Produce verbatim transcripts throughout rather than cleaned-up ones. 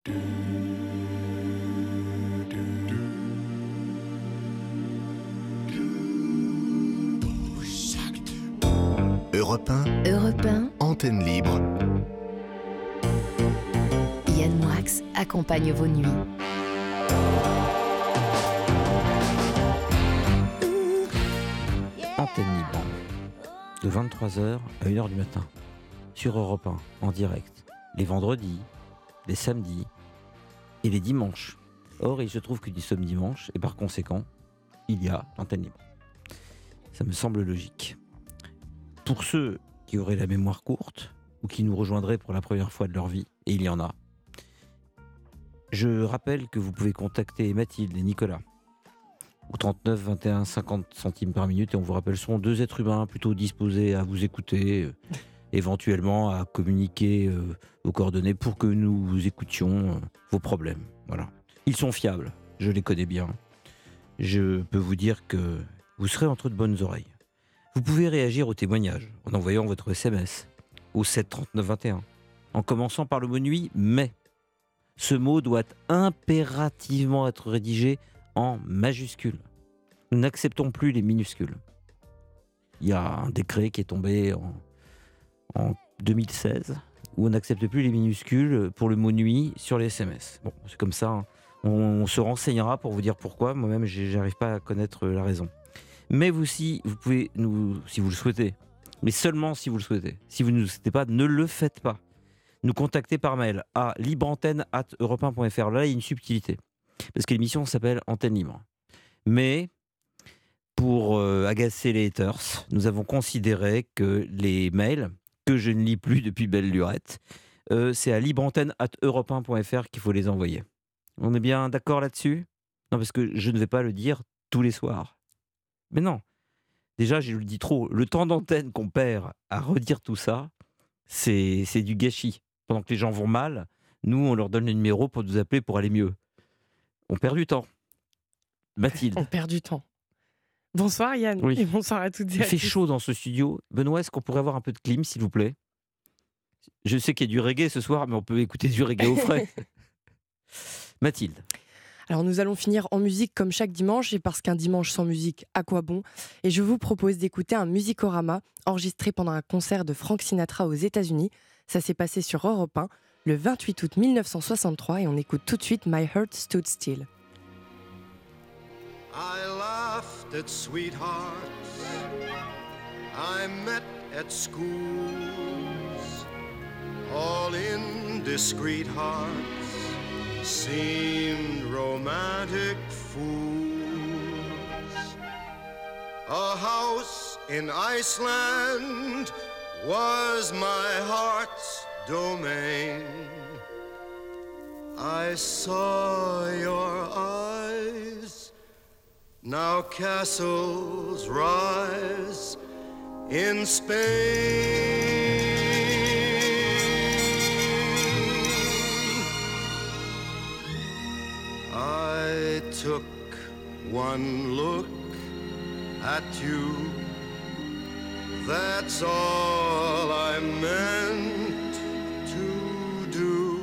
Europe un, Europe un, antenne libre. Yann Moix accompagne vos nuits. Antenne libre, de vingt-trois heures à une heure du matin, sur Europe un, en direct, les vendredis, les samedis et les dimanches. Or, il se trouve que nous sommes dimanche, et par conséquent, il y a l'antenne libre. Ça me semble logique. Pour ceux qui auraient la mémoire courte, ou qui nous rejoindraient pour la première fois de leur vie, et il y en a, je rappelle que vous pouvez contacter Mathilde et Nicolas au trente-neuf vingt et un cinquante centimes par minute, et on vous rappelle, ce sont deux êtres humains plutôt disposés à vous écouter, euh, éventuellement à communiquer euh, vos coordonnées pour que nous vous écoutions euh, vos problèmes. Voilà. Ils sont fiables, je les connais bien. Je peux vous dire que vous serez entre de bonnes oreilles. Vous pouvez réagir au témoignage en envoyant votre S M S au sept trente-neuf vingt et un, en commençant par le mot nuit, mais ce mot doit impérativement être rédigé en majuscules. Nous n'acceptons plus les minuscules. Il y a un décret qui est tombé en, en deux mille seize où on n'accepte plus les minuscules pour le mot nuit sur les S M S. Bon, c'est comme ça, hein. on, on se renseignera pour vous dire pourquoi. Moi-même, j'arrive pas à connaître la raison. Mais vous aussi, vous pouvez, nous, si vous le souhaitez, mais seulement si vous le souhaitez. Si vous ne le souhaitez pas, ne le faites pas. Nous contacter par mail à libreantenne arobase europe un point f r. Là, il y a une subtilité. Parce que l'émission s'appelle Antenne Libre. Mais, pour euh, agacer les haters, nous avons considéré que les mails, que je ne lis plus depuis belle lurette, euh, c'est à libreantenne arobase europe un point f r qu'il faut les envoyer. On est bien d'accord là-dessus ? Non, parce que je ne vais pas le dire tous les soirs. Mais non. Déjà, je le dis trop. Le temps d'antenne qu'on perd à redire tout ça, c'est, c'est du gâchis. Pendant que les gens vont mal, nous, on leur donne le numéro pour nous appeler pour aller mieux. On perd du temps. Mathilde. On perd du temps. Bonsoir Yann, oui. Et bonsoir à toutes et à tous. Il fait chaud dans ce studio. Benoît, est-ce qu'on pourrait avoir un peu de clim, s'il vous plaît ? Je sais qu'il y a du reggae ce soir, mais on peut écouter du reggae au frais. Mathilde. Alors nous allons finir en musique comme chaque dimanche, et parce qu'un dimanche sans musique, à quoi bon ? Et je vous propose d'écouter un musicorama enregistré pendant un concert de Frank Sinatra aux États-Unis. Ça s'est passé sur Europe un le vingt-huit août mille neuf cent soixante-trois, et on écoute tout de suite My Heart Stood Still. I laughed at sweethearts I met at schools, all indiscreet hearts seemed romantic fools. A house in Iceland was my heart's domain. I saw your eyes. Now castles rise in Spain. I took one look at you. That's all I meant to do.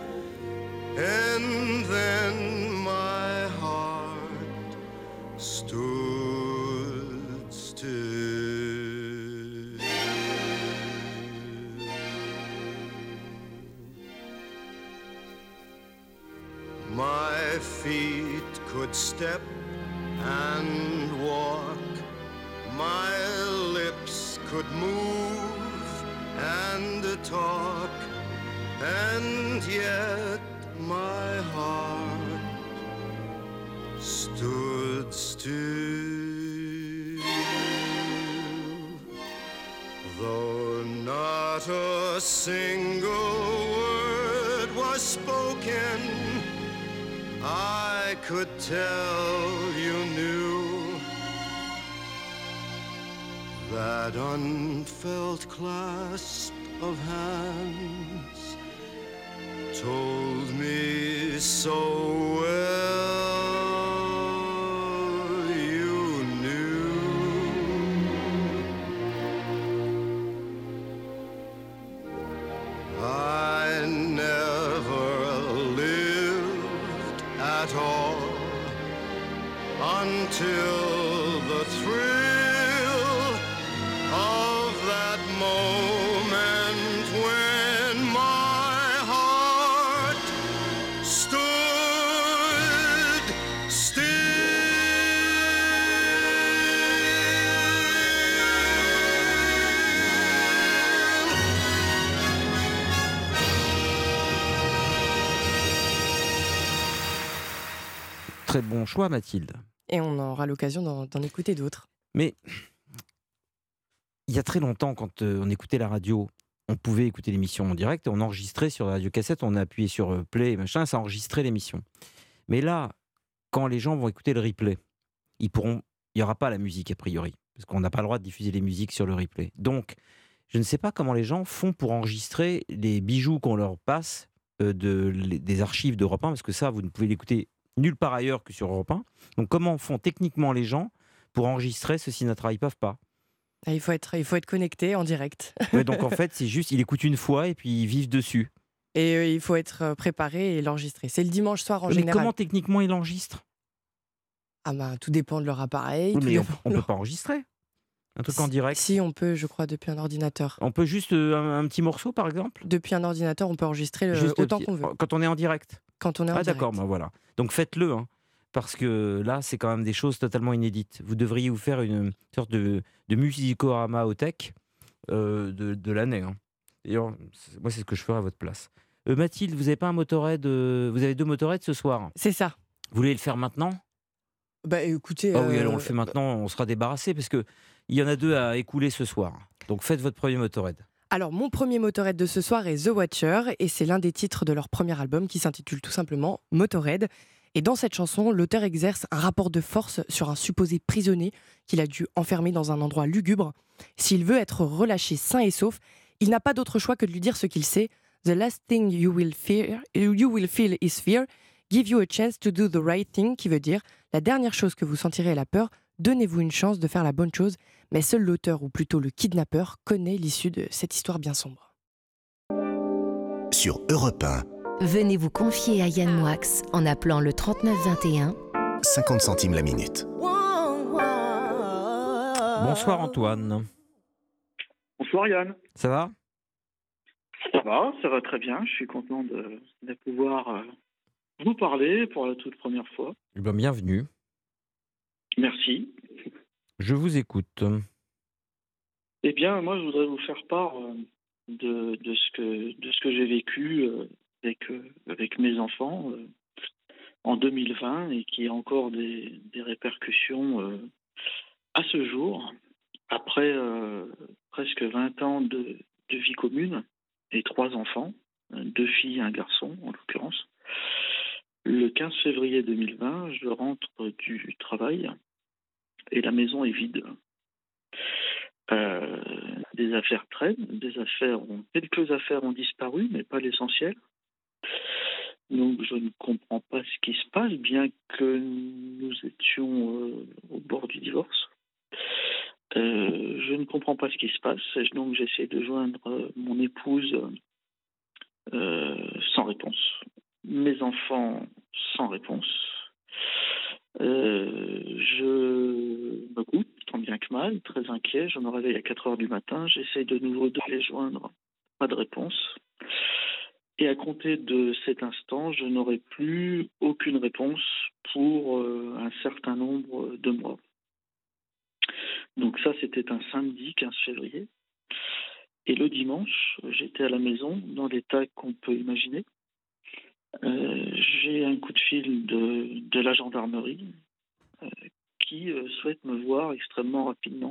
And then my heart stood still. My feet could step and walk, my lips could move and talk, and yet my heart stood still. Though not a single word was spoken, I could tell you knew that unfelt clasp of hands told me so well. You knew I never lived at all until the thrill of that moment when my heart stood still. Très bon choix, Mathilde. Et on aura l'occasion d'en, d'en écouter d'autres. Mais il y a très longtemps, quand euh, on écoutait la radio, on pouvait écouter l'émission en direct, et on enregistrait sur la radiocassette, on appuyait sur euh, play et machin, ça enregistrait l'émission. Mais là, quand les gens vont écouter le replay, ils pourront, il n'y aura pas la musique a priori, parce qu'on n'a pas le droit de diffuser les musiques sur le replay. Donc, je ne sais pas comment les gens font pour enregistrer les bijoux qu'on leur passe euh, de, les- des archives d'Europe un, parce que ça, vous ne pouvez l'écouter nulle part ailleurs que sur Europe un. Donc, comment font techniquement les gens pour enregistrer ce Sinatra? Ils peuvent pas. Ah, Il faut être, il faut être connecté en direct. Ouais, donc en fait, c'est juste, ils écoutent une fois et puis ils vivent dessus. Et euh, il faut être euh, préparé et l'enregistrer. C'est le dimanche soir en Mais général. comment techniquement ils l'enregistrent? Ah bah, tout dépend de leur appareil. Oui, tout mais on, dépend on de peut leur- pas enregistrer un truc en direct. Si, on peut, je crois, depuis un ordinateur. On peut juste euh, un, un petit morceau, par exemple. Depuis un ordinateur, on peut enregistrer euh, Juste le autant petit- qu'on veut. Quand on est en direct. Quand on est en Ah direct. d'accord, ben voilà. Donc faites-le, hein, parce que là, c'est quand même des choses totalement inédites. Vous devriez vous faire une sorte de, de musicorama au tech euh, de, de l'année. Hein. D'ailleurs, c'est- moi, c'est ce que je ferais à votre place. Euh, Mathilde, vous n'avez pas un motorhead euh, Vous avez deux motorheads ce soir. C'est ça. Vous voulez le faire maintenant? Bah écoutez. Ah oui, alors on euh, le fait maintenant, on sera débarrassé, parce qu'il y en a deux à écouler ce soir. Donc faites votre premier motorhead. Alors, mon premier Motorhead de ce soir est The Watcher, et c'est l'un des titres de leur premier album qui s'intitule tout simplement Motorhead. Et dans cette chanson, l'auteur exerce un rapport de force sur un supposé prisonnier qu'il a dû enfermer dans un endroit lugubre. S'il veut être relâché sain et sauf, il n'a pas d'autre choix que de lui dire ce qu'il sait. The last thing you will fear, you will feel is fear. Give you a chance to do the right thing, qui veut dire la dernière chose que vous sentirez est la peur. Donnez-vous une chance de faire la bonne chose. Mais seul l'auteur, ou plutôt le kidnappeur, connaît l'issue de cette histoire bien sombre. Sur Europe un, Venez vous confier à Yann Moix en appelant le trente-neuf vingt et un. cinquante centimes la minute. Bonsoir Antoine. Bonsoir Yann. Ça va? Ça va, ça va très bien. Je suis content de, de pouvoir euh, vous parler pour la toute première fois. Eh ben, bienvenue. Merci. Je vous écoute. Eh bien, moi, je voudrais vous faire part euh, de, de ce que, de ce que j'ai vécu euh, avec, euh, avec mes enfants euh, en deux mille vingt et qui a encore des, des répercussions euh, à ce jour, après euh, presque vingt ans de, de vie commune et trois enfants, euh, deux filles et un garçon en l'occurrence. Le quinze février deux mille vingt, je rentre du travail et la maison est vide. Euh, des affaires traînent, des affaires ont, quelques affaires ont disparu, mais pas l'essentiel. Donc je ne comprends pas ce qui se passe, bien que nous étions euh, au bord du divorce. Euh, je ne comprends pas ce qui se passe, donc j'essaie de joindre euh, mon épouse euh, sans réponse, mes enfants sans réponse. Euh, je me goûte, tant bien que mal, très inquiet. Je me réveille à quatre heures du matin. J'essaie de nouveau de les joindre. Pas de réponse. Et à compter de cet instant, je n'aurai plus aucune réponse pour euh, un certain nombre de mois. Donc ça, c'était un samedi quinze février. Et le dimanche, j'étais à la maison dans l'état qu'on peut imaginer. Euh, j'ai un coup de fil de, de la gendarmerie euh, qui euh, souhaite me voir extrêmement rapidement.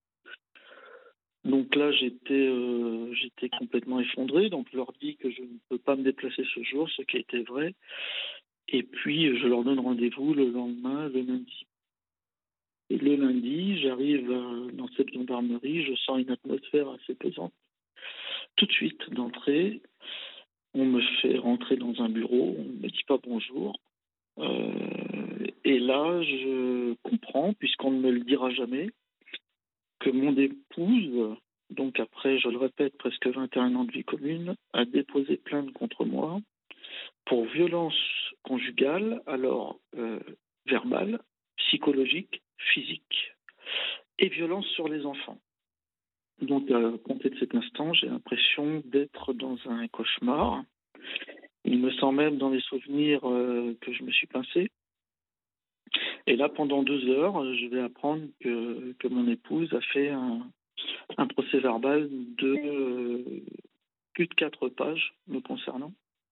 Donc là, j'étais, euh, j'étais complètement effondré. Donc je leur dis que je ne peux pas me déplacer ce jour, ce qui était vrai. Et puis, je leur donne rendez-vous le lendemain, le lundi. Et le lundi, j'arrive euh, dans cette gendarmerie, je sens une atmosphère assez pesante. Tout de suite, d'entrée, on me fait rentrer dans un bureau, on ne me dit pas bonjour. Euh, et là, je comprends, puisqu'on ne me le dira jamais, que mon épouse, donc après, je le répète, presque vingt et un ans de vie commune, a déposé plainte contre moi pour violence conjugale, alors euh, verbale, psychologique, physique, et violence sur les enfants. Donc, à compter de cet instant, j'ai l'impression d'être dans un cauchemar. Il me semble même dans les souvenirs euh, que je me suis pincé. Et là, pendant deux heures, je vais apprendre que, que mon épouse a fait un, un procès verbal de euh, plus de quatre pages me concernant,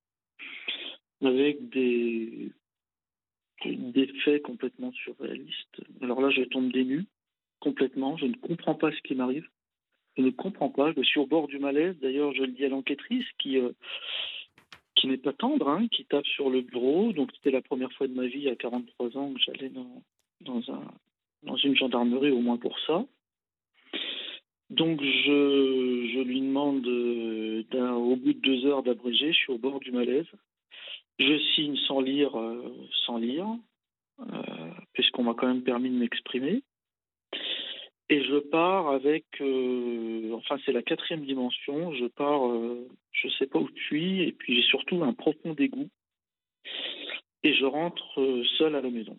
avec des, des faits complètement surréalistes. Alors là, je tombe des nues, complètement. Je ne comprends pas ce qui m'arrive. Je ne comprends pas. Je suis au bord du malaise. D'ailleurs, je le dis à l'enquêtrice qui... Euh, qui n'est pas tendre, hein, qui tape sur le bureau. Donc, c'était la première fois de ma vie, à quarante-trois ans, que j'allais dans, dans, un, dans une gendarmerie, au moins pour ça. Donc, je, je lui demande, euh, au bout de deux heures d'abréger, je suis au bord du malaise. Je signe sans lire, euh, sans lire, euh, puisqu'on m'a quand même permis de m'exprimer. Et je pars avec, euh, enfin c'est la quatrième dimension, je pars, euh, je sais pas où je suis, et puis j'ai surtout un profond dégoût. Et je rentre euh, seul à la maison.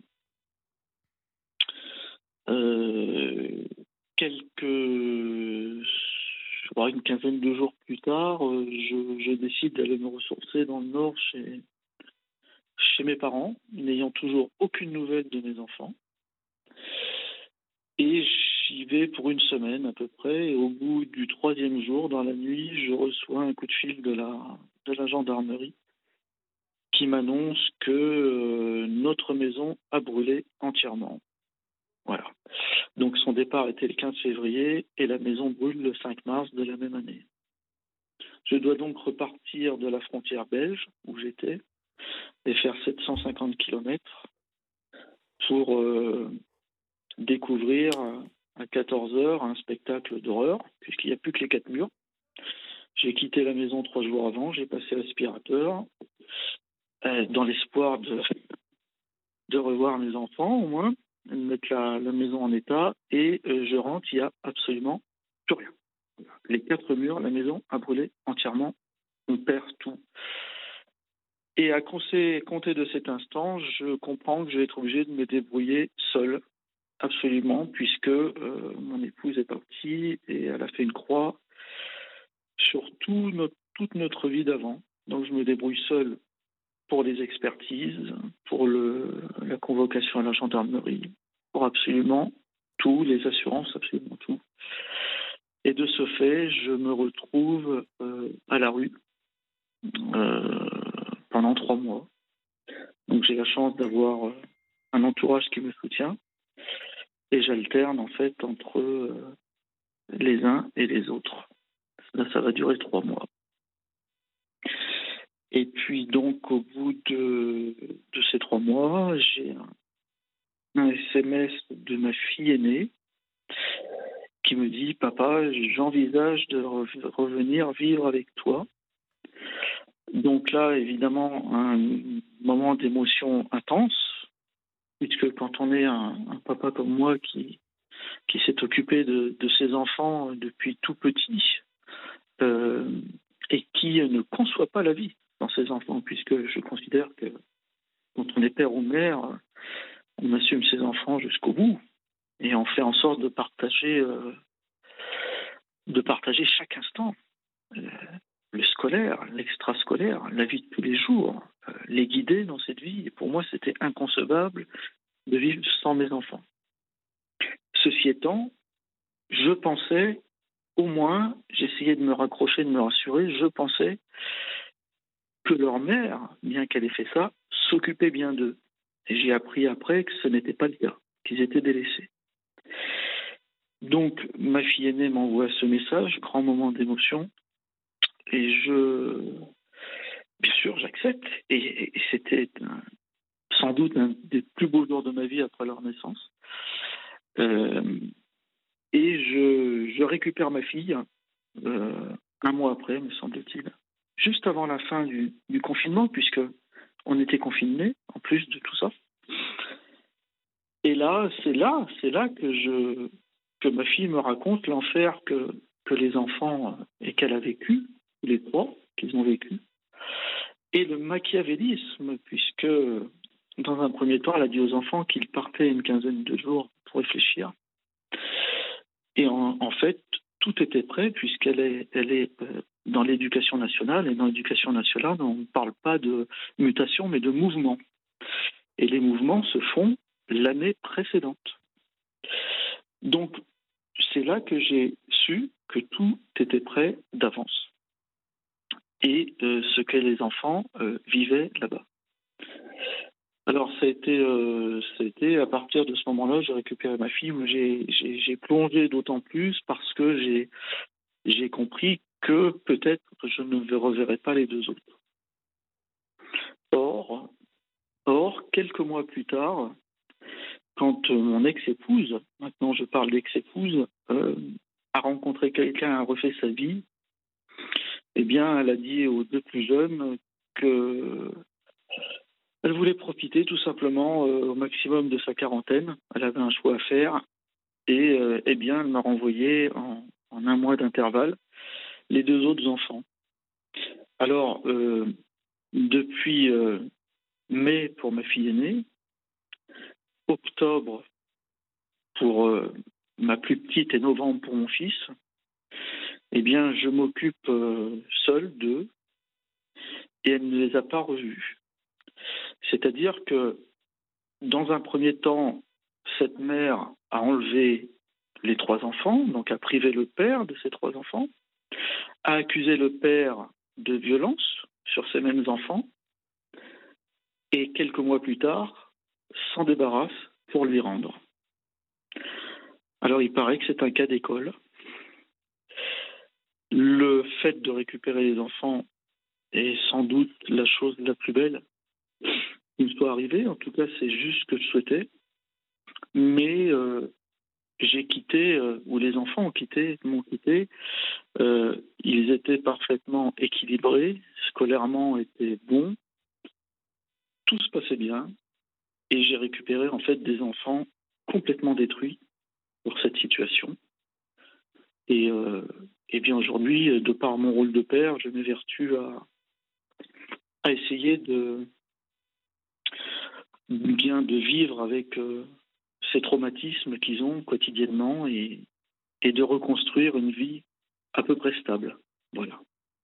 Euh, quelques, je crois une quinzaine de jours plus tard, euh, je, je décide d'aller me ressourcer dans le Nord chez, chez mes parents, n'ayant toujours aucune nouvelle de mes enfants. Et j'y vais pour une semaine à peu près. Et au bout du troisième jour, dans la nuit, je reçois un coup de fil de la, de la gendarmerie qui m'annonce que euh, notre maison a brûlé entièrement. Voilà. Donc son départ était le quinze février et la maison brûle le cinq mars de la même année. Je dois donc repartir de la frontière belge où j'étais et faire sept cent cinquante kilomètres pour... Euh, découvrir à quatorze heures un spectacle d'horreur, puisqu'il n'y a plus que les quatre murs. J'ai quitté la maison trois jours avant, j'ai passé l'aspirateur, euh, dans l'espoir de, de revoir mes enfants, au moins, de mettre la, la maison en état, et euh, je rentre, il n'y a absolument plus rien. Les quatre murs, la maison a brûlé entièrement, on perd tout. Et à compter, compter de cet instant, je comprends que je vais être obligé de me débrouiller seul. Absolument, puisque euh, mon épouse est partie et elle a fait une croix sur tout notre, toute notre vie d'avant. Donc je me débrouille seul pour les expertises, pour le, la convocation à la gendarmerie, pour absolument tout, les assurances, absolument tout. Et de ce fait, je me retrouve euh, à la rue euh, pendant trois mois. Donc j'ai la chance d'avoir euh, un entourage qui me soutient. Et j'alterne en fait entre euh, les uns et les autres. Là, ça va durer trois mois. Et puis donc, au bout de, de ces trois mois, j'ai un, un S M S de ma fille aînée qui me dit « Papa, j'envisage de re- revenir vivre avec toi ». Donc là, évidemment, un moment d'émotion intense, puisque quand on est un, un papa comme moi qui, qui s'est occupé de, de ses enfants depuis tout petit euh, et qui ne conçoit pas la vie dans ses enfants, puisque je considère que quand on est père ou mère, on assume ses enfants jusqu'au bout et on fait en sorte de partager, euh, de partager chaque instant. Euh, le scolaire, l'extrascolaire, la vie de tous les jours, euh, les guider dans cette vie. Et pour moi, c'était inconcevable de vivre sans mes enfants. Ceci étant, je pensais, au moins, j'essayais de me raccrocher, de me rassurer, je pensais que leur mère, bien qu'elle ait fait ça, s'occupait bien d'eux. Et j'ai appris après que ce n'était pas le cas, qu'ils étaient délaissés. Donc, ma fille aînée m'envoie ce message, grand moment d'émotion, et je... Bien sûr, j'accepte, et, et c'était un, sans doute un des plus beaux jours de ma vie après leur naissance. Euh, et je, je récupère ma fille euh, un mois après, me semble-t-il, juste avant la fin du, du confinement, puisque on était confinés, en plus de tout ça. Et là, c'est là, c'est là que je que ma fille me raconte l'enfer que, que les enfants et qu'elle a vécu, les trois qu'ils ont vécu. et le machiavélisme, puisque dans un premier temps, elle a dit aux enfants qu'ils partaient une quinzaine de jours pour réfléchir. Et en, en fait, tout était prêt, puisqu'elle est, elle est euh, dans l'éducation nationale, et dans l'éducation nationale, on ne parle pas de mutation, mais de mouvement. Et les mouvements se font l'année précédente. Donc, c'est là que j'ai su que tout était prêt d'avance. Et euh, ce que les enfants euh, vivaient là-bas. Alors, ça a été, euh, ça a été à partir de ce moment-là, j'ai récupéré ma fille, où j'ai, j'ai, j'ai plongé d'autant plus parce que j'ai, j'ai compris que peut-être je ne reverrai pas les deux autres. Or, or, quelques mois plus tard, quand euh, mon ex-épouse, maintenant je parle d'ex-épouse, euh, a rencontré quelqu'un, a refait sa vie, eh bien, elle a dit aux deux plus jeunes que elle voulait profiter tout simplement euh, au maximum de sa quarantaine. Elle avait un choix à faire et euh, eh bien, elle m'a renvoyé en, en un mois d'intervalle les deux autres enfants. Alors, euh, depuis euh, mai pour ma fille aînée, octobre pour euh, ma plus petite et novembre pour mon fils, eh bien, je m'occupe euh, seul d'eux et elle ne les a pas revus. C'est-à-dire que, dans un premier temps, cette mère a enlevé les trois enfants, donc a privé le père de ces trois enfants, a accusé le père de violence sur ces mêmes enfants, et quelques mois plus tard, s'en débarrasse pour lui rendre. Alors, il paraît que c'est un cas d'école. Le fait de récupérer les enfants est sans doute la chose la plus belle qui me soit arrivée. En tout cas, c'est juste ce que je souhaitais. Mais euh, j'ai quitté, euh, ou les enfants ont quitté, m'ont quitté. Euh, ils étaient parfaitement équilibrés, scolairement étaient bons. Tout se passait bien. Et j'ai récupéré en fait des enfants complètement détruits pour cette situation. Et, euh, et bien aujourd'hui, de par mon rôle de père, je m'évertue à, à essayer de bien de vivre avec euh, ces traumatismes qu'ils ont quotidiennement et, et de reconstruire une vie à peu près stable. Voilà.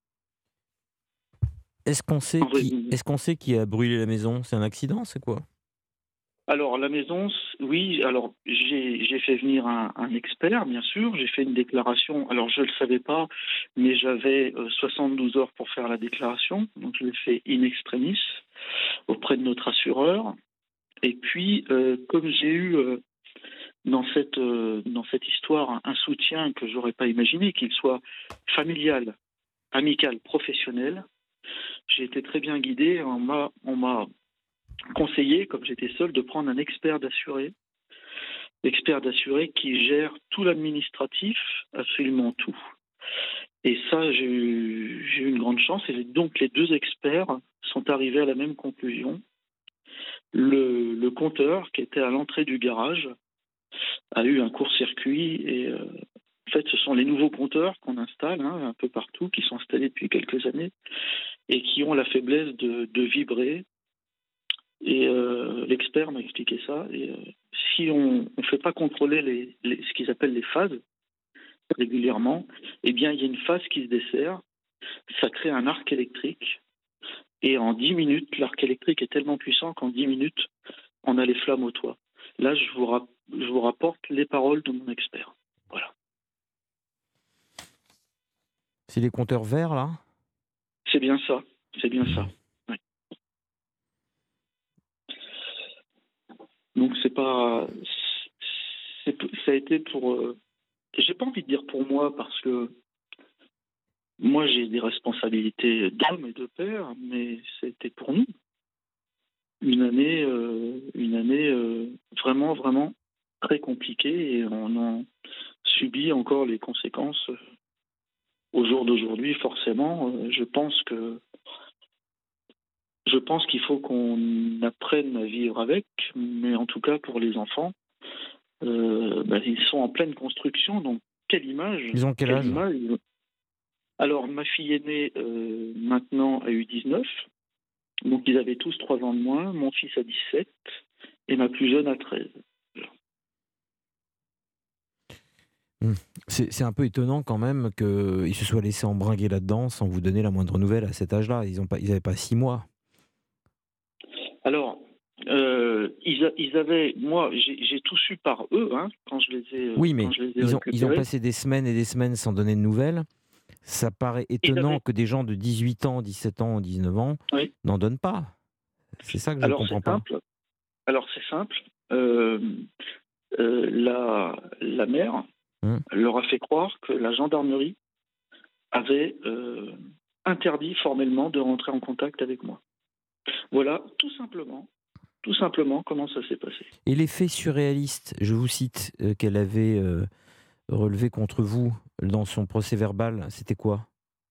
Est-ce qu'on sait En qui, résumé. est-ce qu'on sait qui a brûlé la maison? C'est un accident, c'est quoi? Alors, la maison, oui, alors j'ai, j'ai fait venir un, un expert, bien sûr, j'ai fait une déclaration, alors je ne le savais pas, mais j'avais euh, soixante-douze heures pour faire la déclaration, donc je l'ai fait in extremis auprès de notre assureur. Et puis, euh, comme j'ai eu euh, dans, cette, euh, dans cette histoire un, un soutien que je n'aurais pas imaginé, qu'il soit familial, amical, professionnel, j'ai été très bien guidé, on m'a... On m'a conseillé, comme j'étais seul, de prendre un expert d'assuré, expert d'assuré qui gère tout l'administratif, absolument tout. Et ça, j'ai eu, j'ai eu une grande chance, et donc les deux experts sont arrivés à la même conclusion. Le, le compteur, qui était à l'entrée du garage, a eu un court-circuit, et euh, en fait, ce sont les nouveaux compteurs qu'on installe hein, un peu partout, qui sont installés depuis quelques années, et qui ont la faiblesse de, de vibrer. Et euh, l'expert m'a expliqué ça. Et, euh, si on ne fait pas contrôler les, les, ce qu'ils appellent les phases régulièrement, eh bien, il y a une phase qui se dessert. Ça crée un arc électrique. Et en dix minutes, l'arc électrique est tellement puissant qu'en dix minutes, on a les flammes au toit. Là, je vous, rap- je vous rapporte les paroles de mon expert. Voilà. C'est des compteurs verts, là? C'est bien ça. C'est bien ça. Donc c'est pas, c'est, ça a été pour, euh, j'ai pas envie de dire pour moi parce que moi j'ai des responsabilités d'homme et de père, mais c'était pour nous une année, euh, une année euh, vraiment vraiment très compliquée et on en subit encore les conséquences au jour d'aujourd'hui. Forcément, euh, je pense que Je pense qu'il faut qu'on apprenne à vivre avec, mais en tout cas pour les enfants, euh, bah, ils sont en pleine construction, donc quelle image Ils ont quel quelle âge? image Alors, ma fille aînée, euh, maintenant, a eu dix-neuf, Donc ils avaient tous trois ans de moins, mon fils a dix-sept et ma plus jeune a treize. C'est, c'est un peu étonnant quand même qu'ils se soient laissés embringuer là-dedans sans vous donner la moindre nouvelle à cet âge-là. Ils n'avaient pas six mois. Alors, euh, ils, a, ils avaient... Moi, j'ai, j'ai tout su par eux, hein, quand je les ai Oui, mais quand je les ai ils, ont, ils ont récupérés. passé des semaines et des semaines sans donner de nouvelles. Ça paraît étonnant avaient... que des gens de dix-huit ans, dix-sept ans, dix-neuf ans oui. n'en donnent pas. C'est ça que je ne comprends pas. Simple. Alors, c'est simple. Euh, euh, la, la mère hum. leur a fait croire que la gendarmerie avait euh, interdit formellement de rentrer en contact avec moi. Voilà, tout simplement, tout simplement comment ça s'est passé. Et les faits surréalistes, je vous cite, euh, qu'elle avait euh, relevés contre vous dans son procès verbal, c'était quoi ?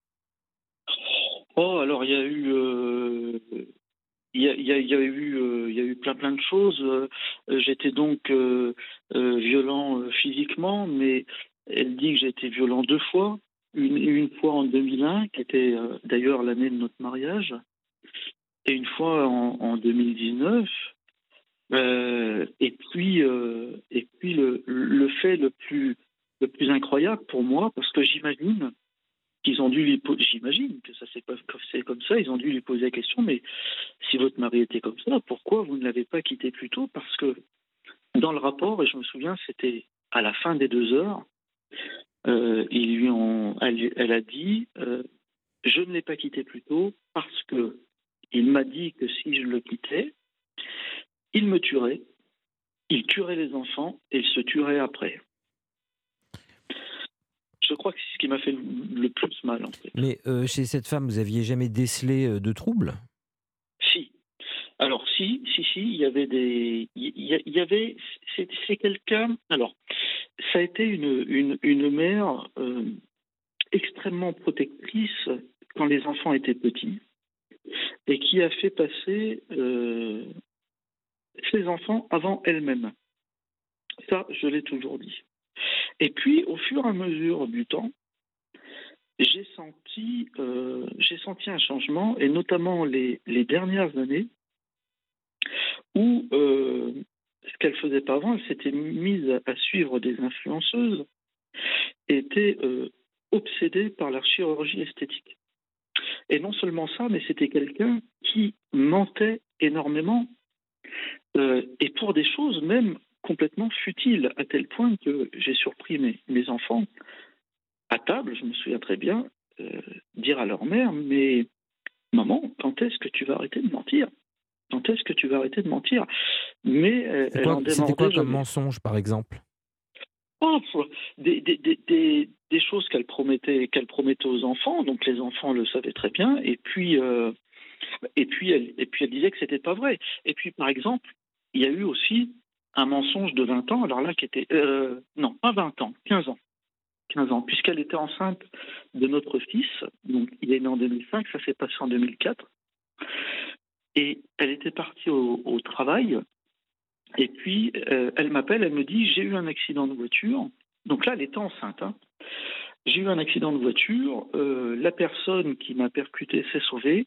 Oh, alors il y a eu... Euh, Il y, a, il, y a, il y a eu, euh, il y a eu plein plein de choses. Euh, j'étais donc euh, euh, violent euh, physiquement, mais elle dit que j'ai été violent deux fois. Une, une fois en deux mille un, qui était euh, d'ailleurs l'année de notre mariage, et une fois en, en deux mille dix-neuf. Euh, et puis, euh, et puis le, le fait le plus, le plus incroyable pour moi, parce que j'imagine qu'ils ont dû lui poser, j'imagine que ça c'est pas c'est comme ça, ils ont dû lui poser la question, mais si votre mari était comme ça, pourquoi vous ne l'avez pas quitté plus tôt ? Parce que dans le rapport, et je me souviens, c'était à la fin des deux heures, euh, ils lui ont, elle, elle a dit, euh, je ne l'ai pas quitté plus tôt parce que il m'a dit que si je le quittais, il me tuerait, il tuerait les enfants et il se tuerait après. Je crois que c'est ce qui m'a fait le plus mal, en fait. Mais euh, chez cette femme, vous aviez jamais décelé euh, de troubles ? Si. Alors, si, si, si, il y avait des... Il y, il y avait... C'est, c'est quelqu'un... Alors, ça a été une, une, une mère euh, extrêmement protectrice quand les enfants étaient petits et qui a fait passer euh, ses enfants avant elle-même. Ça, je l'ai toujours dit. Et puis, au fur et à mesure du temps, j'ai senti, euh, j'ai senti un changement, et notamment les, les dernières années, où euh, ce qu'elle ne faisait pas avant, elle s'était mise à suivre des influenceuses, et était euh, obsédée par la chirurgie esthétique. Et non seulement ça, mais c'était quelqu'un qui mentait énormément, euh, et pour des choses même complètement futiles, à tel point que j'ai surpris mes, mes enfants à table, je me souviens très bien, euh, dire à leur mère, mais maman, quand est-ce que tu vas arrêter de mentir ? Quand est-ce que tu vas arrêter de mentir ? Mais euh, C'est quoi, elle en c'était quoi comme jamais. mensonge, par exemple ? Oh, des, des, des, des, des choses qu'elle promettait, qu'elle promettait aux enfants, donc les enfants le savaient très bien, et puis, euh, et puis, elle, et puis elle disait que c'était pas vrai. Et puis, par exemple, il y a eu aussi un mensonge de vingt ans, alors là, qui était... Euh, non, pas vingt ans, quinze ans. quinze ans, puisqu'elle était enceinte de notre fils, donc il est né en deux mille cinq, ça s'est passé en deux mille quatre, et elle était partie au, au travail, et puis euh, elle m'appelle, elle me dit, j'ai eu un accident de voiture, donc là elle était enceinte, hein. J'ai eu un accident de voiture, euh, la personne qui m'a percuté s'est sauvée,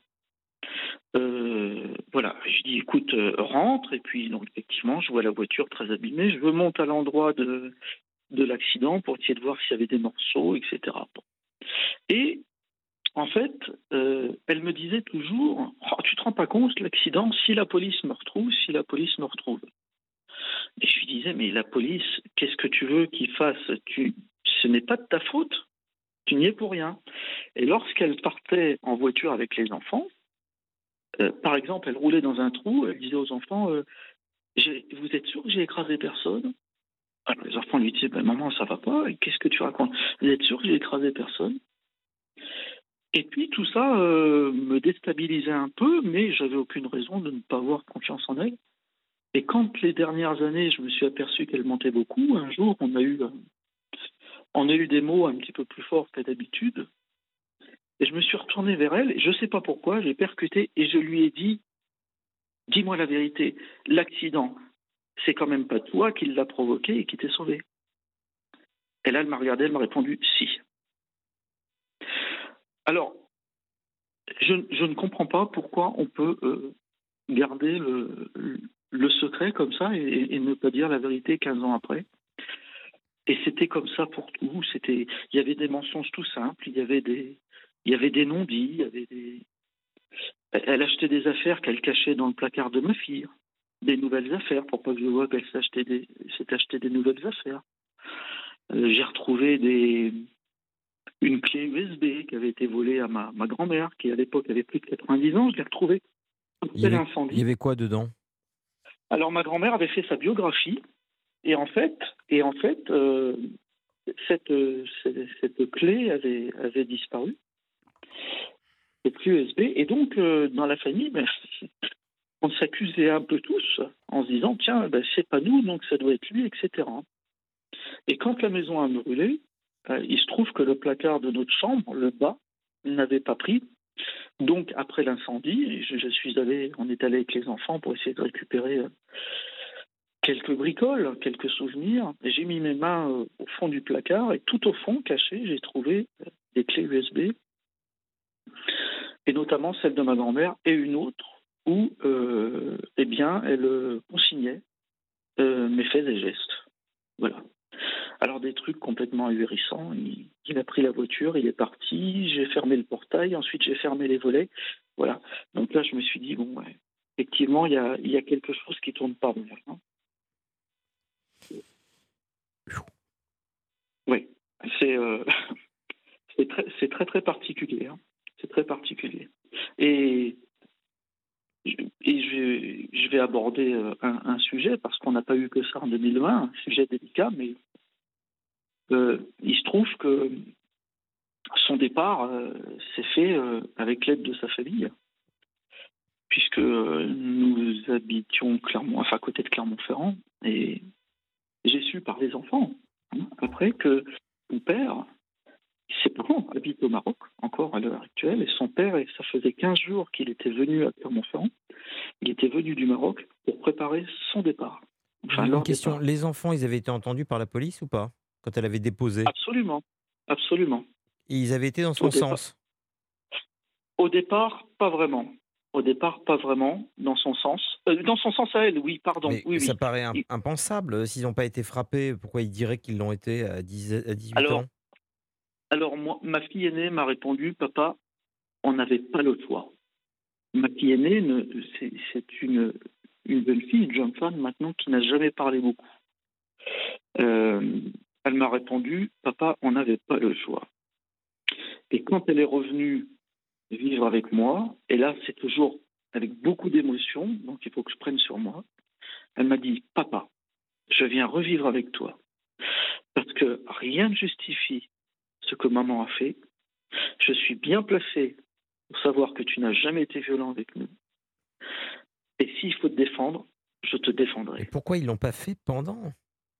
euh, voilà, je dis écoute, euh, rentre, et puis donc effectivement je vois la voiture très abîmée, je monte à l'endroit de de l'accident pour essayer de voir s'il y avait des morceaux, et cetera. Et en fait, euh, elle me disait toujours oh, tu te rends pas compte, l'accident, si la police me retrouve, si la police me retrouve. Et je lui disais mais la police, qu'est-ce que tu veux qu'ils fassent ? tu, Ce n'est pas de ta faute, tu n'y es pour rien. Et lorsqu'elle partait en voiture avec les enfants, euh, par exemple, elle roulait dans un trou, elle disait aux enfants euh, vous êtes sûr que j'ai écrasé personne ? Alors, les enfants lui disaient ben, maman, ça va pas, qu'est-ce que tu racontes ? Vous êtes sûr que j'ai écrasé personne ? Et puis tout ça euh, me déstabilisait un peu, mais j'avais aucune raison de ne pas avoir confiance en elle. Et quand les dernières années, je me suis aperçu qu'elle mentait beaucoup, un jour, on a eu, on a eu des mots un petit peu plus forts que d'habitude, et je me suis retourné vers elle, et je ne sais pas pourquoi, j'ai percuté, et je lui ai dit dis-moi la vérité, l'accident, c'est quand même pas toi qui l'as provoqué et qui t'est sauvé. Et là, elle m'a regardé, elle m'a répondu « si ». Alors, je, je ne comprends pas pourquoi on peut euh, garder le, le secret comme ça et, et ne pas dire la vérité quinze ans après. Et c'était comme ça pour tout. C'était, il y avait des mensonges tout simples, il y avait des, il y avait des non-dits, il y avait des. Elle achetait des affaires qu'elle cachait dans le placard de ma fille, des nouvelles affaires pour pas que je vois qu'elle s'achetait des, s'est acheté des nouvelles affaires. Euh, j'ai retrouvé des, une clé U S B qui avait été volée à ma, ma grand-mère, qui à l'époque avait plus de quatre-vingt-dix ans. Je l'ai retrouvée. Il y, avait, il y avait quoi dedans? Alors ma grand-mère avait fait sa biographie. Et en fait, et en fait euh, cette, euh, cette, cette clé avait, avait disparu, cette clé U S B. Et donc, euh, dans la famille, ben, on s'accusait un peu tous en se disant, tiens, ben, c'est pas nous, donc ça doit être lui, et cetera. Et quand la maison a brûlé, euh, il se trouve que le placard de notre chambre, le bas, n'avait pas pris. Donc, après l'incendie, je, je suis allé, on est allé avec les enfants pour essayer de récupérer... Euh, quelques bricoles, quelques souvenirs. Et j'ai mis mes mains euh, au fond du placard et tout au fond, caché, j'ai trouvé euh, des clés U S B, et notamment celle de ma grand-mère et une autre où euh, eh bien, elle euh, consignait euh, mes faits et gestes. Voilà. Alors des trucs complètement ahurissants. Il, il a pris la voiture, il est parti, j'ai fermé le portail, ensuite j'ai fermé les volets. Voilà. Donc là, je me suis dit, bon, ouais, effectivement, il y a, il y a quelque chose qui tourne pas bien. Hein. Oui, c'est euh, c'est très, c'est très très particulier. Hein. C'est très particulier. Et, et je, je vais aborder un, un sujet, parce qu'on n'a pas eu que ça en deux mille vingt, un sujet délicat, mais euh, il se trouve que son départ euh, s'est fait euh, avec l'aide de sa famille, puisque nous habitions Clermont, enfin à côté de Clermont-Ferrand, et j'ai su par les enfants hein, après que son père, ses parents habitent au Maroc encore à l'heure actuelle, et son père, et ça faisait quinze jours qu'il était venu à Clermont-Ferrand, il était venu du Maroc pour préparer son départ. Enfin, Une question, départ. Les enfants, ils avaient été entendus par la police ou pas, quand elle avait déposé? Absolument, absolument. Et ils avaient été dans son au sens départ, Au départ, pas vraiment. Au départ, pas vraiment, dans son sens. Euh, dans son sens à elle, oui, pardon. Mais oui, ça oui. paraît im- impensable. S'ils n'ont pas été frappés, pourquoi ils diraient qu'ils l'ont été à, dix, à dix-huit alors, ans? Alors, moi, ma fille aînée m'a répondu, papa, on n'avait pas le choix. Ma fille aînée, ne, c'est, c'est une, une jeune fille, une jeune femme maintenant, qui n'a jamais parlé beaucoup. Euh, elle m'a répondu, papa, on n'avait pas le choix. Et quand elle est revenue vivre avec moi, et là, c'est toujours avec beaucoup d'émotion, donc il faut que je prenne sur moi, elle m'a dit, papa, je viens revivre avec toi, parce que rien ne justifie ce que maman a fait. Je suis bien placé pour savoir que tu n'as jamais été violent avec nous. Et s'il faut te défendre, je te défendrai. Et pourquoi ils ne l'ont pas fait pendant?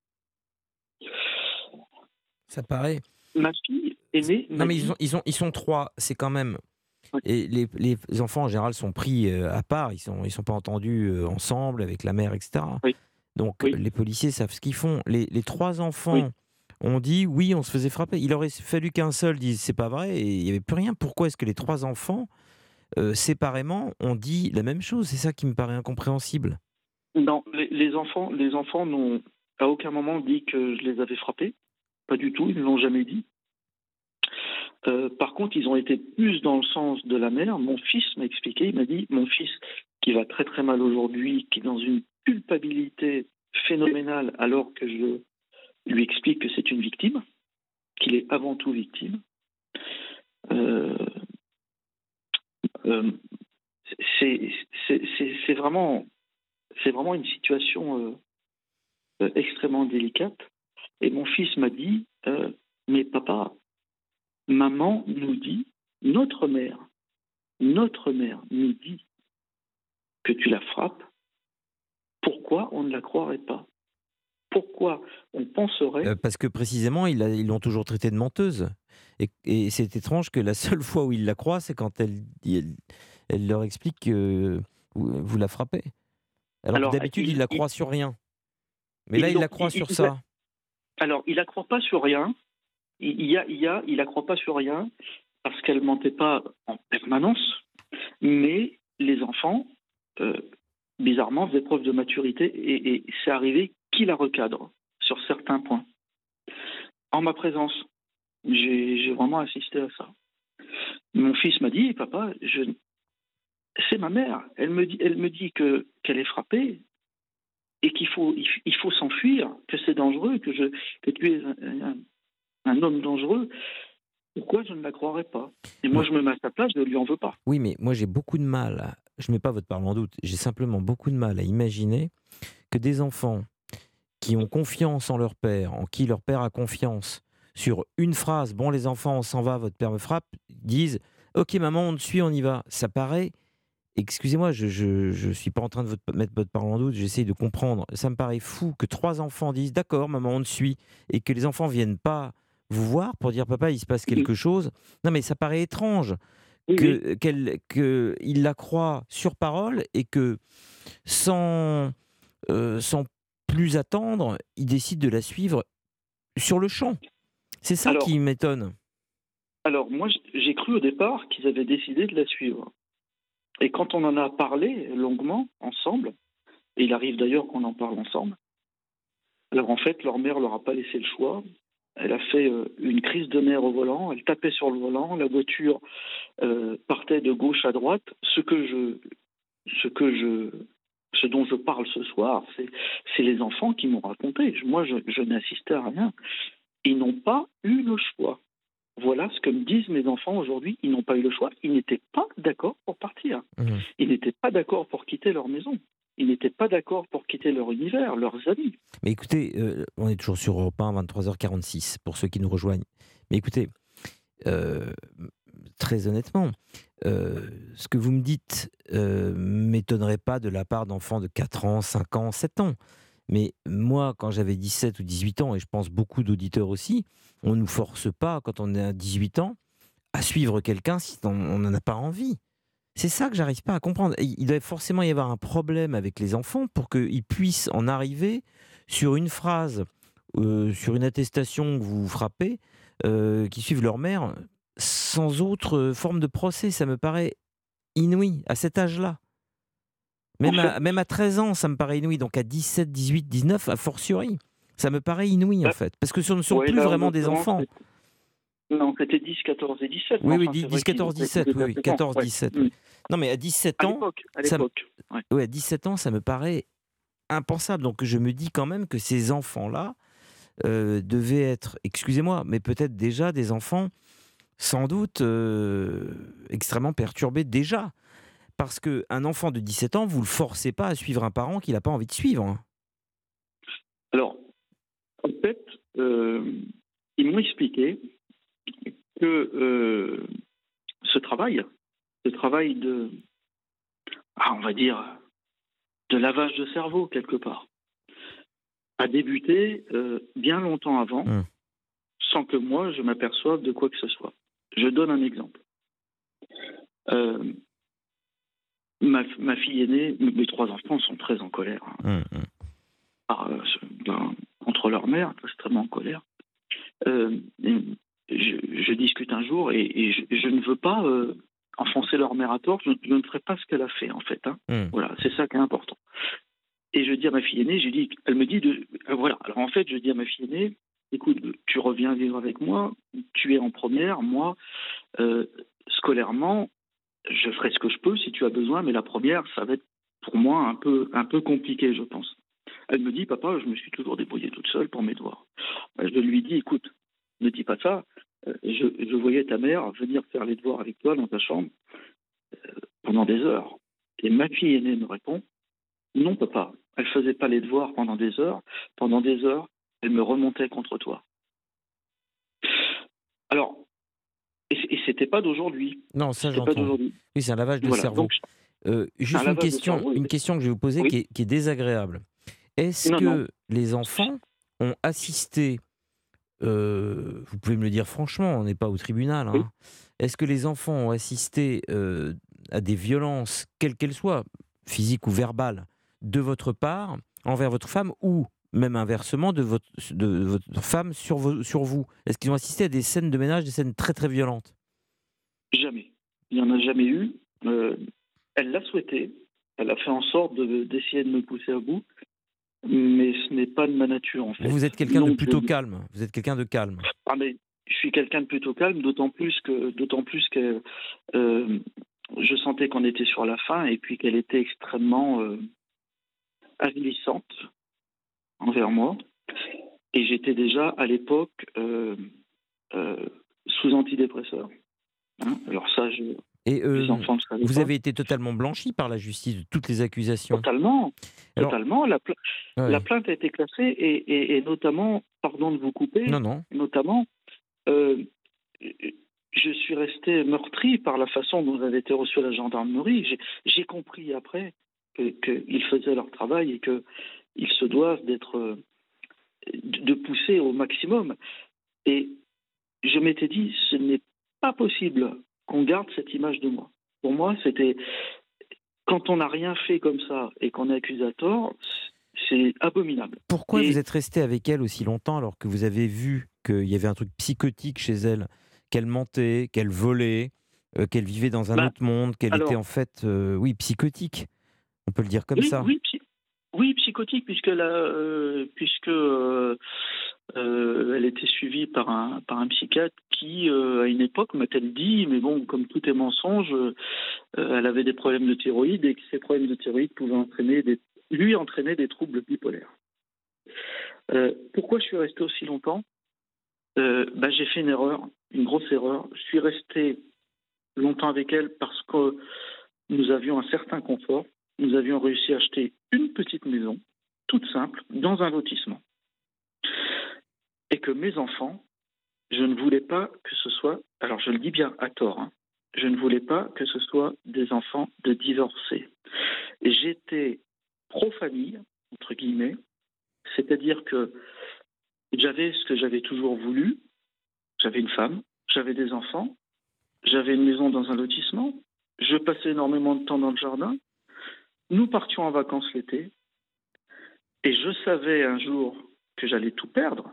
Ça paraît... Ma fille aînée... Non mais ils, ont, ils, ont, ils sont trois, c'est quand même... Ouais. Et les, les enfants en général sont pris à part, ils ne sont, ils sont pas entendus ensemble avec la mère, et cetera. Oui. Donc oui. Les policiers savent ce qu'ils font. Les, les trois enfants... Oui. On dit oui, on se faisait frapper. Il aurait fallu qu'un seul dise c'est pas vrai et il n'y avait plus rien. Pourquoi est-ce que les trois enfants, euh, séparément, ont dit la même chose? C'est ça qui me paraît incompréhensible. Non, les, les enfants, les enfants n'ont à aucun moment dit que je les avais frappés. Pas du tout, ils ne l'ont jamais dit. Euh, par contre, ils ont été plus dans le sens de la mère. Mon fils m'a expliqué, il m'a dit, mon fils qui va très très mal aujourd'hui, qui est dans une culpabilité phénoménale alors que je lui explique que c'est une victime, qu'il est avant tout victime. Euh, euh, c'est, c'est, c'est, c'est, vraiment, c'est vraiment une situation euh, extrêmement délicate. Et mon fils m'a dit, euh, mais papa, maman nous dit, notre mère, notre mère nous dit que tu la frappes, pourquoi on ne la croirait pas? Pourquoi on penserait... Euh, parce que précisément, ils, a, ils l'ont toujours traitée de menteuse. Et, et c'est étrange que la seule fois où ils la croient, c'est quand elle, elle, elle leur explique que vous, vous la frappez. Alors, Alors d'habitude, ils ne la croient sur rien. Mais là, ils la croient sur ça. Alors, il ne la croit pas sur rien. Il y a, il y a, il la croit pas sur rien. parce qu'elle mentait pas en permanence, mais les enfants, euh, bizarrement, faisaient preuve de maturité et, et c'est arrivé qu'il la recadre sur certains points. En ma présence, j'ai, j'ai vraiment assisté à ça. Mon fils m'a dit, papa, je... c'est ma mère. Elle me dit, elle me dit que, qu'elle est frappée et qu'il faut, il faut s'enfuir, que c'est dangereux, que, je, que tu es un, un, un homme dangereux. Pourquoi je ne la croirais pas? Et moi, je me mets à sa place, je ne lui en veux pas. Oui, mais moi, j'ai beaucoup de mal, à... je ne mets pas votre parole en doute, j'ai simplement beaucoup de mal à imaginer que des enfants qui ont confiance en leur père, en qui leur père a confiance, sur une phrase, bon les enfants, on s'en va, votre père me frappe, disent, ok maman, on te suit, on y va. Ça paraît, excusez-moi, je je, je suis pas en train de votre, mettre votre parole en doute, j'essaie de comprendre. Ça me paraît fou que trois enfants disent, d'accord maman, on te suit, et que les enfants viennent pas vous voir pour dire, papa, il se passe quelque chose. Non mais ça paraît étrange Oui, que, oui. qu'elle, que il la croit sur parole et que sans, euh, sans plus attendre, il décide de la suivre sur le champ. C'est ça Alors, qui m'étonne. Alors, moi, j'ai cru au départ qu'ils avaient décidé de la suivre. Et quand on en a parlé longuement, ensemble, et il arrive d'ailleurs qu'on en parle ensemble, alors en fait, leur mère leur a pas laissé le choix. Elle a fait euh, une crise de nerfs au volant, elle tapait sur le volant, la voiture euh, partait de gauche à droite. Ce que je, ce que je, ce dont je parle ce soir, c'est, c'est les enfants qui m'ont raconté. Moi, je, je n'assistais à rien. Ils n'ont pas eu le choix. Voilà ce que me disent mes enfants aujourd'hui. Ils n'ont pas eu le choix. Ils n'étaient pas d'accord pour partir. Mmh. Ils n'étaient pas d'accord pour quitter leur maison. Ils n'étaient pas d'accord pour quitter leur univers, leurs amis. Mais écoutez, euh, on est toujours sur Europe un, vingt-trois heures quarante-six, pour ceux qui nous rejoignent. Mais écoutez, euh, très honnêtement, euh, ce que vous me dites euh, m'étonnerait pas de la part d'enfants de quatre ans, cinq ans, sept ans. Mais moi, quand j'avais dix-sept ou dix-huit ans, et je pense beaucoup d'auditeurs aussi, on ne nous force pas, quand on a dix-huit ans, à suivre quelqu'un si on n'en a pas envie. C'est ça que j'arrive pas à comprendre. Il doit forcément y avoir un problème avec les enfants pour qu'ils puissent en arriver sur une phrase, euh, sur une attestation que vous frappez, euh, qui suivent leur mère, sans autre forme de procès. Ça me paraît inouï, à cet âge-là. Même, En fait, à, même à treize ans, ça me paraît inouï. Donc à dix-sept, dix-huit, dix-neuf, a fortiori. Ça me paraît inouï, en fait. Parce que ce ne sont ouais, plus là, en vraiment des l'occurrence, enfants. c'est- Non, c'était dix, quatorze et dix-sept. Oui, oui, Enfin, c'est vrai dix, qu'ils quatorze, ont été dix-sept. Oui, oui, deux quatorze, ans, ouais. dix-sept. Mm. Oui. Non, mais à dix-sept À ans, l'époque, à ça me- l'époque. Ouais. ouais, à dix-sept ans, ça me paraît impensable. Donc je me dis quand même que ces enfants-là euh, devaient être, excusez-moi, mais peut-être déjà des enfants sans doute euh, extrêmement perturbés déjà. Parce qu'un enfant de dix-sept ans, vous ne le forcez pas à suivre un parent qu'il n'a pas envie de suivre. hein. Alors, en fait, euh, ils m'ont expliqué que euh, ce travail, ce travail de, ah, on va dire, de lavage de cerveau quelque part, a débuté euh, bien longtemps avant, Hum. sans que moi je m'aperçoive de quoi que ce soit. Je donne un exemple. Euh, ma, ma fille aînée, mes trois enfants sont très en colère. hein. Hum, hum. par, euh, ben, contre leur mère, extrêmement en colère. Euh, je, je discute un jour et, et je, je ne veux pas euh, enfoncer leur mère à tort, je, je ne ferai pas ce qu'elle a fait en fait. Hein. Hum. Voilà, c'est ça qui est important. Et je dis à ma fille aînée, je dis, elle me dit, de, euh, voilà, alors en fait je dis à ma fille aînée, écoute, tu reviens vivre avec moi, tu es en première, moi, euh, scolairement, je ferai ce que je peux si tu as besoin, mais la première, ça va être pour moi un peu, un peu compliqué, je pense. Elle me dit, papa, je me suis toujours débrouillée toute seule pour mes devoirs. Ben, je lui dis, écoute, ne dis pas ça. Euh, Je, je voyais ta mère venir faire les devoirs avec toi dans ta chambre euh, pendant des heures. Et ma fille aînée me répond, non, papa, elle faisait pas les devoirs pendant des heures. Pendant des heures, elle me remontait contre toi. Alors, et, et c'était pas d'aujourd'hui. Non, ça C'était pas j'entends. d'aujourd'hui. Oui, c'est un lavage de Voilà. cerveau. Donc, Euh, juste un une lavage de question, cerveau, oui. une question que je vais vous poser Oui. qui, est, qui est désagréable. Est-ce Non, que non. les enfants ont assisté, euh, vous pouvez me le dire franchement, on n'est pas au tribunal, hein, Oui. est-ce que les enfants ont assisté euh, à des violences, quelles qu'elles soient, physiques ou verbales, de votre part envers votre femme ou même inversement de votre, de votre femme sur, vo- sur vous? Est-ce qu'ils ont assisté à des scènes de ménage, des scènes très très violentes? Jamais. Il n'y en a jamais eu. Euh, elle l'a souhaité. Elle a fait en sorte de, d'essayer de me pousser à bout. Mais ce n'est pas de ma nature, en fait. Vous êtes quelqu'un de Donc, plutôt je- calme. Vous êtes quelqu'un de calme. Ah, mais je suis quelqu'un de plutôt calme, d'autant plus que, d'autant plus que euh, je sentais qu'on était sur la fin et puis qu'elle était extrêmement euh, avilissante envers moi. Et j'étais déjà à l'époque euh, euh, sous antidépresseur. Hein, alors ça, je, Et euh, les enfants ne savaient vous pas. avez été totalement blanchi par la justice de toutes les accusations. Totalement, Alors, totalement. La, pla- ouais. la plainte a été classée et, et- et notamment, pardon de vous couper, Non, non. notamment, euh, je suis resté meurtri par la façon dont avait été reçu à la gendarmerie. J'ai, j'ai compris après que- qu'ils faisaient leur travail et qu'ils se doivent d'être, euh, de de pousser au maximum. Et je m'étais dit, ce n'est pas possible qu'on garde cette image de moi. Pour moi, c'était quand on n'a rien fait comme ça et qu'on est accusé à tort, c'est abominable. Pourquoi Et- vous êtes resté avec elle aussi longtemps alors que vous avez vu qu'il y avait un truc psychotique chez elle, qu'elle mentait, qu'elle volait, euh, qu'elle vivait dans un Bah, autre monde, qu'elle alors- était en fait, euh, oui, psychotique. On peut le dire comme oui, ça. oui, psy- oui, psychotique, puisque, la, euh, puisque euh, euh, elle était suivie par un, par un psychiatre qui, euh, à une époque, m'a-t-elle dit, mais bon, comme tout est mensonge, euh, elle avait des problèmes de thyroïde et que ces problèmes de thyroïde pouvaient entraîner des, lui entraîner des troubles bipolaires. Euh, pourquoi je suis resté aussi longtemps euh, bah, J'ai fait une erreur, une grosse erreur. Je suis resté longtemps avec elle parce que nous avions un certain confort. Nous avions réussi à acheter une petite maison, toute simple, dans un lotissement. Et que mes enfants, je ne voulais pas que ce soit, alors je le dis bien à tort, hein, je ne voulais pas que ce soit des enfants de divorcés. Et j'étais pro-famille, entre guillemets, c'est-à-dire que j'avais ce que j'avais toujours voulu, j'avais une femme, j'avais des enfants, j'avais une maison dans un lotissement, je passais énormément de temps dans le jardin, nous partions en vacances l'été, et je savais un jour que j'allais tout perdre,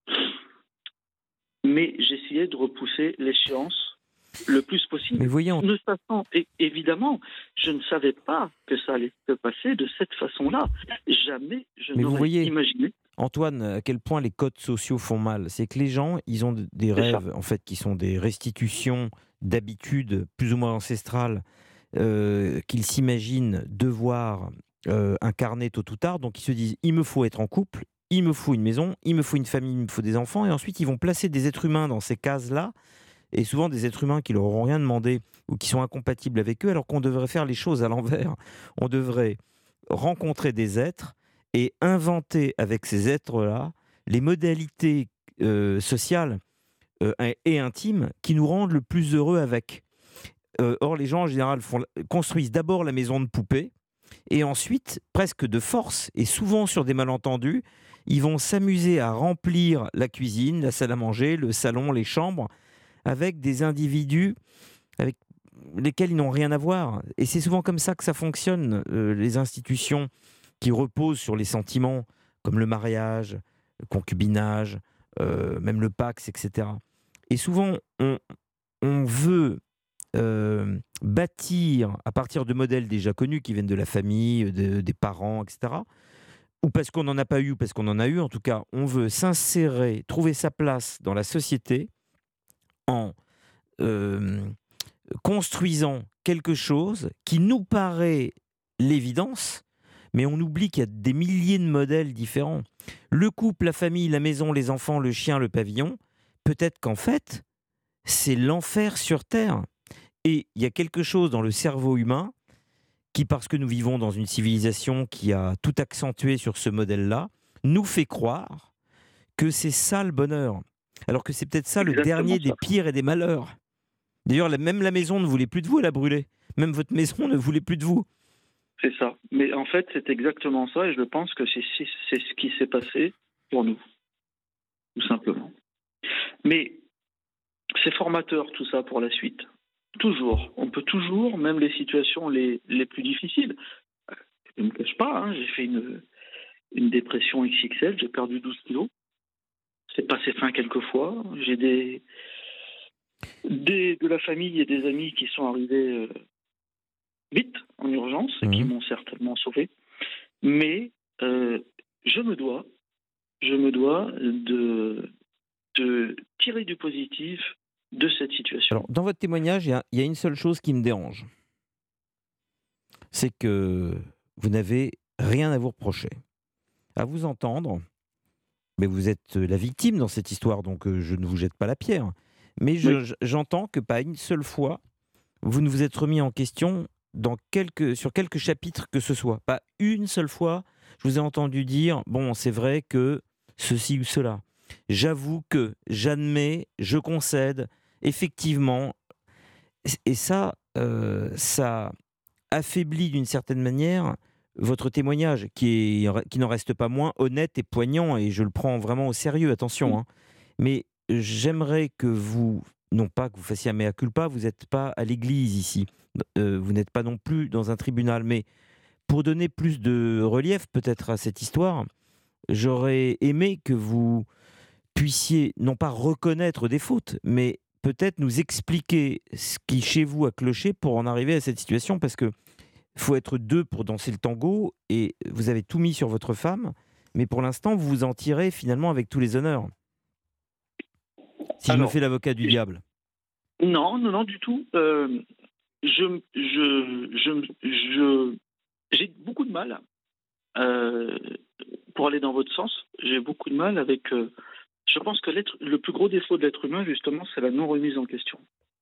mais j'essayais de repousser l'échéance le plus possible. Mais voyez, en- Ne sachant, et évidemment, je ne savais pas que ça allait se passer de cette façon-là. Jamais je Mais vous n'aurais voyez, imaginé. Antoine, à quel point les codes sociaux font mal. C'est que les gens, ils ont des C'est ça. rêves, en fait, qui sont des restitutions d'habitudes plus ou moins ancestrales, euh, qu'ils s'imaginent devoir euh, incarner tôt ou tard. Donc ils se disent, il me faut être en couple, il me faut une maison, il me faut une famille, il me faut des enfants. Et ensuite, ils vont placer des êtres humains dans ces cases-là, et souvent des êtres humains qui leur auront rien demandé ou qui sont incompatibles avec eux, alors qu'on devrait faire les choses à l'envers. On devrait rencontrer des êtres et inventer avec ces êtres-là les modalités euh, sociales euh, et intimes qui nous rendent le plus heureux avec. Euh, or, les gens, en général, font, construisent d'abord la maison de poupée, et ensuite, presque de force, et souvent sur des malentendus, ils vont s'amuser à remplir la cuisine, la salle à manger, le salon, les chambres, avec des individus avec lesquels ils n'ont rien à voir. Et c'est souvent comme ça que ça fonctionne, euh, les institutions qui reposent sur les sentiments, comme le mariage, le concubinage, euh, même le Pacs, et cetera. Et souvent, on, on veut euh, bâtir à partir de modèles déjà connus qui viennent de la famille, de- des parents, et cetera. Ou parce qu'on n'en a pas eu, ou parce qu'on en a eu. En tout cas, on veut s'insérer, trouver sa place dans la société en euh, construisant quelque chose qui nous paraît l'évidence, mais on oublie qu'il y a des milliers de modèles différents. Le couple, la famille, la maison, les enfants, le chien, le pavillon, peut-être qu'en fait, c'est l'enfer sur Terre. Et il y a quelque chose dans le cerveau humain qui, parce que nous vivons dans une civilisation qui a tout accentué sur ce modèle-là, nous fait croire que c'est ça le bonheur. Alors que c'est peut-être ça le Exactement dernier ça. des pires et des malheurs. D'ailleurs, la- même la maison ne voulait plus de vous, elle a brûlé. Même votre maison ne voulait plus de vous. C'est ça. Mais en fait, c'est exactement ça, et je pense que c'est c'est- c'est ce qui s'est passé pour nous, tout simplement. Mais c'est formateur tout ça pour la suite. Toujours. On peut toujours, même les situations les, les plus difficiles. Je ne me cache pas, hein, j'ai fait une, une dépression X X L, j'ai perdu douze kilos. C'est passé fin quelques fois. J'ai des. Des, de la famille et des amis qui sont arrivés euh, vite, en urgence, et qui Mhm. m'ont certainement sauvé. Mais euh, je me dois, je me dois de, de tirer du positif de cette situation. Alors, dans votre témoignage, il y a, il y a une seule chose qui me dérange. C'est que vous n'avez rien à vous reprocher. À vous entendre, mais vous êtes la victime dans cette histoire, donc euh, je ne vous jette pas la pierre. Mais je- Oui. je- j'entends que pas une seule fois, vous ne vous êtes remis en question dans quelques, sur quelques chapitres que ce soit. Pas une seule fois, je vous ai entendu dire, bon, c'est vrai que ceci ou cela. J'avoue que, j'admets, je concède, effectivement. Et et ça, euh, ça affaiblit d'une certaine manière votre témoignage, qui, est, qui n'en reste pas moins honnête et poignant, et je le prends vraiment au sérieux, attention. Hein. Mais j'aimerais que vous, non pas que vous fassiez un mea culpa, vous n'êtes pas à l'église ici, euh, vous n'êtes pas non plus dans un tribunal, mais pour donner plus de relief peut-être à cette histoire, j'aurais aimé que vous puissiez non pas reconnaître des fautes, mais peut-être nous expliquer ce qui chez vous a cloché pour en arriver à cette situation, parce que faut être deux pour danser le tango, et vous avez tout mis sur votre femme, mais pour l'instant, vous vous en tirez finalement avec tous les honneurs. Si je me Alors, fais l'avocat du je- diable. Non, non, non, du tout. Euh, je, je, je, je, j'ai beaucoup de mal, euh, pour aller dans votre sens, j'ai beaucoup de mal avec... euh, je pense que l'être, le plus gros défaut de l'être humain, justement, c'est la non-remise en question.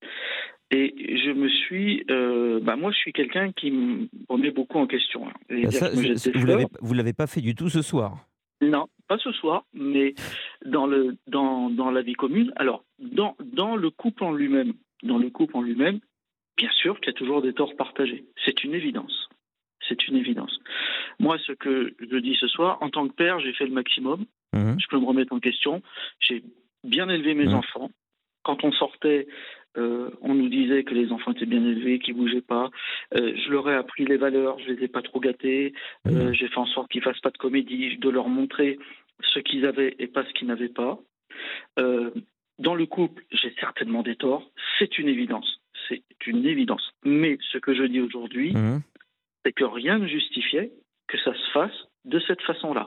Et je me suis... euh, bah moi, je suis quelqu'un qui me remet beaucoup en question. hein. Et dire Ça, que je me je- jette des vous l'avez, fleurs. vous l'avez pas fait du tout ce soir. Non, pas ce soir, mais dans, le, dans, dans la vie commune. Alors, dans, dans le couple en lui-même, dans le couple en lui-même, bien sûr qu'il y a toujours des torts partagés. C'est une évidence. C'est une évidence. Moi, ce que je dis ce soir, en tant que père, j'ai fait le maximum. Mhm. Je peux me remettre en question. J'ai bien élevé mes Mhm. enfants. Quand on sortait, euh, on nous disait que les enfants étaient bien élevés, qu'ils ne bougeaient pas. Euh, je leur ai appris les valeurs, je ne les ai pas trop gâtés. Euh, Mhm. j'ai fait en sorte qu'ils ne fassent pas de comédie, de leur montrer ce qu'ils avaient et pas ce qu'ils n'avaient pas. Euh, dans le couple, j'ai certainement des torts. C'est une évidence. C'est une évidence. Mais ce que je dis aujourd'hui, Mhm. c'est que rien ne justifiait que ça se fasse de cette façon-là.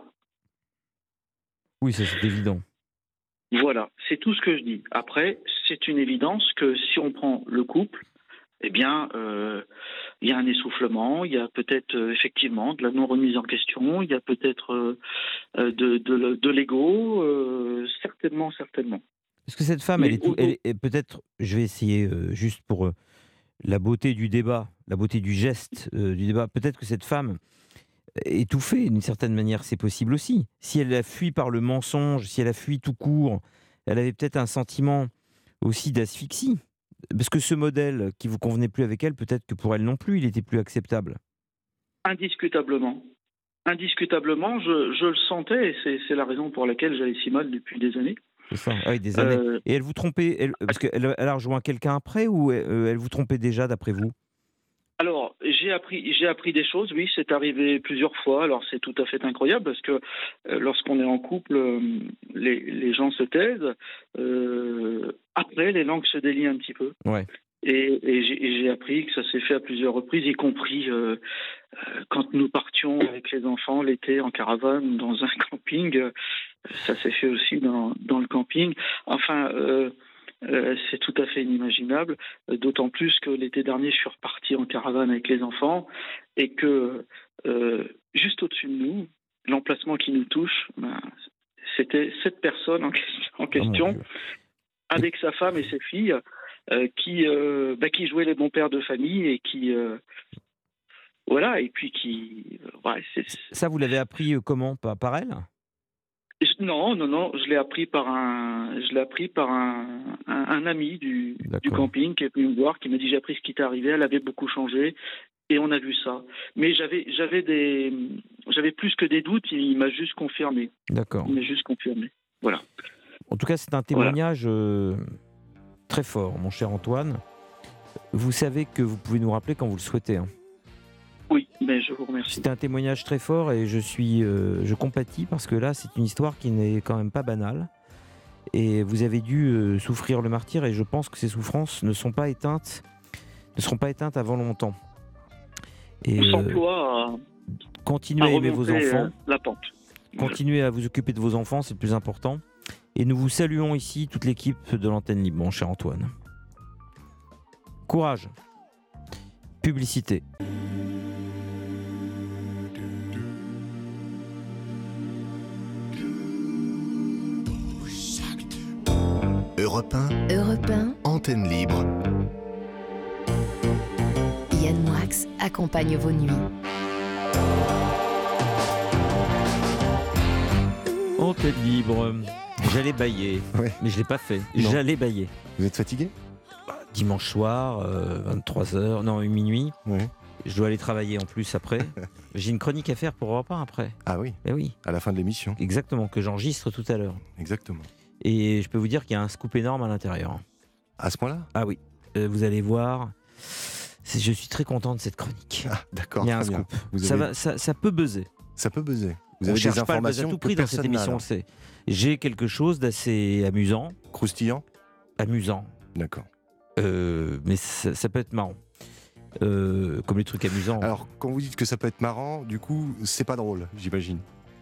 Oui, ça c'est évident. Voilà, c'est tout ce que je dis. Après, c'est une évidence que si on prend le couple, eh bien, euh, il y a un essoufflement, il y a peut-être euh, effectivement de la non-remise en question, il y a peut-être euh, euh, de, de, de l'ego, euh, certainement, certainement. Parce que cette femme, Mais elle est, tout, au- elle est peut-être, je vais essayer euh, juste pour euh, la beauté du débat, la beauté du geste euh, du débat, peut-être que cette femme étouffée d'une certaine manière, c'est possible aussi. Si elle a fui par le mensonge, si elle a fui tout court, elle avait peut-être un sentiment aussi d'asphyxie. Parce que ce modèle qui vous convenait plus avec elle, peut-être que pour elle non plus, il était plus acceptable. Indiscutablement. Indiscutablement, je, je le sentais et c'est, c'est la raison pour laquelle j'allais si mal depuis des années. C'est ça. Ah oui, des années. Euh, Et elle vous trompait, elle, parce qu'elle elle a rejoint quelqu'un après, ou euh, elle vous trompait déjà d'après vous? Alors, j'ai appris, j'ai appris des choses, oui, c'est arrivé plusieurs fois. Alors, c'est tout à fait incroyable parce que euh, lorsqu'on est en couple, euh, les, les gens se taisent. Euh, après, les langues se délient un petit peu. Ouais. Et, et, j'ai, et j'ai appris que ça s'est fait à plusieurs reprises, y compris euh, euh, quand nous partions avec les enfants l'été en caravane dans un camping. Euh, ça s'est fait aussi dans, dans le camping. Enfin... Euh, Euh, c'est tout à fait inimaginable, euh, d'autant plus que l'été dernier, je suis reparti en caravane avec les enfants et que euh, juste au-dessus de nous, l'emplacement qui nous touche, ben, c'était cette personne en question, en question Oh mon Dieu. avec sa femme et ses filles, euh, qui, euh, ben, qui jouaient les bons pères de famille et qui... Euh, voilà, et puis qui... euh, ouais, c'est, Ça, vous l'avez appris euh, comment? Par, par elle? Non, non, non, je l'ai appris par un, je l'ai appris par un, un, un ami du, du camping qui est venu me voir, qui m'a dit j'ai appris ce qui t'est arrivé, elle avait beaucoup changé et on a vu ça. Mais j'avais, j'avais des, j'avais plus que des doutes, il m'a juste confirmé. D'accord. Il m'a juste confirmé. Voilà. En tout cas, c'est un témoignage voilà. euh, très fort, mon cher Antoine. Vous savez que vous pouvez nous rappeler quand vous le souhaitez. Hein. Oui, mais je vous remercie. C'était un témoignage très fort et je suis, euh, je compatis parce que là, c'est une histoire qui n'est quand même pas banale. Et vous avez dû euh, souffrir le martyre, et je pense que ces souffrances ne sont pas éteintes, ne seront pas éteintes avant longtemps. Et On euh, s'emploie à, continuez à à aimer vos remonter enfants, euh, la pente. continuez à vous occuper de vos enfants, c'est le plus important. Et nous vous saluons ici, toute l'équipe de l'Antenne Libre, mon cher Antoine. Courage. Publicité. Europe un, Europe un, Antenne Libre. Yann Moix accompagne vos nuits. Antenne Libre. J'allais bailler, Ouais. mais je ne l'ai pas fait. Non. J'allais bailler. Vous êtes fatigué? Dimanche soir, euh, vingt-trois heures, non, minuit. Oui. Je dois aller travailler en plus après. J'ai une chronique à faire pour Europe un après. Ah oui, Eh oui, à la fin de l'émission. exactement, que j'enregistre tout à l'heure. Exactement. Et je peux vous dire qu'il y a un scoop énorme à l'intérieur. À ce point-là? Ah oui, euh, vous allez voir. C'est- Je suis très content de cette chronique. Ah, d'accord. Il y a un très bien. scoop. Vous Ça, avez- va, ça, ça peut buzzer. Ça peut buzzer. Vous On avez cherche des pas le buzz à informations tout que prix dans cette personne n'a, émission, on alors. le sait. J'ai quelque chose d'assez amusant. Croustillant? Amusant. D'accord. Euh, mais ça, ça peut être marrant. Euh, comme les trucs amusants. Alors, quand vous dites que ça peut être marrant, du coup, c'est pas drôle, j'imagine.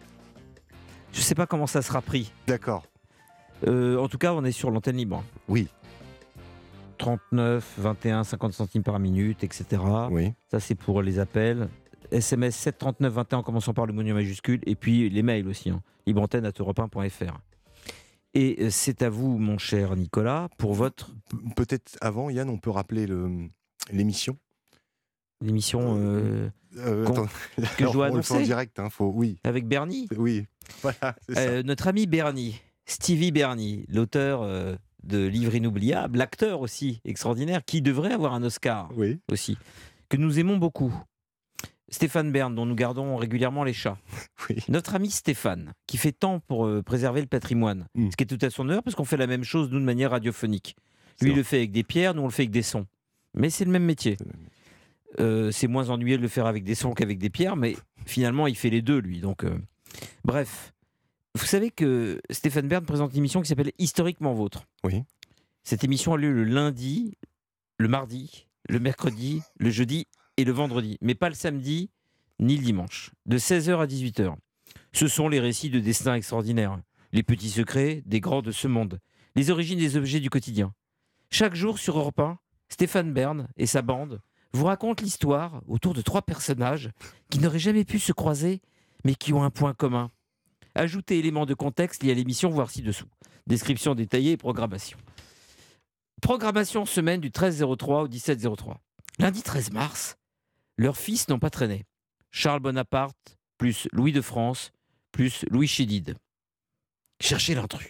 Je sais pas comment ça sera pris. D'accord. Euh, en tout cas, on est sur l'antenne libre. Oui. trente-neuf, vingt et un, cinquante centimes par minute, et cetera. Oui. Ça, c'est pour les appels. S M S sept trente-neuf vingt et un en commençant par le mot majuscule. Et puis les mails aussi. Hein. libreantenne arobase europe un point f r. Et euh, c'est à vous, mon cher Nicolas, pour votre Pe- Peut-être avant, Yann, on peut rappeler le- l'émission. émission euh, Euh, Qu'on- attends. que je dois on le fait en annoncer direct, hein, faut... oui. avec Bernie. Oui. Voilà, c'est ça. Euh, notre ami Bernie, Stevie Bernie, l'auteur euh, de Livres inoubliables, l'acteur aussi extraordinaire, qui devrait avoir un Oscar Oui. aussi, que nous aimons beaucoup. Stéphane Bern, dont nous gardons régulièrement les chats. Oui. Notre ami Stéphane, qui fait tant pour euh, préserver le patrimoine, Mm. ce qui est tout à son honneur, parce qu'on fait la même chose, nous, de manière radiophonique. C'est Lui, il vrai. le fait avec des pierres, nous, on le fait avec des sons. Mais c'est le même métier. C'est le même Euh, c'est moins ennuyeux de le faire avec des sons qu'avec des pierres, mais finalement, il fait les deux, lui. Donc, euh, bref. Vous savez que Stéphane Bern présente une émission qui s'appelle Historiquement Vôtre. Oui. Cette émission a lieu le lundi, le mardi, le mercredi, le jeudi et le vendredi, mais pas le samedi ni le dimanche, de seize heures à dix-huit heures. Ce sont les récits de destins extraordinaires, les petits secrets des grands de ce monde, les origines des objets du quotidien. Chaque jour sur Europe un, Stéphane Bern et sa bande vous racontent l'histoire autour de trois personnages qui n'auraient jamais pu se croiser, mais qui ont un point commun. Ajoutez éléments de contexte liés à l'émission, voir ci-dessous. Description détaillée et programmation. Programmation semaine du treize zéro trois au dix-sept zéro trois. Lundi treize mars, leurs fils n'ont pas traîné. Charles Bonaparte, plus Louis de France, plus Louis Chédid. Cherchez l'intrus.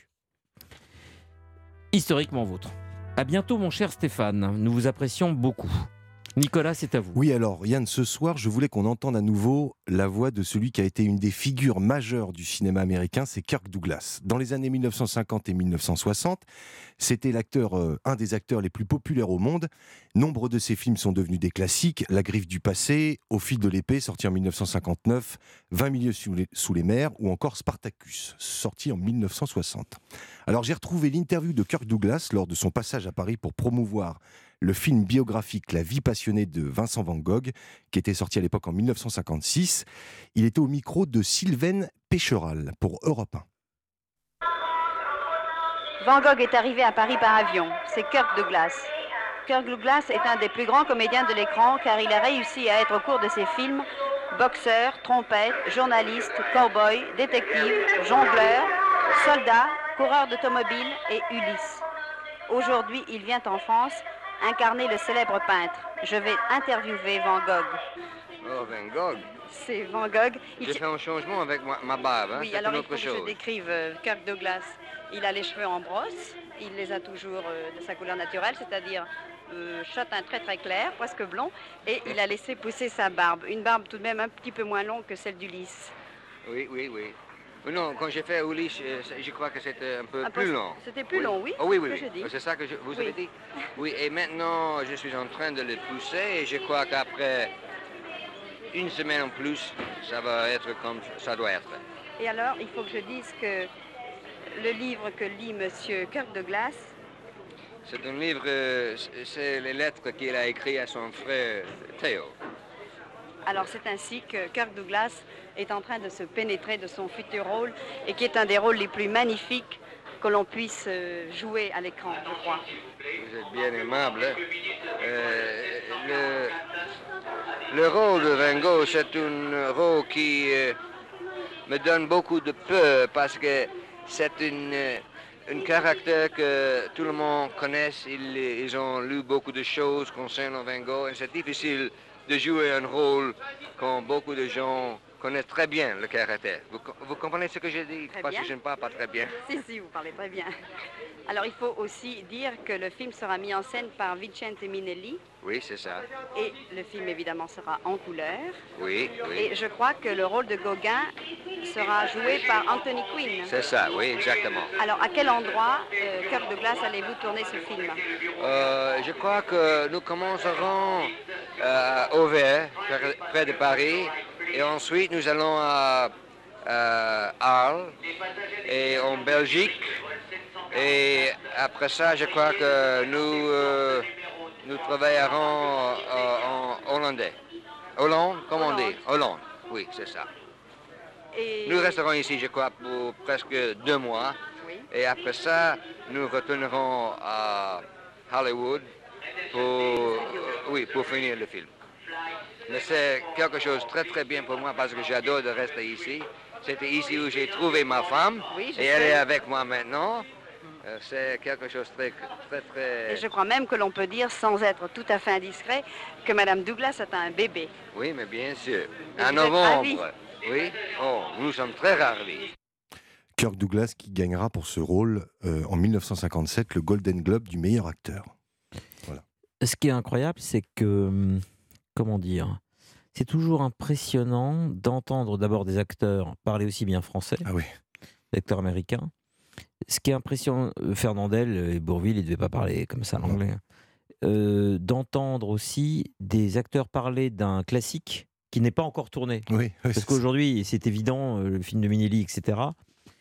Historiquement vôtre. À bientôt, mon cher Stéphane. Nous vous apprécions beaucoup. Nicolas, c'est à vous. Oui, alors Yann, ce soir, je voulais qu'on entende à nouveau la voix de celui qui a été une des figures majeures du cinéma américain, c'est Kirk Douglas. Dans les années mille neuf cent cinquante et mille neuf cent soixante, c'était l'acteur, euh, un des acteurs les plus populaires au monde. Nombre de ses films sont devenus des classiques. La Griffe du passé, Au fil de l'épée, sorti en mille neuf cent cinquante-neuf, vingt milieux sous les, sous les mers, ou encore Spartacus, sorti en mille neuf cent soixante. Alors j'ai retrouvé l'interview de Kirk Douglas lors de son passage à Paris pour promouvoir le film biographique La vie passionnée de Vincent Van Gogh, qui était sorti à l'époque en mille neuf cent cinquante-six. Il était au micro de Sylvaine Pécheral pour Europe un. Van Gogh est arrivé à Paris par avion. C'est Kirk Douglas. Kirk Douglas est un des plus grands comédiens de l'écran car il a réussi à être au cours de ses films boxeur, trompette, journaliste, cow-boy, détective, jongleur, soldat, coureur d'automobile et Ulysse. Aujourd'hui, il vient en France incarner le célèbre peintre. Je vais interviewer Van Gogh. Oh, Van Gogh. C'est Van Gogh. Il... J'ai fait un changement avec ma, ma barbe. Hein? Oui, C'est alors une il faut autre que je chose. décrive euh, Kirk Douglas. Il a les cheveux en brosse, il les a toujours euh, de sa couleur naturelle, c'est-à-dire euh, châtain très très clair, presque blond, et il a laissé pousser sa barbe. Une barbe tout de même un petit peu moins longue que celle d'Ulysse. Oui, oui, oui. Mais non, quand j'ai fait Ulysse, euh, je crois que c'était un peu Un peu- plus long. C'était plus Oui. long, oui. Oh, oui, c'est oui, ce que oui. je dis. C'est ça que je, vous Oui. avez dit. Oui, et maintenant, je suis en train de le pousser et je crois qu'après une semaine en plus, ça va être comme ça doit être. Et alors, il faut que je dise que le livre que lit Monsieur Kirk Douglas. C'est un livre, euh, c'est les lettres qu'il a écrites à son frère Théo. Alors c'est ainsi que Kirk Douglas est en train de se pénétrer de son futur rôle et qui est un des rôles les plus magnifiques que l'on puisse euh, jouer à l'écran, je crois. Vous êtes bien aimable. Euh, le, le rôle de Ringo, c'est un rôle qui euh, me donne beaucoup de peur parce que c'est une, un caractère que tout le monde connaît. Ils, ils ont lu beaucoup de choses concernant Ringo et c'est difficile de jouer un rôle quand beaucoup de gens connaissent très bien le caractère. Vous, vous comprenez ce que je dis? Très Parce bien. que je ne parle pas très bien. Si, si, vous parlez très bien. Alors il faut aussi dire que le film sera mis en scène par Vicente Minelli Oui, c'est ça. et le film évidemment sera en couleur. Oui, oui. Et je crois que le rôle de Gauguin sera joué par Anthony Quinn. C'est ça, oui, exactement. Alors à quel endroit, euh, Kirk Douglas, allez-vous tourner ce film? Euh, je crois que nous commencerons euh, au Vert, près- près de Paris, et ensuite nous allons à, à Arles et en Belgique. Et après ça, je crois que nous, euh, nous travaillerons euh, en hollandais. Hollande, comment on dit? Hollande, oui, c'est ça. Et... Nous resterons ici, je crois, pour presque deux mois. Oui. Et après ça, nous retournerons à Hollywood pour, euh, oui, pour finir le film. Mais c'est quelque chose de très très bien pour moi parce que j'adore de rester ici. C'était ici où j'ai trouvé ma femme Oui, je et elle sais. est avec moi maintenant. Euh, C'est quelque chose de très très très... Et je crois même que l'on peut dire, sans être tout à fait indiscret, que Madame Douglas a un bébé. Oui, mais bien sûr. Et En vous êtes ravis. novembre. Oui. Oh, nous sommes très ravis. Kirk Douglas qui gagnera pour ce rôle euh, en mille neuf cent cinquante-sept le Golden Globe du meilleur acteur. Ce qui est incroyable, c'est que, hum, comment dire, c'est toujours impressionnant d'entendre d'abord des acteurs parler aussi bien français, Ah oui. des acteurs américains. Ce qui est impressionnant, euh, Fernandel et Bourvil, ils ne devaient pas parler comme ça l'anglais. Euh, d'entendre aussi des acteurs parler d'un classique qui n'est pas encore tourné. Oui, oui, Parce c'est- qu'aujourd'hui, c'est évident, euh, le film de Minelli, et cetera,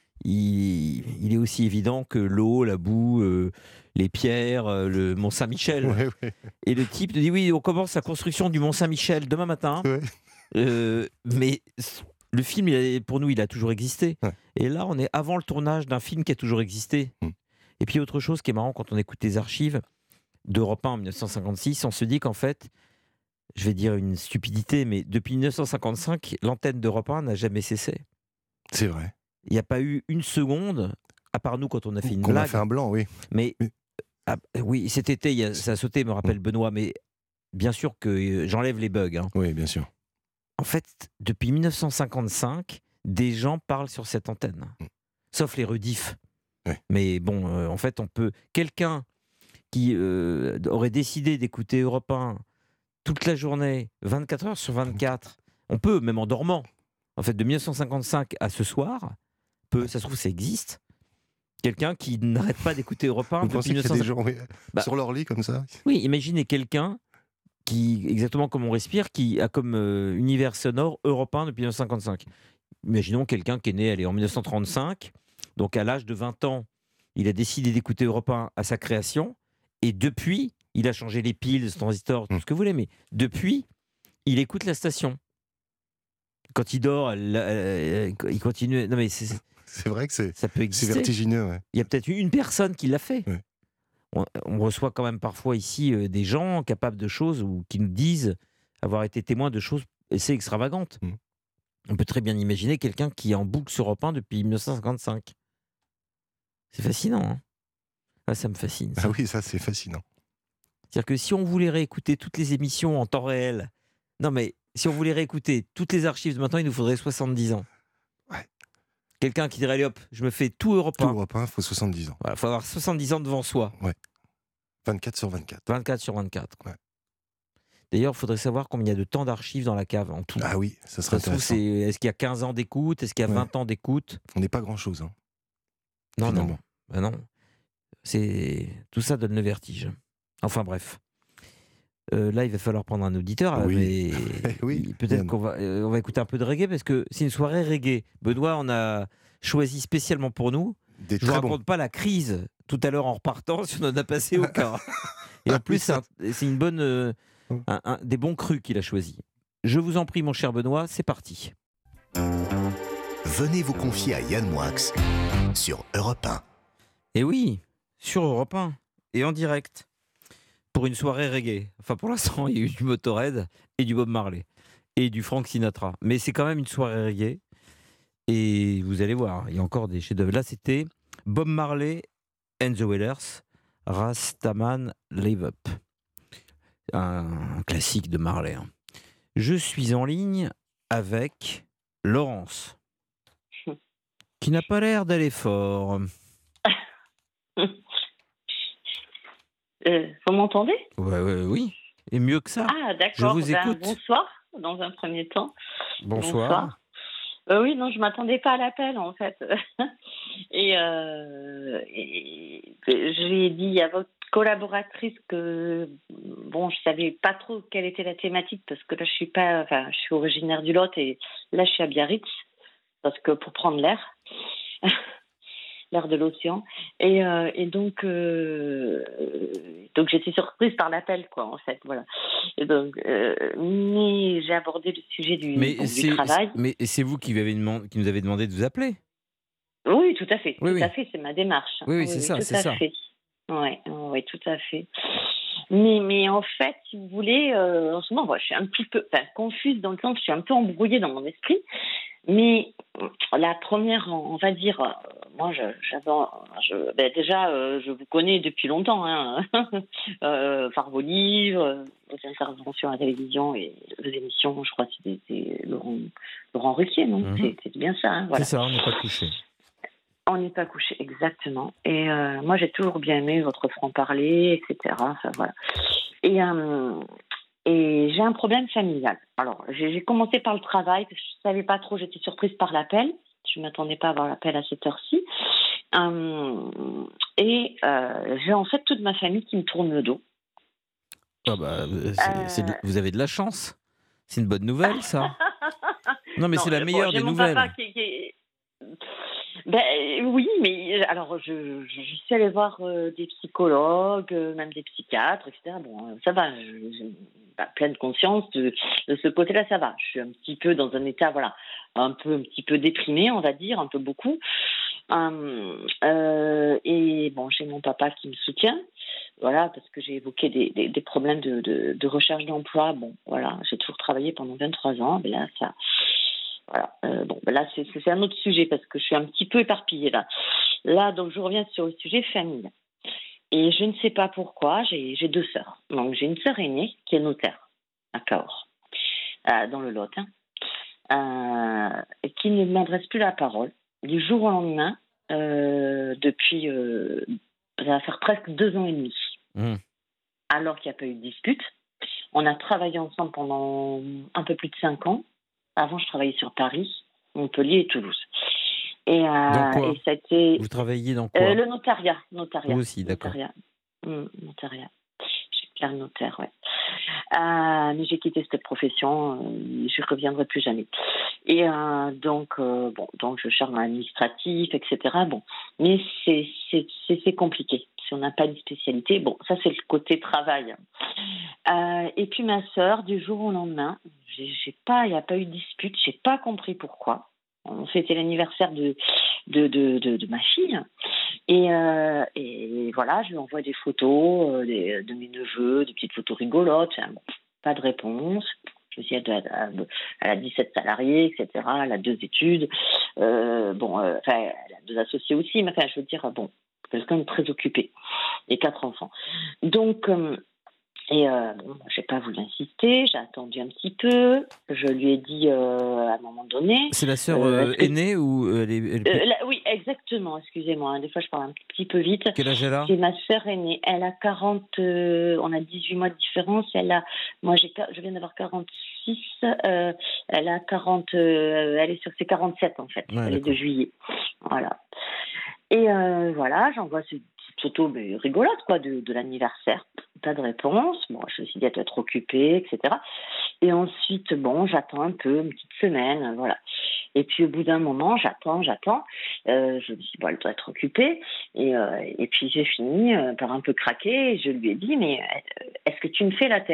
il, il est aussi évident que l'eau, la boue, euh, les pierres, euh, le Mont Saint-Michel. Ouais, ouais, Et le type te dit oui, on commence la construction du Mont Saint-Michel demain matin. ouais. Euh, mais c- le film, il a- pour nous, il a toujours existé. Ouais. Et là, on est avant le tournage d'un film qui a toujours existé. Mm. Et puis, autre chose qui est marrant, quand on écoute les archives d'Europe un en mille neuf cent cinquante-six, on se dit qu'en fait, je vais dire une stupidité, mais depuis mille neuf cent cinquante-cinq, l'antenne d'Europe un n'a jamais cessé. C'est vrai. Il n'y a pas eu une seconde, à part nous quand on a fait une Qu'on a blague. fait un blanc, oui. Mais Oui. ah, oui, cet été, il y a- ça a sauté, me rappelle Benoît, mais bien sûr que euh, j'enlève les bugs. hein. Oui, bien sûr. En fait, depuis mille neuf cent cinquante-cinq, des gens parlent sur cette antenne, Mm. sauf les rediffs. Ouais. Mais bon, euh, en fait, on peut. Quelqu'un qui euh, aurait décidé d'écouter Europe un toute la journée, vingt-quatre heures sur vingt-quatre, on peut, même en dormant, en fait, de mille neuf cent cinquante-cinq à ce soir, peut, ça se trouve, ça existe. Quelqu'un qui n'arrête pas d'écouter Europe un Vous depuis pensez qu'il y a des mille neuf cent cinquante. gens oui, Bah. sur leur lit comme ça? Oui, imaginez quelqu'un qui, exactement comme on respire, qui a comme euh, univers sonore Europe un depuis mille neuf cent cinquante-cinq. Imaginons quelqu'un qui est né allez, en mille neuf cent trente-cinq, donc à l'âge de vingt ans, il a décidé d'écouter Europe un à sa création, et depuis, il a changé les piles, le transistor, tout Mm. ce que vous voulez, mais depuis, il écoute la station. Quand il dort, elle- elle- il continue. Non mais c'est- c'est- C'est vrai que c'est ça peut c'est exister. vertigineux. Ouais. Il y a peut-être une personne qui l'a fait. Ouais. On, on reçoit quand même parfois ici euh, des gens capables de choses ou qui nous disent avoir été témoins de choses assez extravagantes. Mm. On peut très bien imaginer quelqu'un qui est en boucle sur Europe un depuis mille neuf cent cinquante-cinq. C'est fascinant. Hein. Ah, ça me fascine. ça. Ah oui, ça c'est fascinant. C'est-à-dire que si on voulait réécouter toutes les émissions en temps réel, non mais si on voulait réécouter toutes les archives de maintenant, il nous faudrait soixante-dix ans. Ouais. Quelqu'un qui dirait allez hop, je me fais tout Europe Tout un. Europe un, il faut soixante-dix ans. Il faut avoir soixante-dix ans devant soi. vingt-quatre sur vingt-quatre. vingt-quatre sur vingt-quatre. quoi. Ouais. D'ailleurs, il faudrait savoir combien il y a de temps d'archives dans la cave en tout. Ah oui, ça Ça serait se trouve, intéressant. c'est- est-ce qu'il y a quinze ans d'écoute? Est-ce qu'il y a Ouais. vingt ans d'écoute? On n'est pas grand-chose. Hein. Non, non. Finalement. Ben non. C'est... Tout ça donne le vertige. Enfin bref. Euh, là, il va falloir prendre un auditeur. là, Oui. mais Oui, il- Peut-être Yann. qu'on va, euh, on va écouter un peu de reggae parce que c'est une soirée reggae. Benoît, on a choisi spécialement pour nous Des Je vous très bons. raconte pas la crise tout à l'heure en repartant, si on n'en a passé aucun. Et en plus, c'est, un- c'est une bonne, euh, un- un- des bons crus qu'il a choisi. Je vous en prie, mon cher Benoît, c'est parti. Venez vous confier à Yann Moix sur Europe un. Et oui, sur Europe un et en direct pour une soirée reggae. Enfin, pour l'instant, il y a eu du Motorhead et du Bob Marley et du Frank Sinatra. Mais c'est quand même une soirée reggae. Et vous allez voir, il y a encore des chefs-d'œuvre. Là, c'était Bob Marley and the Wailers, Rastaman Live Up. Un, un classique de Marley. hein. Je suis en ligne avec Laurence, qui n'a pas l'air d'aller fort. Euh, vous m'entendez? Ouais, ouais, oui, et mieux que ça. Ah, Je d'accord. vous Ben, écoute. bonsoir, dans un premier temps. Bonsoir. Euh, oui, non, je m'attendais pas à l'appel, en fait. et, euh, et j'ai dit à votre collaboratrice que, bon, je savais pas trop quelle était la thématique, parce que là, je suis pas, enfin, je suis originaire du Lot, et là, je suis à Biarritz, parce que pour prendre l'air. l'air de l'océan. Et, euh, et donc, euh, donc j'étais surprise par l'appel, quoi, en fait, voilà. Et donc, euh, mais j'ai abordé le sujet du, Mais donc, c'est, du travail. c'est- mais c'est vous qui, lui avez demandé, qui nous avez demandé de vous appeler. Oui, tout à fait, Oui, tout oui. à fait, c'est ma démarche. Oui, oui, c'est ça, tout c'est à ça. fait. Ouais, ouais, tout à fait. Mais, mais en fait, si vous voulez, euh, en ce moment, moi, je suis un petit peu, enfin, confuse dans le sens, je suis un peu embrouillée dans mon esprit. Mais la première, on va dire, euh, moi, je, j'avais, je, ben déjà, euh, je vous connais depuis longtemps, hein, euh, par vos livres, vos interventions à la télévision et vos émissions. Je crois que c'était, c'était Laurent, Laurent Ruquier, non? Mhm. c'est, c'est bien ça, hein, voilà. C'est ça, on n'est pas couché. On n'est pas couché, exactement. Et euh, moi, j'ai toujours bien aimé votre franc-parler, et cetera. Enfin, voilà. Et, euh, et j'ai un problème familial. Alors, j'ai, j'ai commencé par le travail, parce que je ne savais pas trop, j'étais surprise par l'appel. Je ne m'attendais pas à avoir l'appel à cette heure-ci. Euh, et euh, j'ai en fait toute ma famille qui me tourne le dos. Ah bah, euh, c'est- Euh. c'est de- vous avez de la chance. C'est une bonne nouvelle, ça. Non, mais c'est la bon, meilleure j'ai des mon nouvelles. papa qui, qui- Ben oui, mais alors je, je, je suis allée voir euh, des psychologues, euh, même des psychiatres, et cetera. Bon, euh, ça va, je- j'ai bah, pleine conscience de, de ce côté-là, ça va. Je suis un petit peu dans un état, voilà, un peu, un petit peu déprimé, on va dire, un peu beaucoup. Hum, euh, et bon, j'ai mon papa qui me soutient, voilà, parce que j'ai évoqué des, des, des problèmes de, de, de recherche d'emploi. Bon, voilà, j'ai toujours travaillé pendant vingt-trois ans, mais là, ça. Voilà. Euh, bon, ben là, c'est, c'est un autre sujet parce que je suis un petit peu éparpillée là. Là, donc, je reviens sur le sujet famille. Et je ne sais pas pourquoi, j'ai, j'ai deux sœurs. Donc, j'ai une sœur aînée qui est notaire à Cahors, euh, dans le Lot, hein, euh, et qui ne m'adresse plus la parole du jour au lendemain euh, depuis, euh, ça va faire presque deux ans et demi. Mmh. Alors qu'il n'y a pas eu de dispute. On a travaillé ensemble pendant un peu plus de cinq ans. Avant, je travaillais sur Paris, Montpellier et Toulouse. Et, euh, Dans quoi et ça a été Vous travaillez dans quoi euh, le notariat. notariat Vous aussi, d'accord. Notariat. Mmh, notariat. J'ai plein de notaire, ouais. Euh, mais j'ai quitté cette profession, euh, je ne reviendrai plus jamais. Et euh, donc, euh, bon, donc, je cherche dans l'administratif, et cetera. Bon, mais c'est, c'est, c'est, c'est compliqué. Si on n'a pas de spécialité, bon, ça c'est le côté travail. Euh, et puis ma sœur, du jour au lendemain, j'ai, j'ai pas, il n'y a pas eu de dispute, j'ai pas compris pourquoi. C'était l'anniversaire de de, de, de, de ma fille. Et, euh, et voilà, je lui envoie des photos euh, des, de mes neveux, des petites photos rigolotes. Enfin, bon, pas de réponse. Je me suis dit, elle a, elle a dix-sept salariés, et cetera. Elle a deux études. Euh, bon, euh, enfin, elle a deux associés aussi. Mais enfin, je veux dire, bon, quelqu'un de très occupé. Et quatre enfants. Donc, euh, et euh, bon, je n'ai pas voulu insister. J'ai attendu un petit peu. Je lui ai dit euh, à un moment donné. C'est la sœur euh, euh, est-ce que- aînée ou euh, elle est, elle est- Euh, là, oui, exactement, excusez-moi. hein, Des fois, je parle un petit peu vite. Quel âge elle a C'est ma sœur aînée. Elle a quarante, euh, on a dix-huit mois de différence. Elle a, moi, j'ai, je viens d'avoir quarante-six. Euh, elle a quarante, euh, elle est sur ses quarante-sept, en fait. Ouais, elle est de d'accord. juillet. Voilà. Et euh, voilà, j'envoie ce petite photo mais rigolote quoi, de, de l'anniversaire. Pas de réponse. Bon, je me suis dit, elle doit être occupée, et cetera. Et ensuite, bon, j'attends un peu, une petite semaine, voilà. Et puis au bout d'un moment, j'attends, j'attends. Euh, je me suis dit, bon, elle doit être occupée. Et, euh, et puis j'ai fini euh, par un peu craquer. Et je lui ai dit, mais euh, est-ce que tu me fais la tête ?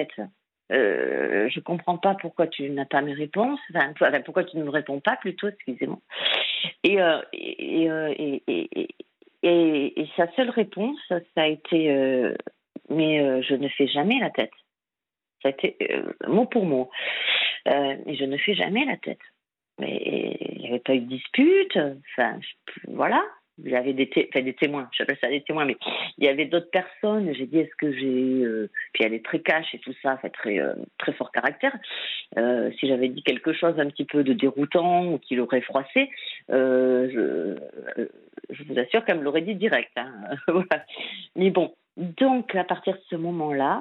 euh, Je comprends pas pourquoi tu n'as pas mes réponses. Enfin, enfin, pourquoi tu ne me réponds pas plutôt, excusez-moi. Et, euh, et, et, euh, et, et, et, et sa seule réponse, ça a été, euh, mais euh, je ne fais jamais la tête. Ça a été euh, mot pour mot. Euh, et je ne fais jamais la tête. Mais il n'y avait pas eu de dispute. Enfin, je, voilà. Il y avait des, té- enfin, des témoins. J'appelle ça des témoins. Mais il y avait d'autres personnes. J'ai dit, est-ce que j'ai... Euh, puis elle est très cash et tout ça. Enfin, très, euh, très fort caractère. Euh, si j'avais dit quelque chose un petit peu de déroutant ou qui l'aurait froissé, euh, je, euh, je vous assure qu'elle me l'aurait dit direct. Hein. Voilà. Mais bon. Donc, à partir de ce moment-là,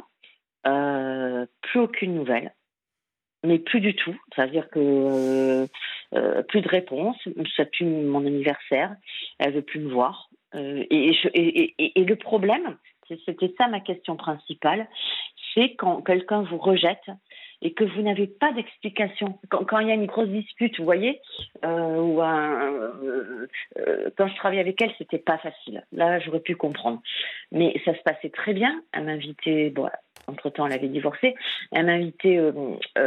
euh, plus aucune nouvelle. Mais plus du tout. C'est-à-dire que euh, euh, plus de réponse. C'est plus mon anniversaire. Elle veut plus me voir. Euh, et, je, et, et, et le problème, c'était ça ma question principale, c'est quand quelqu'un vous rejette et que vous n'avez pas d'explication. Quand, quand il y a une grosse dispute, vous voyez, euh, ou un, euh, euh, quand je travaillais avec elle, c'était pas facile. Là, j'aurais pu comprendre. Mais ça se passait très bien. Elle m'invitait, bon, entre-temps, elle avait divorcé. Elle m'invitait euh,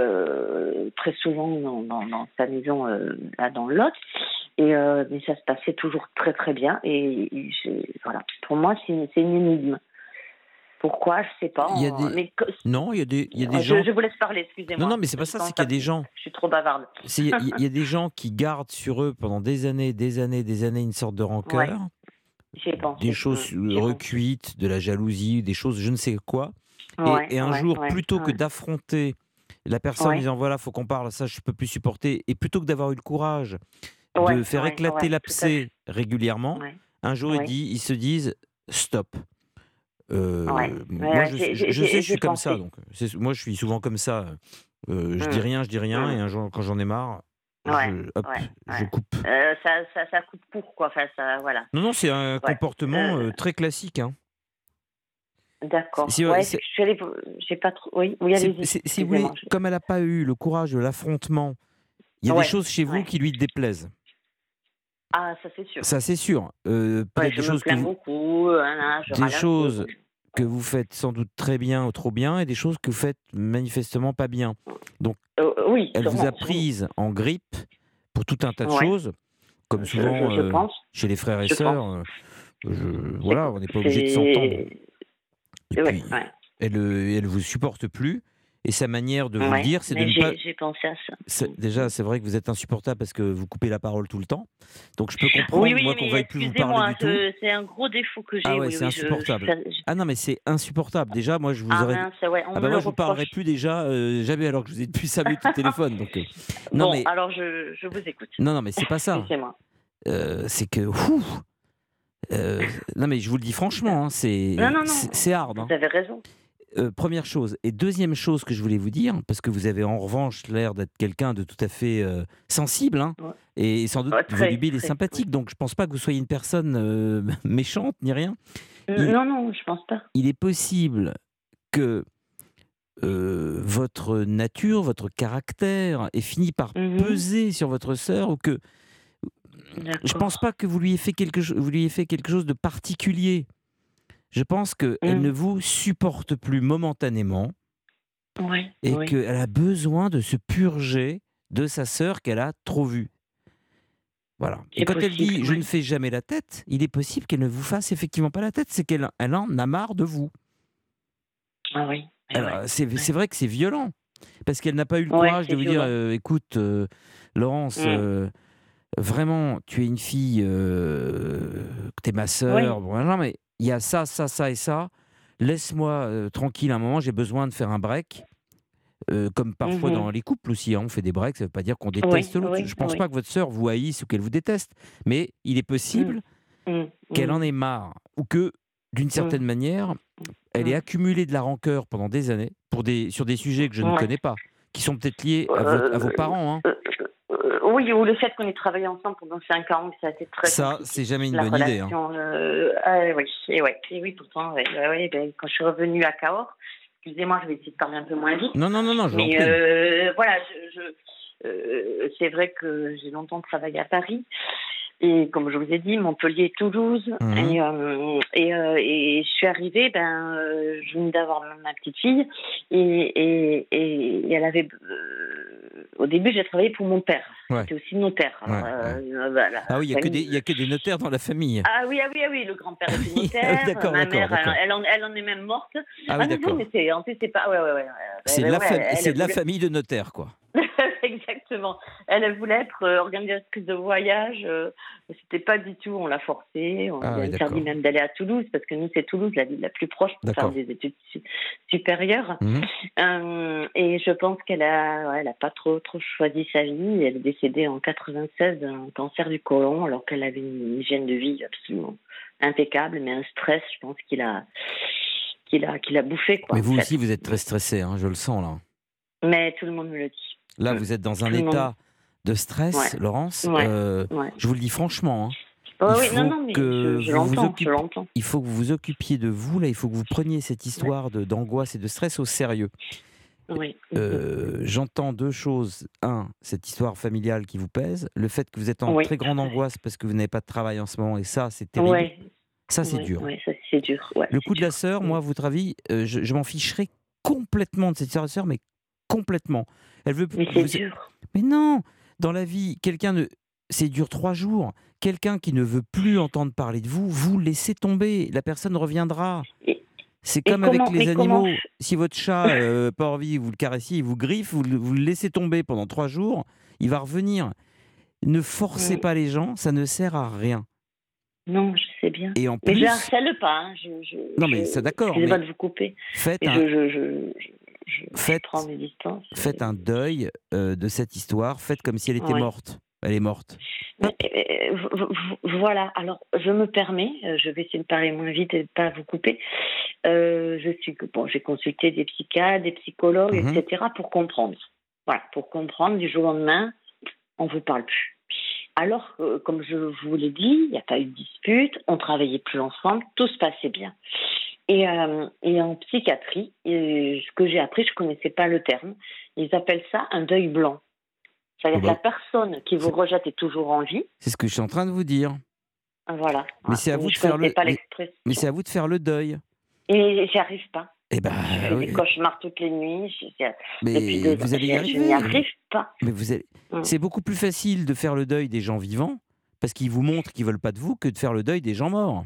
euh, très souvent dans, dans, dans sa maison, euh, là, dans le Lot. Et, euh, mais ça se passait toujours très, très bien. Et, et j'ai, voilà. Pour moi, c'est une, c'est une énigme. Pourquoi? Je sais pas. Il y a des... Mais... Non, il y a des, il y a des je, gens... Je vous laisse parler, excusez-moi. Non, non, mais c'est pas ça, c'est qu'il y a des gens... Je suis trop bavarde. Il y, y a des gens qui gardent sur eux pendant des années, des années, des années une sorte de rancœur. Ouais. J'y ai pensé. Des choses mmh, recuites, de la jalousie, des choses je ne sais quoi. Ouais, et, et un ouais, jour, ouais, plutôt ouais. que d'affronter la personne Ouais. en disant voilà, faut qu'on parle, ça je peux plus supporter, et plutôt que d'avoir eu le courage de Ouais, faire ouais, éclater ouais, l'abcès régulièrement, ouais. un jour Ouais. ils, disent, ils se disent stop. Euh, Ouais. moi, Ouais, je, j'ai- je, je j'ai- sais, je j'ai suis comme pensé. ça. Donc, c'est- moi, je suis souvent comme ça. Euh, je Mm. dis rien, je dis rien, Mm. et un jour, quand j'en ai marre, Ouais, je, hop, ouais, je ouais. coupe. Euh, ça, ça, ça coupe court, quoi. Enfin, ça, voilà. Non, non, c'est un Ouais. comportement Euh, euh, très classique. Hein. D'accord. Si- Ouais, c'est- je suis allée. J'ai pas trop. Oui, oui, C'est- allez-y. c'est- si vous voulez, Excusez-moi, je- comme elle n'a pas eu le courage de l'affrontement, il y a Ouais, des choses chez vous ouais. qui lui déplaisent. Ah, ça c'est sûr. Ça, c'est sûr. Euh, Ouais, peut-être je des me choses que plains vous, beaucoup. hein, hein, je des râle un peu, choses bon. que vous faites sans doute très bien ou trop bien, et des choses que vous faites manifestement pas bien. Donc, Euh, oui, elle vous sûrement, a prise en grippe pour tout un tas de Ouais. choses, comme Je- souvent je- je euh, pense. chez les frères et Je sœurs. pense. euh, je- voilà, on n'est pas obligé de C'est- s'entendre. Et Ouais, puis, ouais. elle, euh, elle vous supporte plus, et sa manière de vous Ouais, le dire, c'est de mais ne j'ai pas. j'ai pensé à ça. C'est- Déjà, c'est vrai que vous êtes insupportable parce que vous coupez la parole tout le temps. Donc, je peux comprendre, Oui, oui, moi, qu'on mais veuille plus vous excusez-moi, parler du tout. je- c'est un gros défaut que j'ai. Ah ouais, oui, c'est oui, je- insupportable. ça- je- Ah non, mais c'est insupportable. Déjà, moi, je vous Ah aurais. mince, ouais, on Ah me bah le moi, je vous parlerai reproche. plus déjà, euh, jamais, alors que je vous ai depuis cinq minutes au téléphone. Donc, euh, non, Bon, mais alors je, je vous écoute. non, non, mais c'est pas ça. Excusez-moi. Euh, c'est que, ouh, euh, non, mais je vous le dis franchement, hein, c'est Non, non, non. c'est c'est hard. hein. Vous avez raison. Euh, première chose. Et deuxième chose que je voulais vous dire, parce que vous avez en revanche l'air d'être quelqu'un de tout à fait euh, sensible, hein, Ouais. et sans doute Ouais, très, volubile et très, sympathique. Donc je pense pas que vous soyez une personne euh, méchante ni rien. Il- Non, non, je pense pas. Il est possible que euh, votre nature, votre caractère ait fini par Mhm. peser sur votre sœur, ou que je pense pas que vous lui ayez fait quelque, cho- vous lui ayez fait quelque chose de particulier. Je pense qu'elle Mm. ne vous supporte plus momentanément, Ouais, et oui. qu'elle a besoin de se purger de sa sœur qu'elle a trop vue. Voilà. Et C'est quand elle dit possible, je ouais. ne fais jamais la tête, il est possible qu'elle ne vous fasse effectivement pas la tête, c'est qu'elle elle en a marre de vous. Ah oui. eh Alors, ouais. c'est c'est vrai que c'est violent, parce qu'elle n'a pas eu le Ouais, courage de c'est vous violent. dire euh, écoute, euh, Laurence, Mm. euh, vraiment, tu es une fille, euh, tu es ma sœur, Oui. bon, non, mais il y a ça, ça, ça et ça. Laisse-moi euh, tranquille un moment, j'ai besoin de faire un break. Euh, comme parfois Mhm. dans les couples aussi, hein, on fait des breaks, ça ne veut pas dire qu'on Oui, déteste l'autre. oui, Je ne pense oui. pas que votre sœur vous haïsse ou qu'elle vous déteste, mais il est possible Mm, qu'elle mm. en ait marre, ou que, d'une certaine manière, elle ait Mm. accumulé de la rancœur pendant des années pour des, sur des sujets que je ne Ouais. connais pas, qui sont peut-être liés à, votre- à vos Euh, parents. hein. Euh, euh, oui, ou le fait qu'on ait travaillé ensemble pendant cinq ans, ça a été très Ça, compliqué. c'est jamais une La bonne idée. Hein. relation, euh, euh, oui, et ouais, et oui, pourtant, ouais, ouais, ouais, ben, quand je suis revenue à Cahors, excusez-moi, je vais essayer de parler un peu moins vite. Non, non, non, non, je vous en Mais prie. euh, voilà, je, je, euh, c'est vrai que j'ai longtemps travaillé à Paris. Et comme je vous ai dit, Montpellier, Toulouse. Mhm. Et, euh, et, euh, et je suis arrivée, ben, euh, je venais d'avoir ma petite fille. Et, et, et elle avait. Euh, au début, j'ai travaillé pour mon père. Ouais. C'était aussi notaire. Ouais, Alors, euh, voilà, Ah oui, il n'y a, que famille- des- il y a que des notaires dans la famille. Ah oui, ah oui, ah oui, le grand-père était Oui, notaire. d'accord, ma d'accord, mère, d'accord. Elle, elle en, elle en est même morte. Ah oui, non, non, d'accord. mais c'est, en plus, c'est pas. Ouais, ouais, ouais. C'est de Ouais, la, ouais, fam- elle c'est de la voulait- famille de notaires, quoi. Exactement. Elle, elle voulait être euh, organisatrice de voyage. Euh, mais c'était pas du tout. On l'a forcée. On Ah lui a oui, interdit d'accord. même d'aller à Toulouse parce que nous, c'est Toulouse, la ville la plus proche pour faire D'accord. des études su- supérieures. Mhm. Euh, et je pense qu'elle a, ouais, elle a pas trop, trop choisi sa vie. Elle est décédée en quatre-vingt-seize d'un cancer du côlon, alors qu'elle avait une hygiène de vie absolument impeccable, mais un stress, je pense qu'il a, qu'il a, qu'il a bouffé, quoi. Mais en vous fait. aussi, vous êtes très stressé, hein, je le sens, là. Mais tout le monde me le dit. Là, Mm. vous êtes dans un Tout le monde. état de stress, Ouais. Laurence. Ouais. Euh, Ouais. je vous le dis franchement. Hein. Ouais, Il oui, non, faut non, mais que je, je vous vous l'entends, occupiez- je l'entends. Il faut que vous vous occupiez de vous, là. Il faut que vous preniez cette histoire de, d'angoisse et de stress au sérieux. Oui. Euh, j'entends deux choses. Un, cette histoire familiale qui vous pèse. Le fait que vous êtes en Oui. très grande angoisse parce que vous n'avez pas de travail en ce moment. Et ça, c'est terrible. Ouais. Ça, c'est Ouais, dur. ouais, ça, c'est dur. Ouais, Le c'est coup de la dur. sœur, moi, à votre avis, euh, je, je m'en ficherais complètement de cette histoire de sœur, mais complètement. Elle veut. Mais c'est vous- dur. Mais non, dans la vie, quelqu'un ne. C'est dur trois jours. Quelqu'un qui ne veut plus entendre parler de vous, vous laissez tomber. La personne reviendra. Et- C'est et comme avec comment- les mais comment animaux. Si votre chat, euh, pas envie, vous le caressiez, il vous griffe, vous, le- vous le laissez tomber pendant trois jours, il va revenir. Ne forcez Mm. pas les gens, ça ne sert à rien. Non, je sais bien. Et en Mais je plus, ne harcèle pas. Hein. Je, je, Non, mais je- c'est d'accord, Excusez-moi mais de vous couper. faites Mais un, je, je, je, je, je, je Faites- prends mes distances. faites un deuil euh, de cette histoire. Faites comme si elle était Ouais. morte. Elle est morte. Mais, euh, v- v- voilà, alors je me permets, euh, je vais essayer de parler moins vite et de ne pas vous couper. Euh, je suis, bon, j'ai consulté des psychiatres, des psychologues, Mhm. et cetera pour comprendre. Voilà, pour comprendre du jour au lendemain, on ne vous parle plus. Alors, euh, comme je vous l'ai dit, il n'y a pas eu de dispute, on travaillait plus ensemble, tout se passait bien. Et, euh, et en psychiatrie, et ce que j'ai appris, je ne connaissais pas le terme, ils appellent ça un deuil blanc. C'est-à-dire Oh bah, que la personne qui vous c'est- rejette est toujours en vie. C'est ce que je suis en train de vous dire. Voilà. Mais c'est à vous de je faire connaissais le- pas mais- l'expression. Mais c'est à vous de faire le deuil. Et j'y arrive pas. Eh ben, Je fais oui. des cauchemars toutes les nuits. Je, je- Mais depuis deux vous ans, allez y je- Je arriver. n'y arrive pas. Mais vous allez... Mm. C'est beaucoup plus facile de faire le deuil des gens vivants, parce qu'ils vous montrent qu'ils veulent pas de vous, que de faire le deuil des gens morts.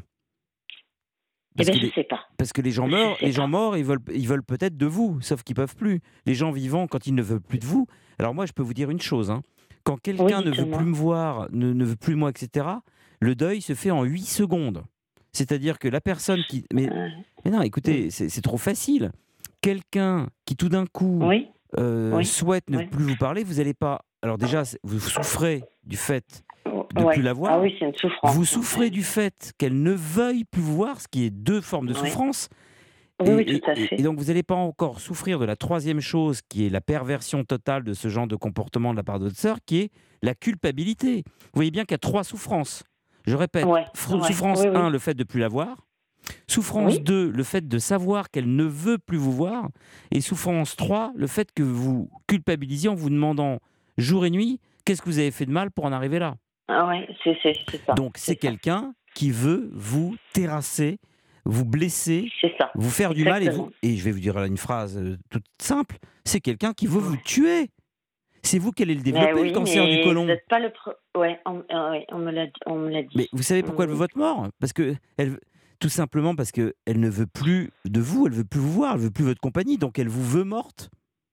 Eh Parce bien, que je les- sais pas. Parce que les gens Je morts, sais les gens pas. morts, ils veulent, ils veulent peut-être de vous, sauf qu'ils peuvent plus. Les gens vivants, quand ils ne veulent plus de vous. Alors moi, je peux vous dire une chose. Hein. Quand quelqu'un ne veut dites-moi. plus me voir, ne, ne veut plus de moi, et cetera, le deuil se fait en huit secondes. C'est-à-dire que la personne qui... Mais, Euh, mais non, écoutez, c'est c'est trop facile. Quelqu'un qui tout d'un coup oui. euh, Oui. souhaite ne Oui. plus vous parler, vous n'allez pas... Alors déjà, c'est- vous souffrez du fait de Ouais. plus la voir. Ah oui, c'est une souffrance. Vous souffrez du fait qu'elle ne veuille plus vous voir, ce qui est deux formes de Oui. souffrance. Oui, et, oui, tout à et- fait. et donc vous n'allez pas encore souffrir de la troisième chose, qui est la perversion totale de ce genre de comportement de la part de votre sœur, qui est la culpabilité. Vous voyez bien qu'il y a trois souffrances. Je répète, Ouais, fr- ouais, souffrance oui, oui. un, le fait de plus la voir. Souffrance Oui. deux, le fait de savoir qu'elle ne veut plus vous voir. Et souffrance trois, le fait que vous culpabilisiez en vous demandant jour et nuit, qu'est-ce que vous avez fait de mal pour en arriver là. Ah ouais, c'est c'est- c'est ça. Donc c'est ça. quelqu'un qui veut vous terrasser, vous blesser, C'est ça. vous faire du mal. Et, Exactement. vous, et je vais vous dire une phrase euh, toute simple, c'est quelqu'un qui veut vous tuer. C'est vous qui allez le Mais développer, oui, le cancer mais du côlon. Vous n'êtes pas le. Pre... Ouais, on, euh, ouais, on me l'a on me l'a dit. Mais vous savez pourquoi elle veut Mm. votre mort? Parce que elle, tout simplement parce que elle ne veut plus de vous, elle veut plus vous voir, elle veut plus votre compagnie, donc elle vous veut morte.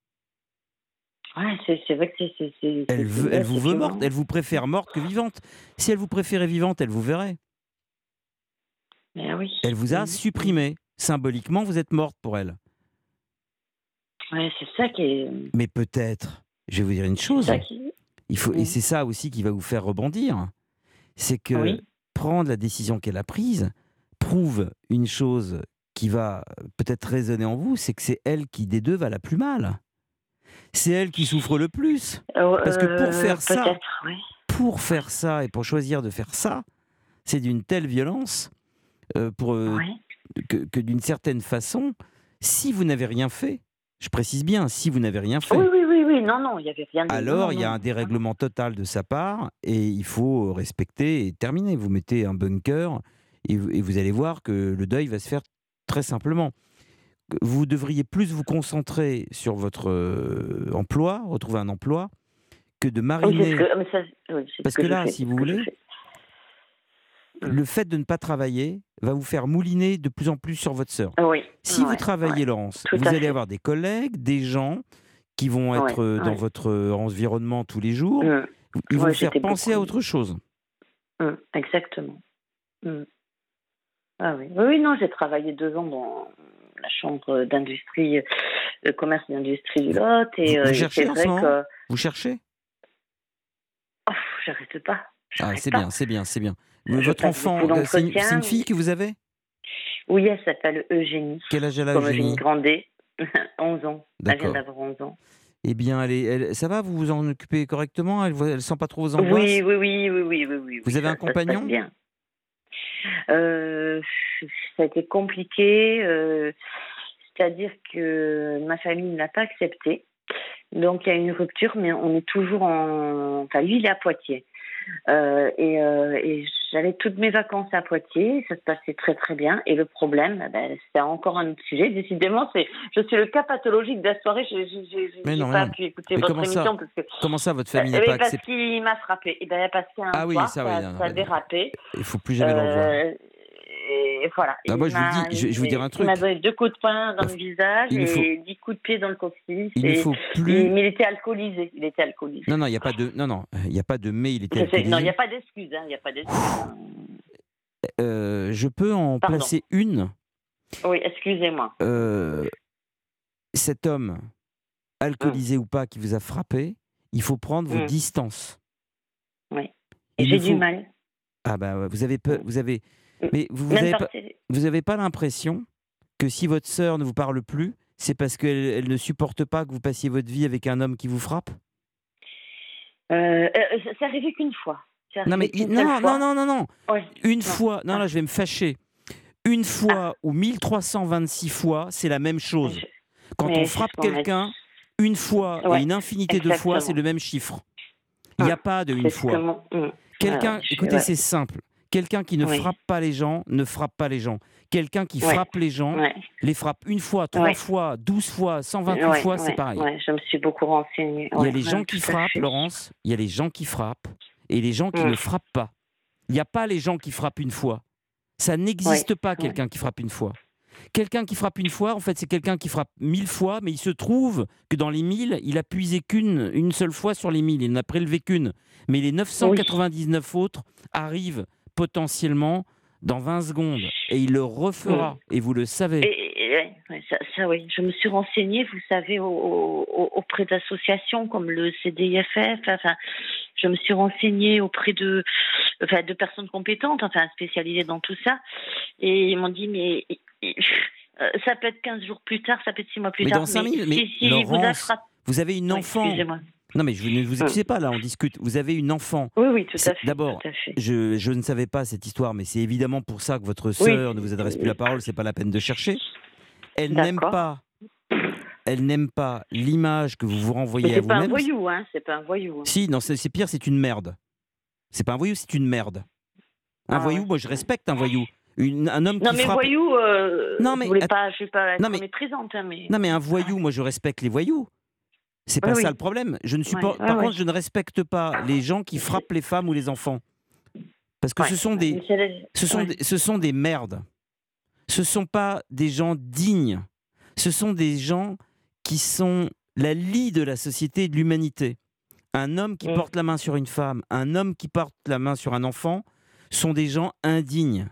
Ouais, c'est c'est vrai que c'est. c'est- c'est- Elle, c'est- veut, c'est- elle vous c'est veut violent. morte, elle vous préfère morte que vivante. Si elle vous préférait vivante, elle vous verrait. Mais oui. Elle vous a Mm. supprimé. Symboliquement, vous êtes morte pour elle. Ouais, c'est ça qui est. Mais peut-être, je vais vous dire une chose, ça qui- il faut, et Mm. c'est ça aussi qui va vous faire rebondir, c'est que Oui. prendre la décision qu'elle a prise prouve une chose qui va peut-être résonner en vous, c'est que c'est elle qui des deux va la plus mal. c'est elle qui souffre le plus. Euh, Parce que pour faire ça, peut-être, oui. pour faire ça et pour choisir de faire ça, c'est d'une telle violence euh, pour, euh, Oui. que, que d'une certaine façon, si vous n'avez rien fait, je précise bien, si vous n'avez rien fait, Oui, oui, oui, oui, non, non, il n'y avait rien de... alors non, il y a non. un dérèglement total de sa part et il faut respecter et terminer. Vous mettez un bunker et vous, et vous allez voir que le deuil va se faire très simplement. Vous devriez plus vous concentrer sur votre euh, emploi, retrouver un emploi, que de Oui, c'est mariner. ce que, mais ça, oui, c'est Parce ce que, que je là, fais, si c'est vous ce que je voulez, fais. le fait de ne pas travailler va vous faire mouliner de plus en plus sur votre sœur. Oui. Si ouais, vous travaillez, ouais, Laurence, tout vous à allez fait. avoir des collègues, des gens qui vont être Ouais, euh, dans ouais. votre euh, environnement tous les jours. Mm. Ils vont Ouais, vous faire j'étais penser à beaucoup- autre chose. Mm, exactement. Mm. Ah oui. Oui, oui, non, j'ai travaillé deux ans dans la chambre d'industrie, euh, de commerce et d'industrie du Lot. Et, Vous, vous euh, cherchez c'est en vrai ce moment que... Vous cherchez Oh, j'arrête pas. Ah, J'arrête c'est pas. bien, c'est bien, c'est bien. Je Votre passe enfant, beaucoup euh, c'est une, d'entretiens. c'est une fille que vous avez Oui, elle s'appelle Eugénie. Quel âge elle a, Comme Eugénie Eugénie Grandet. onze ans. Elle vient D'accord. d'avoir onze ans. Eh bien, elle est, elle- ça va, vous vous en occupez correctement? Elle ne sent pas trop vos angoisses? Oui, oui, oui, oui, oui, oui, oui. Vous oui, avez ça, un ça se passe compagnon? bien. Euh, ça a été compliqué. euh, C'est-à-dire que ma famille ne l'a pas accepté. Donc, il y a une rupture, mais on est toujours en... Enfin, lui, il est à Poitiers. Euh, et, euh, et j'allais toutes mes vacances à Poitiers, ça se passait très très bien. Et le problème, ben, c'est encore un autre sujet. Décidément, c'est, je suis le cas pathologique de la soirée. Je Mais n'ai non, mais pas non. pu écouter Mais votre comment ça émission parce que Comment ça, votre famille euh, n'a eh pas ben, parce accepté? qu'il m'a frappé. Et ben, il a passé un Ah oui, soir, ça, ça, oui, non, ça a non. dérapé. Il ne faut plus jamais le revoir. Euh, et voilà. Ah, Il moi, je vous le m'a- dis, je- je vais vous dire un il truc. m'a donné deux coups de poing dans Il le visage il ne faut- et dix coups de pied dans le coccyx. Il ne et- faut il- plus. mais il était alcoolisé. Il était alcoolisé. Non, non, il n'y a pas de. Non, non, il n'y a pas de mais. Il était Je sais- alcoolisé. non, il n'y a pas d'excuse. hein, Il n'y a pas d'excuse. hein. Euh, je peux en Pardon. placer une. Oui, excusez-moi. Euh, cet homme, alcoolisé ou pas, qui vous a frappé, il faut prendre vos Mm. distances. Oui. Et Il j'ai ne du faut- mal. Ah bah ouais, vous avez peur, vous avez. Mais vous Même n'avez par pas, télé- vous avez pas l'impression que si votre sœur ne vous parle plus, c'est parce qu'elle elle ne supporte pas que vous passiez votre vie avec un homme qui vous frappe? Euh, euh, c'est arrivé qu'une fois. C'est Non mais arrivé qu'une non, seule fois. non, non, non, non. Ouais. Une Non. fois, non, Ah. là je vais me fâcher. Une fois ou mille trois cent vingt-six fois, c'est la même chose. Je- Quand mais on c'est frappe ce qu'on m'a quelqu'un, dit. une fois Ouais, et une infinité de fois, exactement. c'est le même chiffre. Il n'y a Ah, pas de C'est une ce fois. que mon- mm. Quelqu'un, Ouais, je- écoutez, ouais. c'est simple. Quelqu'un qui ne Oui. frappe pas les gens ne frappe pas les gens. Quelqu'un qui Ouais. frappe les gens Ouais. les frappe une fois, trois Ouais. fois, douze fois, cent vingt-huit Ouais, fois, c'est ouais, pareil. ouais, je me suis beaucoup renseignée. Il y a Ouais, les ouais, gens qui tout à frappent, fait. Laurence, il y a les gens qui frappent et les gens qui Mm. ne frappent pas. Il n'y a pas les gens qui frappent une fois. Ça n'existe Ouais, pas, ouais. quelqu'un qui frappe une fois. Quelqu'un qui frappe une fois, en fait, c'est quelqu'un qui frappe mille fois, mais il se trouve que dans les mille, il a puisé qu'une une seule fois sur les mille. Il n'a prélevé qu'une. Mais les neuf cent quatre-vingt-dix-neuf autres arrivent potentiellement dans vingt secondes. Et il le refera. Et vous le savez. Et, et- ouais, ouais, ça, ça, oui. Je me suis renseignée, vous savez, au- au- auprès d'associations comme le C D I F F. Enfin, je me suis renseignée auprès de, enfin, de personnes compétentes, enfin spécialisées dans tout ça. Et ils m'ont dit, mais euh, ça peut être quinze jours plus tard, ça peut être six mois plus Mais tard. dans cinq minutes, mais si, si vous a Laurence, frappé... vous avez une Oui, enfant. excusez-moi. Non, mais je, ne vous excusez pas, là, on discute. Vous avez une enfant. Oui, oui, tout à C'est- fait. D'abord, tout à fait. je, je ne savais pas cette histoire, mais c'est évidemment pour ça que votre sœur ne vous adresse plus la parole. C'est pas la peine de chercher. Elle n'aime D'accord. pas. Elle n'aime pas l'image que vous vous Mais renvoyez à c'est pas un vous-même. voyou, hein. C'est pas un voyou. hein. Si, non, c'est c'est pire, c'est une merde. C'est pas un voyou, c'est une merde. Un Ah voyou, ouais. moi je respecte un voyou. Une- un homme Non, qui mais frappe. voyou, euh, Non, je mais voulais att- pas, je vais pas être Non, mais- méprisante, hein, mais. Non, mais un voyou, moi je respecte les voyous. C'est pas Oui, ça oui. le problème. Je ne suis Ouais, pas. ouais, Par ouais. contre, je ne respecte pas les gens qui frappent les femmes ou les enfants. Parce que Ouais. ce sont des, Mais c'est les- ce sont ouais. des, ce sont des merdes. Ce sont pas des gens dignes. Ce sont des gens qui sont la lie de la société et de l'humanité. Un homme qui Mm. porte la main sur une femme, un homme qui porte la main sur un enfant, sont des gens indignes.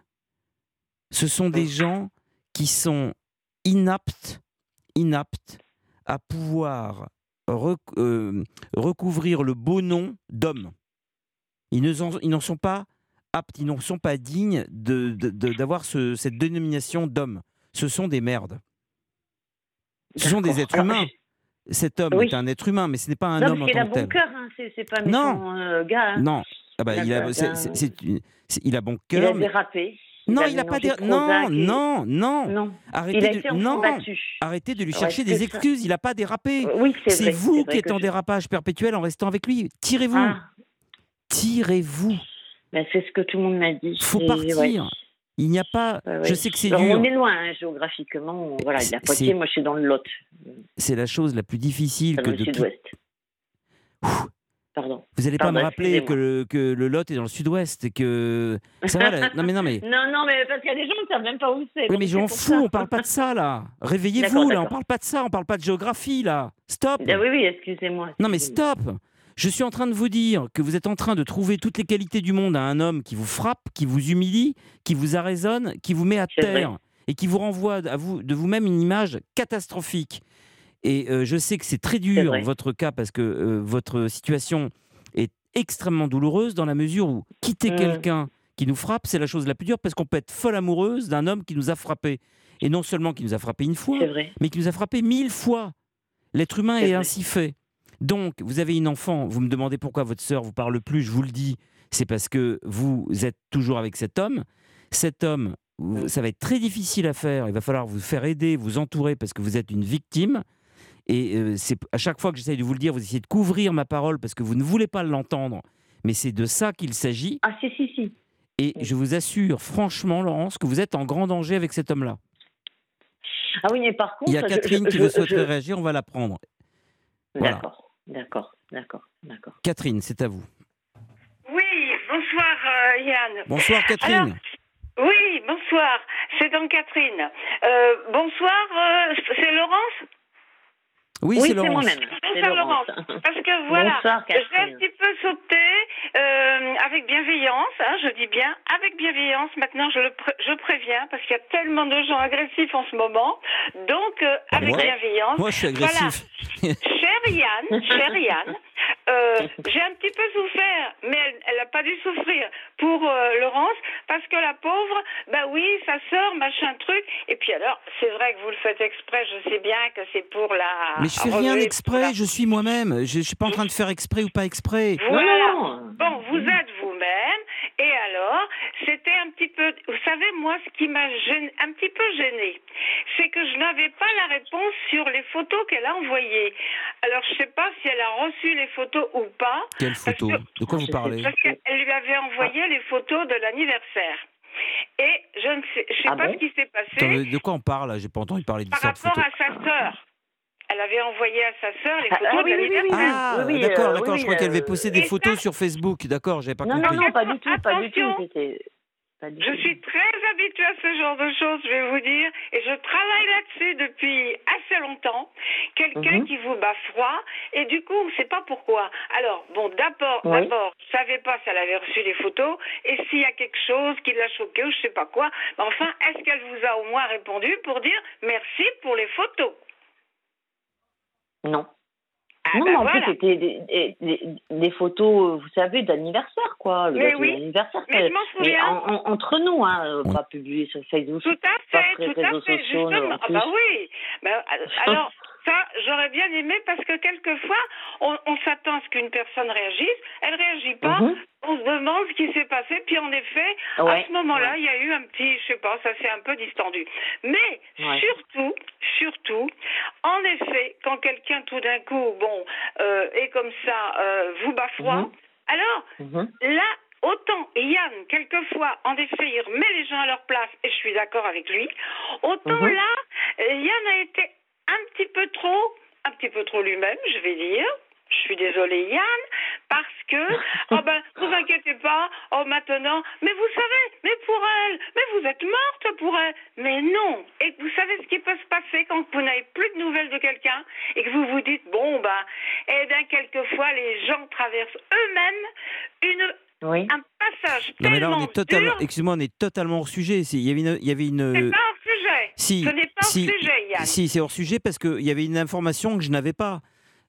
Ce sont des gens qui sont inaptes, inaptes à pouvoir rec- euh, recouvrir le beau nom d'homme. Ils ne sont- ils n'en sont pas aptes, ils n'en sont pas dignes de- de- de- d'avoir ce- cette dénomination d'homme. Ce sont des merdes. Ce sont des D'accord. êtres Alors, humains. cet homme Oui. est un être humain, mais ce n'est pas un Non, homme en parce qu'il a tant que bon tel. cœur, hein, c'est, c'est pas Non. méchant euh, gars. Hein. Non, ah bah, Il a il, a, pas- c'est- un- c'est- c'est une- c'est- il a bon Il a cœur. mais- dérapé. Non, a il n'a pas mélangé dérapé. Non, Prozac et- non, non. Non. Arrêtez Il a de... été enfant non. battu. Arrêtez de lui Ouais, chercher c'est des ça. excuses. Il n'a pas dérapé. Oui, c'est, C'est vrai, vous c'est qui vrai êtes que en je- dérapage perpétuel en restant avec lui. Tirez-vous. Ah, Tirez-vous. ben, c'est ce que tout le monde m'a dit. Faut Et, partir. ouais. Il n'y a pas. Ouais, ouais. Je sais que c'est Alors, dur. on est loin hein, géographiquement. Voilà, il a C'est- Poitiers, c'est- moi je suis dans le Lot, C'est la chose la plus difficile dans que le de. sud-ouest. Ouh. Pardon. Vous n'allez pas Pardon, me rappeler que excusez-moi. le, que le Lot est dans le sud-ouest et que. Ça va là. Non mais non mais. Non, non, mais parce qu'il y a des gens qui ne savent même pas où c'est. Oui, donc mais c'est j'en pour fous, ça. on parle pas de ça là. Réveillez-vous D'accord, là, on d'accord. parle pas de ça, on parle pas de géographie là. Stop. Ah, oui, oui, excusez-moi. Non mais excusez-moi. stop. Je suis en train de vous dire que vous êtes en train de trouver toutes les qualités du monde à un homme qui vous frappe, qui vous humilie, qui vous arraisonne, qui vous met à C'est terre vrai. et qui vous renvoie à vous, de vous-même une image catastrophique. Et euh, je sais que c'est très C'est dur vrai. votre cas parce que euh, votre situation est extrêmement douloureuse dans la mesure où quitter Mm. quelqu'un qui nous frappe, c'est la chose la plus dure parce qu'on peut être folle amoureuse d'un homme qui nous a frappé. Et non seulement qui nous a frappé une fois, C'est vrai. mais qui nous a frappé mille fois. L'être humain C'est est vrai. ainsi fait. Donc, vous avez une enfant, vous me demandez pourquoi votre sœur vous parle plus, je vous le dis, c'est parce que vous êtes toujours avec cet homme. Cet homme, vous- ça va être très difficile à faire, il va falloir vous faire aider, vous entourer parce que vous êtes une victime. Et euh, c'est à chaque fois que j'essaye de vous le dire, vous essayez de couvrir ma parole parce que vous ne voulez pas l'entendre. Mais c'est de ça qu'il s'agit. Ah, si, si, si. Et je vous assure, franchement, Laurence, que vous êtes en grand danger avec cet homme-là. Ah oui, mais par contre. Il y a je- Catherine je- qui je- veut souhaiterait je- réagir, on va la prendre. Voilà. D'accord, d'accord, d'accord, d'accord. Catherine, c'est à vous. Oui, bonsoir euh, Yann. Bonsoir Catherine. Alors, oui, bonsoir. C'est donc Catherine. Euh, bonsoir, euh, c'est Laurence. Oui, Oui, c'est c'est Laurence. moi-même. C'est Bonsoir Laurence. Laurence. Parce que voilà, Bonsoir, j'ai un Catherine. petit peu sauté euh, avec bienveillance, hein, je dis bien avec bienveillance. Maintenant, je, le pré- je préviens parce qu'il y a tellement de gens agressifs en ce moment. Donc, euh, Ah, avec moi bienveillance. Moi, je suis Voilà. agressif. Cher Yann, cher Yann, euh, j'ai un petit peu souffert, mais elle n'a pas dû souffrir pour euh, Laurence, parce que la pauvre, bah oui, sa sœur, machin truc, et puis alors, c'est vrai que vous le faites exprès, je sais bien que c'est pour la... Mais je fais rien relever, exprès, pour la- je suis moi-même. Je ne suis pas en train de faire exprès ou pas exprès. Voilà. Non, non. Bon, vous êtes vous-même, et alors, c'était un petit peu... Vous savez, moi, ce qui m'a gêné, un petit peu gêné, c'est que je n'avais pas la réponse sur les photos qu'elle a envoyées. Alors, je ne sais pas si elle a reçu les photos ou pas. Quelle photo Parce De quoi vous Je sais parlez Parce qu'elle lui avait envoyé les photos de l'anniversaire. Et je ne sais, je sais Ah pas bon ce qui s'est passé Attendez, de quoi on parle là J'ai pas entendu parler de par cette rapport photo. à sa sœur. Elle avait envoyé à sa sœur les Ah, photos ah, de oui, oui, oui, oui. l'anniversaire. Ah, Oui, oui, d'accord, euh, d'accord. oui, je crois qu'elle avait euh, posté des et photos ça- sur Facebook. D'accord, j'avais pas Non, compris. non, non, pas du tout, pas du tout. Attention. C'était... Pas du Je tout. suis très habituée à ce genre de choses, je vais vous dire, et je travaille là-dessus depuis assez longtemps. Quelqu'un Mhm. qui vous bat froid, et du coup, on ne sait pas pourquoi. Alors, bon, d'abord, Oui. d'abord, je ne savais pas si elle avait reçu les photos, et s'il y a quelque chose qui l'a choquée ou je ne sais pas quoi. Mais enfin, est-ce qu'elle vous a au moins répondu pour dire merci pour les photos? Non. Ah non, ben en voilà. plus, c'était des, des, des- des photos, vous savez, d'anniversaire, quoi. Le Mais gâteau oui. d'anniversaire. Mais je m'en Mais souviens. en- en- entre nous, hein, euh, Oui. pas publié sur Facebook. Tout à pas fait, sur les tout à réseaux fait, sociaux, justement. en Ah plus. bah oui. Ben, alors, ça, j'aurais bien aimé parce que quelquefois, on, on s'attend à ce qu'une personne réagisse. Elle réagit pas. Mhm. On se demande ce qui s'est passé. Puis en effet, à Ouais, ce moment-là, ouais. il y a eu un petit, je sais pas, ça s'est un peu distendu. Mais Ouais. surtout, surtout, en effet, quand quelqu'un tout d'un coup, bon, euh, est comme ça, euh, vous bat froid, Mhm. alors Mhm. là, autant Yann, quelquefois, en effet, il remet les gens à leur place, et je suis d'accord avec lui, autant Mhm. là, euh, Yann a été un petit peu trop, un petit peu trop lui-même, je vais dire. Je suis désolée, Yann, parce que, oh ben, vous inquiétez pas, oh maintenant, mais vous savez, mais pour elle, mais vous êtes morte pour elle. Mais non. Et vous savez ce qui peut se passer quand vous n'avez plus de nouvelles de quelqu'un et que vous vous dites, bon, ben, eh bien, quelquefois, les gens traversent eux-mêmes une, Oui. un passage Non mais là, on tellement est totalement. dur. Excusez-moi, on est totalement hors sujet. C'est- Il y avait une. Il y avait C'est une... pas hors sujet. Si, Ce n'est pas si, hors sujet, Yann. Si, c'est hors sujet parce qu'il y avait une information que je n'avais pas.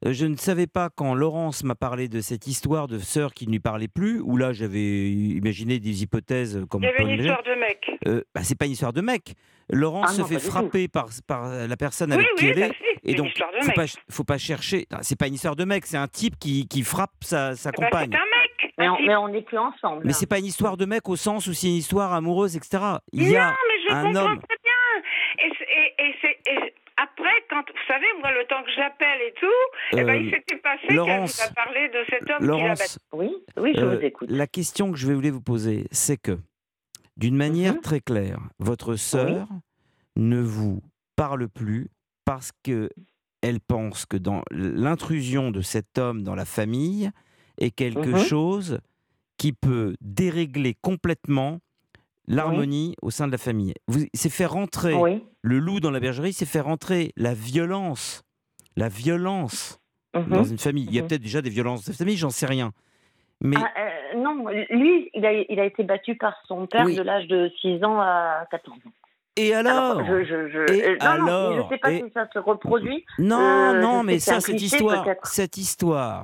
Euh, Je ne savais pas quand Laurence m'a parlé de cette histoire de sœur qui ne lui parlait plus, où là j'avais imaginé des hypothèses euh, comme Il y on peut avait une imaginer. histoire de mec. Euh, bah, c'est pas une histoire de mec. Laurence Ah se non, fait pas du tout. frapper par, par la personne Oui, avec qui oui, elle bah est. si, c'est Et une donc, histoire de faut mec. pas, faut pas chercher. Ah, c'est pas une histoire de mec, c'est un type qui, qui frappe sa, sa Eh ben, compagne. c'est un mec. Mais un on type. mais on n'est plus ensemble. Mais hein. c'est pas une histoire de mec au sens où c'est une histoire amoureuse, et cetera. Il Non, y a mais je un comprends homme. très bien. Et, c'est- et, et c'est- et après, quand vous savez, moi, le temps que j'appelle et tout, eh ben, Euh, il s'était passé qu'elle Laurence, vous a parlé de cet homme qui l'a battu. Laurence, Oui, oui, je euh, vous écoute. la question que je vais voulais vous poser, c'est que, d'une manière Mhm. très claire, votre sœur ne vous parle plus parce que elle pense que dans l'intrusion de cet homme dans la famille est quelque Mhm. chose qui peut dérégler complètement l'harmonie au sein de la famille. Vous, c'est faire rentrer Oui. le loup dans la bergerie, c'est faire rentrer la violence, la violence Mhm. dans une famille. Il y a Mhm. peut-être déjà des violences de famille, j'en sais rien. Mais Ah, euh, non, lui, il a, il a été battu par son père Oui. de l'âge de six ans à quatorze ans. et alors, je, je, je, Et euh, non, non, mais alors je ne sais pas Et- si ça se reproduit. Non, Euh, je non, sais mais que c'est un ça, cette cliché, histoire, peut-être. cette histoire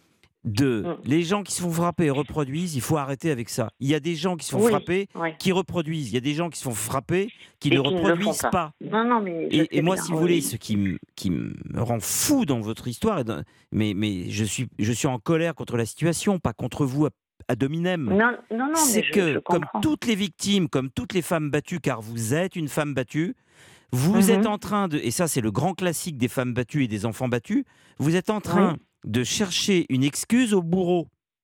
de Mm. les gens qui se font frapper et reproduisent, il faut arrêter avec ça. Il y a des gens qui se font Oui, frapper, oui. qui reproduisent. Il y a des gens qui se font frapper, qui Et ne qui ne le reproduisent font pas. Non, non, mais je Et, sais et moi, bien, si vous oui. voulez, ce qui, me- qui me rend fou dans votre histoire, et dans- mais, mais je, suis, je suis en colère contre la situation, pas contre vous à, à dominem. Non, non, non, C'est mais je, que, je comme comprends. toutes les victimes, comme toutes les femmes battues, car vous êtes une femme battue, vous Mhm. êtes en train de, et ça c'est le grand classique des femmes battues et des enfants battus, vous êtes en train de chercher une excuse au bourreau.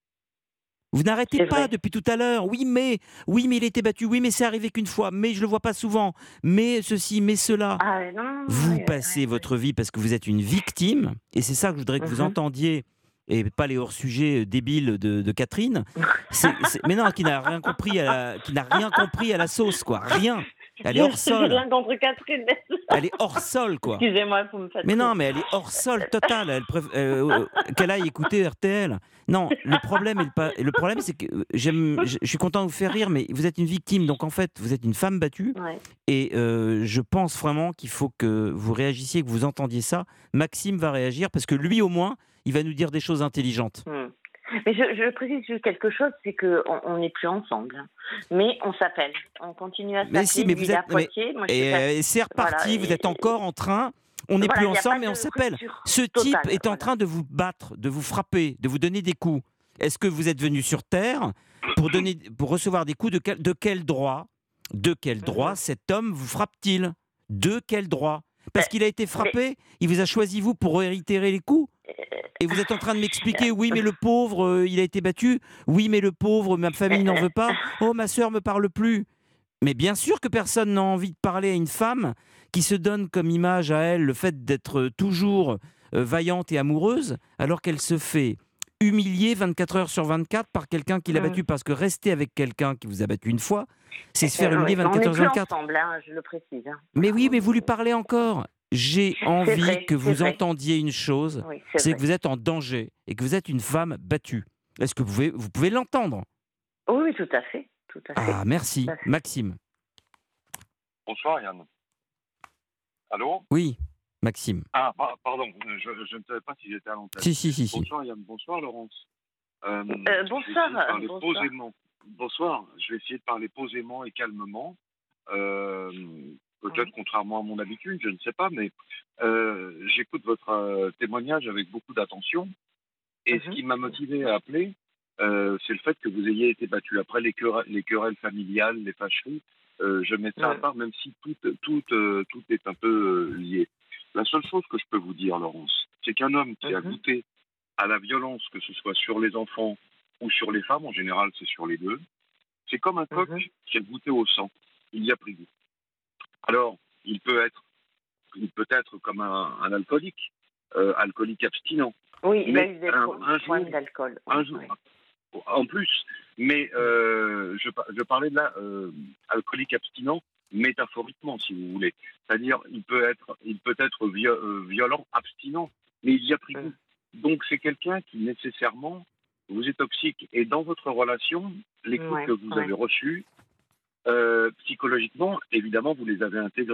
Vous n'arrêtez C'est pas vrai. depuis tout à l'heure. Oui, mais, oui, mais il était battu. Oui, mais c'est arrivé qu'une fois. Mais je le vois pas souvent. Mais ceci, mais cela. Ah, ouais, non, non, non, Vous ouais, ouais, passez ouais. votre vie parce que vous êtes une victime, et c'est ça que je voudrais que vous Mhm. entendiez, et pas les hors-sujets euh, débiles de, de Catherine. C'est, c'est- mais non, qui n'a rien compris à la, qui n'a rien compris à la sauce, quoi. Rien. Elle est hors J'ai sol. rien contre Catherine, mais... Elle est hors sol, quoi. Excusez-moi, vous me faites Mais non, rire. mais elle est hors sol total. Elle préf- euh, euh, qu'elle aille écouter R T L. Non, le problème, est le, pas- le problème, c'est que euh, j'aime, je je suis content de vous faire rire, mais vous êtes une victime, donc en fait, vous êtes une femme battue. Ouais. Et euh, je pense vraiment qu'il faut que vous réagissiez, que vous entendiez ça. Maxime va réagir parce que lui, au moins, il va nous dire des choses intelligentes. Hmm. Mais je, je précise juste quelque chose, c'est qu'on on n'est plus ensemble. hein. Mais on s'appelle. On continue à s'appeler. Mais si, mais lui, vous il est à êtes. mais- Poitiers, moi, je suis et à- euh, c'est reparti, Voilà, vous et- êtes encore en train. On n'est Voilà, plus il y a ensemble, pas mais on de s'appelle. rupture Ce type totale, est en voilà. train de vous battre, de vous frapper, de vous donner des coups. Est-ce que vous êtes venu sur Terre pour, donner, pour recevoir des coups de quel, de quel droit De quel droit Mhm. cet homme vous frappe-t-il De quel droit Parce qu'il a été frappé, il vous a choisi vous pour réitérer les coups. Et vous êtes en train de m'expliquer, oui, mais le pauvre, euh, il a été battu. Oui, mais le pauvre, ma famille n'en veut pas. Oh, ma sœur me parle plus. Mais bien sûr que personne n'a envie de parler à une femme qui se donne comme image à elle le fait d'être toujours euh, vaillante et amoureuse, alors qu'elle se fait humilier vingt-quatre heures sur vingt-quatre par quelqu'un qui l'a Mm. battu. Parce que rester avec quelqu'un qui vous a battu une fois, c'est se faire Euh, humilier ouais, vingt-quatre on heures n'est sur plus vingt-quatre. ensemble, hein, je le précise. hein. Mais oui, mais vous lui parlez encore. J'ai envie vrai, que c'est vous vrai. entendiez une chose, Oui, c'est c'est que vous êtes en danger et que vous êtes une femme battue. Est-ce que vous pouvez, vous pouvez l'entendre? Oui, oui, tout à fait. Tout à fait. Ah, merci. Tout à fait. Maxime. Bonsoir Yann. Allô? Oui, Maxime. Ah, pa- pardon, je, je ne savais pas si j'étais à l'antenne. Si, si, si, si. Bonsoir Yann, bonsoir Laurence. Euh, je vais bonsoir, essayer de parler bonsoir. posément. Bonsoir, je vais essayer de parler posément et calmement. Euh, Peut-être contrairement à mon habitude, je ne sais pas, mais euh, j'écoute votre euh, témoignage avec beaucoup d'attention. Et ce qui m'a motivé à appeler, euh, c'est le fait que vous ayez été battu. Après les querelles, les querelles familiales, les fâcheries, euh, je mets ça à Ouais. part, même si tout, tout, euh, tout est un peu euh, lié. La seule chose que je peux vous dire, Laurence, c'est qu'un homme qui a Mhm. goûté à la violence, que ce soit sur les enfants ou sur les femmes, en général c'est sur les deux, c'est comme un coq Mhm. qui a goûté au sang. Il y a pris goût. Alors, il peut être, il peut être comme un, un alcoolique, euh, alcoolique abstinent. Oui, il a Mais eu des un- pro- un problèmes jour- d'alcool. un jour, en plus, mais euh, je, par- je parlais de là, euh, alcoolique abstinent, métaphoriquement, si vous voulez. C'est-à-dire, il peut être, il peut être vio- euh, violent, abstinent, mais il y a pris goût. Donc, c'est quelqu'un qui nécessairement vous est toxique. Et dans votre relation, les coups Ouais, que vous ouais. avez reçus, euh, psychologiquement, évidemment, vous les avez intégrés.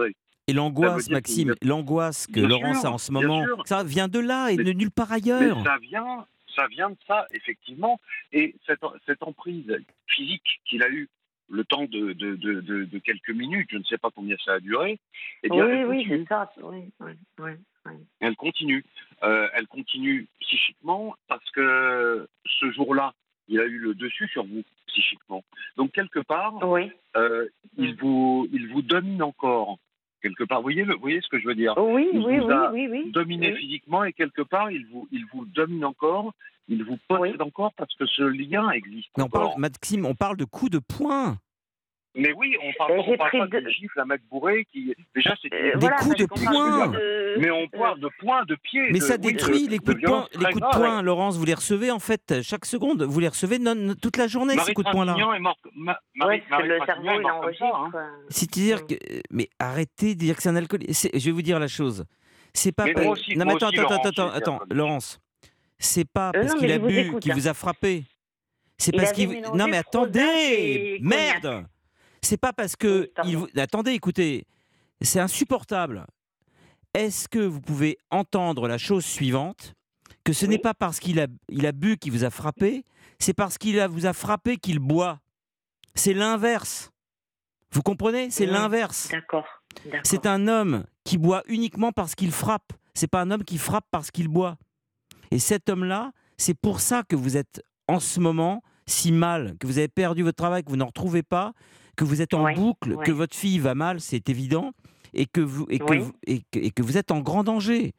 Et l'angoisse, dire Maxime, qu'il- l'angoisse que Bien Laurence sûr, a en ce bien moment, sûr. ça vient de là et Mais- de nulle part Mais ailleurs. ça vient, ça vient de ça, effectivement. Et cette, cette emprise physique qu'il a eue le temps de, de, de, de, de quelques minutes, je ne sais pas combien ça a duré, eh bien, Oui, elle oui, continue. c'est ça. Oui, oui, oui, oui. Elle continue. Euh, elle continue psychiquement parce que ce jour-là, il a eu le dessus sur vous, psychiquement. Donc, quelque part, Oui. euh, il, vous, il vous domine encore. Quelque part, vous voyez, le, vous voyez ce que je veux dire? Oui, Il oui, vous oui, a oui, oui. dominé Oui. physiquement et quelque part, il vous, il vous domine encore, il vous possède encore parce que ce lien existe Mais on encore. parle, Maxime, on parle de coups de poing. Mais oui, on parle, Euh, pas- j'ai on parle pris pas deux- d'une gifle, un mec bourré qui... Déjà, c'est Euh, une- Des voilà, coups de parce qu'on parle poing. de- Mais on parle de poing, de pied. Mais de- ça oui, détruit de- les de coups de poing. violence Les très coups de grave. poing, Laurence, vous les recevez en fait chaque seconde. Vous les recevez non, non, toute la journée, ces Marie coups de poing-là. Trintignant est morte. Ma- Marie, Ouais, parce que Marie le Trintignant cerveau, est il morte comme ça, hein. enregistre. C'est-à-dire que. Mais arrêtez de dire que c'est un alcoolique. C'est- Je vais vous dire la chose. C'est pas. Mais pas- moi aussi- non, mais moi attends, aussi, attends, Laurence, attends, j'ai été attends, alcoolique. Laurence. C'est pas Euh, parce non, qu'il mais a je vous bu écoute, qu'il hein. vous a frappé. C'est Il parce avait qu'il. mélangé Non, mais Prozac attendez et cognac. Merde C'est pas parce que. Oui, pardon. il vous... Attendez, écoutez. C'est insupportable. Est-ce que vous pouvez entendre la chose suivante, que ce n'est pas parce qu'il a, il a bu qu'il vous a frappé, c'est parce qu'il a- vous a frappé qu'il boit. C'est l'inverse. Vous comprenez? C'est Oui. l'inverse. D'accord. D'accord. C'est un homme qui boit uniquement parce qu'il frappe. C'est pas un homme qui frappe parce qu'il boit. Et cet homme-là, c'est pour ça que vous êtes en ce moment si mal, que vous avez perdu votre travail, que vous n'en retrouvez pas, que vous êtes en Ouais, boucle, ouais. que votre fille va mal, c'est évident, et que vous, et que Oui. vous, et que, et que vous êtes en grand danger.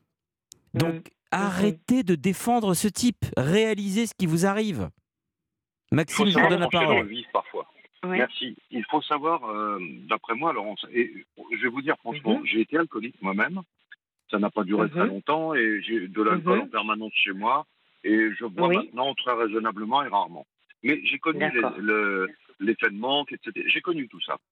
Donc, Mhm. arrêtez de défendre ce type. Réalisez ce qui vous arrive. Il Maxime, faut je vous savoir donne la trancher dans parole. le vif parfois. Oui. Merci. Il faut savoir, euh, d'après moi, Laurence, et je vais vous dire franchement, Mhm. j'ai été alcoolique moi-même. Ça n'a pas duré Mhm. très longtemps et j'ai de l'alcool Mhm. en permanence chez moi et je bois Oui. maintenant très raisonnablement et rarement. Mais j'ai connu les- D'accord. le- l'effet de manque, et cetera. J'ai connu tout ça.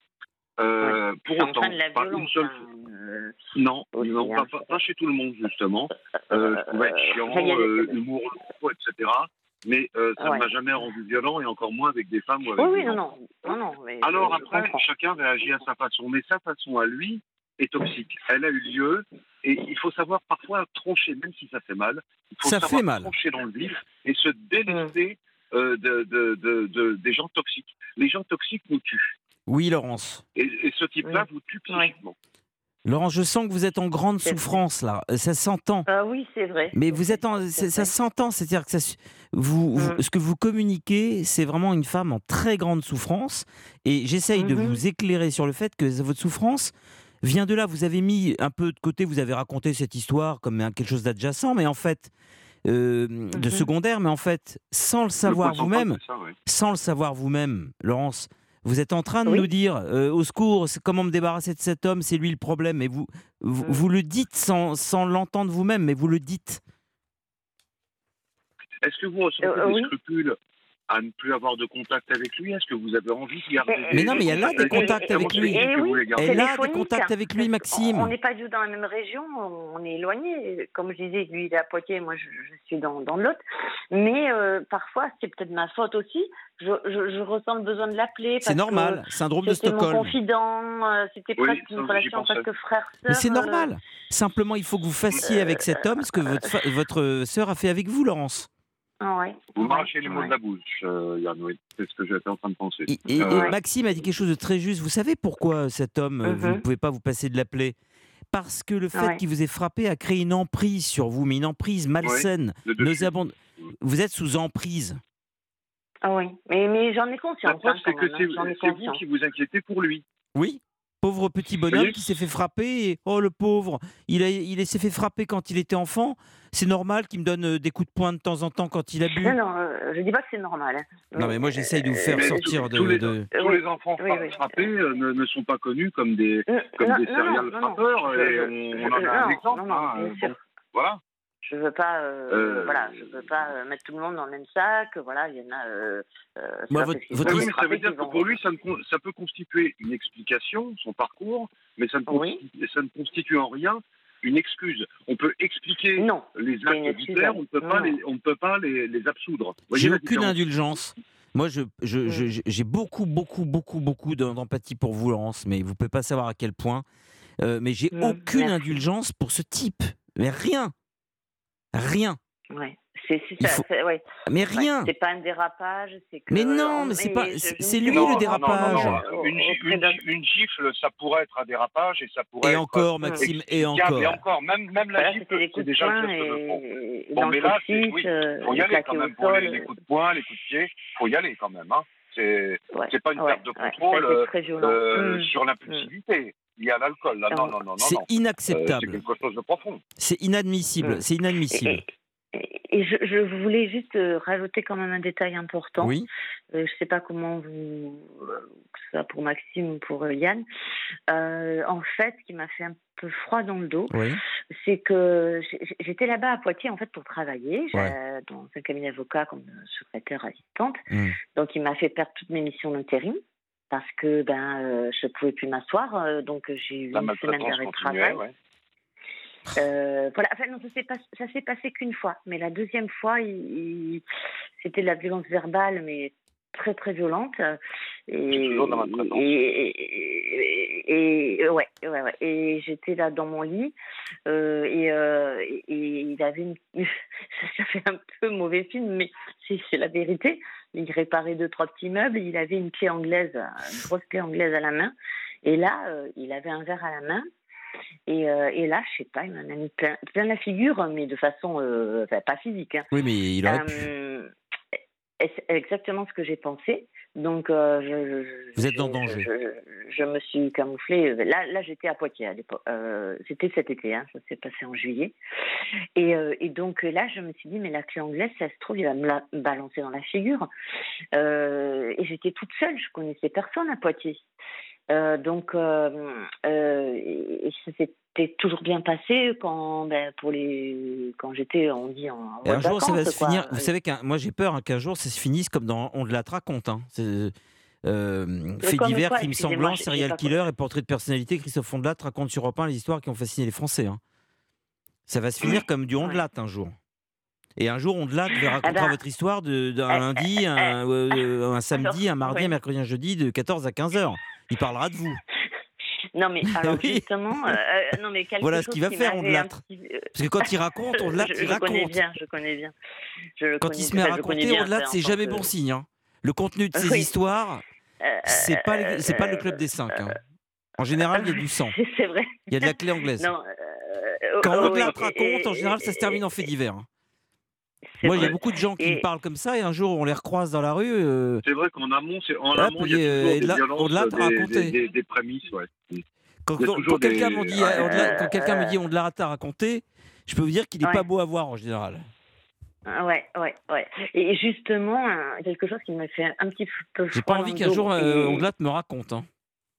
Euh, Pour Ça autant, entraîne la pas une violence. seule hein, euh, Non, aussi, non, hein. pas, pas- pas chez tout le monde, justement. Euh, je pouvais être Euh, chiant, enfin, il y a des- euh, humour, et cetera. Mais euh, ça ne Ouais. m'a jamais rendu violent, et encore moins avec des femmes ou avec Oui, oui, des non, enfants. non, non, non. Mais Alors je, je après, comprends. chacun réagit à sa façon. Mais sa façon à lui est toxique. Elle a eu lieu, et il faut savoir parfois trancher, même si ça fait mal. Il faut Ça savoir fait mal. trancher dans le vif et se délester euh, de, de- de- de- des gens toxiques. Les gens toxiques nous tuent. Oui, Laurence. Et, et ce type-là vous tue psychiquement. Laurence, je sens que vous êtes en grande souffrance, là. Euh, Ça s'entend. Ah oui, c'est vrai. Mais vous êtes en, c'est- ça s'entend, c'est-à-dire que ça, su- vous, vous- Mm. ce que vous communiquez, c'est vraiment une femme en très grande souffrance. Et j'essaye de Mhm. vous éclairer sur le fait que votre souffrance vient de là. Vous avez mis un peu de côté, vous avez raconté cette histoire comme un- quelque chose d'adjacent, mais en fait, euh, de Mhm. secondaire, mais en fait, sans le savoir poisson pain, vous-même, c'est ça, ouais. sans le savoir vous-même, Laurence, vous êtes en train de Oui. nous dire euh, au secours, c'est comment me débarrasser de cet homme, c'est lui le problème. Et vous, vous, Mm. vous le dites sans, sans l'entendre vous-même, mais vous le dites. Est-ce que vous ressentez Euh, des oui. scrupules à ne plus avoir de contact avec lui? Est-ce que vous avez envie de garder Mais- des Mais non, mais elle a des contacts contacts avec lui. Est-ce que vous les gardez Elle a des téléphonique, contacts avec lui, parce qu'on- Maxime. On n'est pas du tout dans la même région, on est éloigné. Comme je disais, lui il est à Poitiers, moi je, je suis dans, dans l'autre. Mais euh, parfois, c'est peut-être ma faute aussi. Je, je, je ressens le besoin de l'appeler. C'est parce normal, que syndrome de c'était mon Stockholm. confident, euh, c'était Oui, presque ça, une j'y relation pensais. parce que frère-sœur. Mais c'est euh, normal. Simplement, il faut que vous fassiez avec cet homme ce que votre, fa- votre sœur a fait avec vous, Laurence. ah ouais. Vous Ouais, m'arrachez les mots ouais. de la bouche, euh, Yann, oui. C'est ce que j'étais en train de penser. Et, et- et Euh, Maxime a dit quelque chose de très juste. Vous savez pourquoi cet homme, euh, vous ne Mhm. pouvez pas vous passer de l'appeler? Parce que le fait Ouais. qu'il vous ait frappé a créé une emprise sur vous, mais une emprise malsaine, le dessus. nauséabonde. Vous êtes sous emprise. Ah oui, mais, mais j'en ai conscience. La preuve, hein, c'est quand que même, c'est hein, j'en ai c'est vous conscience. qui vous inquiétez pour lui. Oui, pauvre petit bonhomme voyez qui s'est fait frapper. Et, oh, le pauvre, il, a, il s'est fait frapper quand il était enfant. C'est normal qu'il me donne euh, des coups de poing de temps en temps quand il a bu. Non, non, euh, je dis pas que c'est normal. hein. Non, mais moi, j'essaye de vous faire Mais sortir tous- tous de... les, de- tous Oui. les enfants Oui, fra- oui. frappés euh, ne, ne sont pas connus comme des, Euh, comme non, des non, serial non, non, frappeurs. je- et je- on, on en a je- un non, exemple. non, non, hein, bien euh, sûr. donc, voilà. Je veux pas, euh, Euh, voilà, je veux pas euh, mettre tout le monde dans le même sac. Voilà, il y en a. Euh, euh, c'est Moi, pas votre- parce qu'ils votre sont Oui, mais ça frappés veut dire qu'ils que vont- pour lui, ça, ne con- ça peut constituer une explication, son parcours, mais ça ne, Oui. constitue, ça ne constitue en rien une excuse. On peut expliquer Non, les c'est une actes excuse. d'Hitler, on ne peut pas, Non. les, on ne peut pas les, les absoudre. Vous voyez J'ai la aucune différence indulgence. Moi, je, je, Mm. je- j'ai beaucoup, beaucoup, beaucoup, beaucoup d'empathie pour vous, Laurence, mais vous ne pouvez pas savoir à quel point. Euh, mais j'ai Mmh, aucune merci. indulgence pour ce type. Mais rien. Rien. Ouais. C'est, c'est Il ça, faut- c'est- ouais. Mais Ouais, rien. c'est pas un dérapage, c'est que. Mais non, on- mais c'est et pas- je- c'est- je me c'est suis lui, rendu le compte dérapage. Non, non, non, Une, gi- auprès une d'un- gi- une gifle, ça pourrait être un dérapage et ça pourrait Et être encore, Maxime, et explicable. Et encore. encore, même, même la Voilà, gifle, c'était des c'est coups de déjà le poing geste de et, trop. et Bon, dans mais le là, c'est, coccyx, oui, euh, faut y aller claqué quand au même pour les, sol. les coups de poing, les coups de pied. Faut y aller quand même. Hein. C'est, Ouais, c'est pas une ouais, perte de ouais, contrôle ça a été euh, très violent. euh, Mmh. sur l'impulsivité. Il y a l'alcool. Là, non, non, non, non. C'est non. Euh, c'est inacceptable. quelque chose de profond. C'est inadmissible. Mm. C'est inadmissible. Et, et- et je, je voulais juste euh, rajouter quand même un détail important. Oui. Euh, je ne sais pas comment vous, euh, que ce soit pour Maxime ou pour euh, Yann. Euh, en fait, ce qui m'a fait un peu froid dans le dos, Oui. c'est que j'ai- j'étais là-bas à Poitiers en fait pour travailler j'ai- Ouais. dans un cabinet d'avocat comme secrétaire assistante. Mm. Donc, il m'a fait perdre toutes mes missions d'intérim parce que ben euh, je ne pouvais plus m'asseoir. euh, donc, j'ai eu La une semaine maltraitance d'arrêt de continuait, travail. ouais. Euh, voilà, enfin non, ça s'est, pas, ça s'est passé qu'une fois, mais la deuxième fois, il, il- c'était de la violence verbale, mais très très violente. Et, C'est toujours de la maltraitance. et, et, et- et- ouais, ouais, ouais. Et j'étais là dans mon lit, euh, et, euh, et, et il avait une, ça fait un peu mauvais film, mais c'est, c'est la vérité. Il réparait deux trois petits meubles, il avait une clé anglaise, une grosse clé anglaise à la main, et là, euh, il avait un verre à la main. Et, euh, et là, je sais pas, il m'en a mis plein, plein la figure, mais de façon, euh, enfin, pas physique. Hein. Oui, mais il aurait pu. Euh, et c'est exactement ce que j'ai pensé. Donc, euh, je, je- Vous êtes je- en danger. Je, je- je me suis camouflée. Là, là, j'étais à Poitiers à l'époque. Euh, c'était cet été, hein, ça s'est passé en juillet. Et, euh, et donc là, je me suis dit, mais la clé anglaise, ça se trouve, il va me la balancer dans la figure. Euh, et j'étais toute seule, je connaissais personne à Poitiers. Euh, donc, euh, euh, et ça s'était toujours bien passé quand, ben, pour les, quand j'étais, on dit, en, en Et un mode jour, ça va vacances, se quoi. finir. Vous savez qu'un, moi, j'ai peur hein, qu'un jour, ça se finisse comme dans On de la te raconte. Hein. C'est, euh, faits comme divers, quoi, crimes excusez-moi, sanglants, j'ai- j'ai serial pas killer et portrait de personnalité. Christophe Ondelat raconte sur Europe un les histoires qui ont fasciné les Français. Hein. Ça va se finir comme du Ondelat un jour. Et un jour, Ondelat vous racontera ben, votre histoire de, d'un euh, lundi, euh, un, euh, un samedi, alors, un mardi, oui. un mercredi, un jeudi, de quatorze à quinze heures. Il parlera de vous. Non, mais alors Oui. justement, euh, euh, non, mais quelque Voilà ce chose qu'il va qui faire, m'avait Ondelat. un petit- euh, Parce que quand il raconte, Ondelat, je, il je connais raconte. bien, je connais bien. Je le Quand connais- il se met à enfin, je connais raconter, bien, Ondelat, ça, en c'est tant jamais que- bon signe. Hein. Le contenu de ses Oui. histoires, Euh, c'est pas, le- c'est pas le euh, club des cinq. Hein. En général, il y a du sang. C'est vrai. Il y a de la clé anglaise. Non, euh, Quand oh, Ondelat oui, raconte, et- en général, ça se termine en et- fait divers. hein. c'est Moi, il y a vrai. beaucoup de gens qui Et- me parlent comme ça, et un jour, on les recroise dans la rue. euh, C'est vrai qu'en amont, c'est, en Hop, amont, il y a et, euh, toujours et des là, violences, Ondelat t'a des, raconté. des, des, des prémices, ouais. Quand, Il y a quand- toujours quand quelqu'un des- me dit, Ouais. ah, Ondelat- quand quelqu'un me dit Euh, Ondelat t'a raconté, je peux vous dire qu'il n'est Ouais. pas beau à voir en général. Ah, Ouais, ouais, ouais. Et justement, euh, quelque chose qui me fait un petit peu froid J'ai pas dans envie le qu'un dos, jour et- euh, Ondelat me raconte. hein.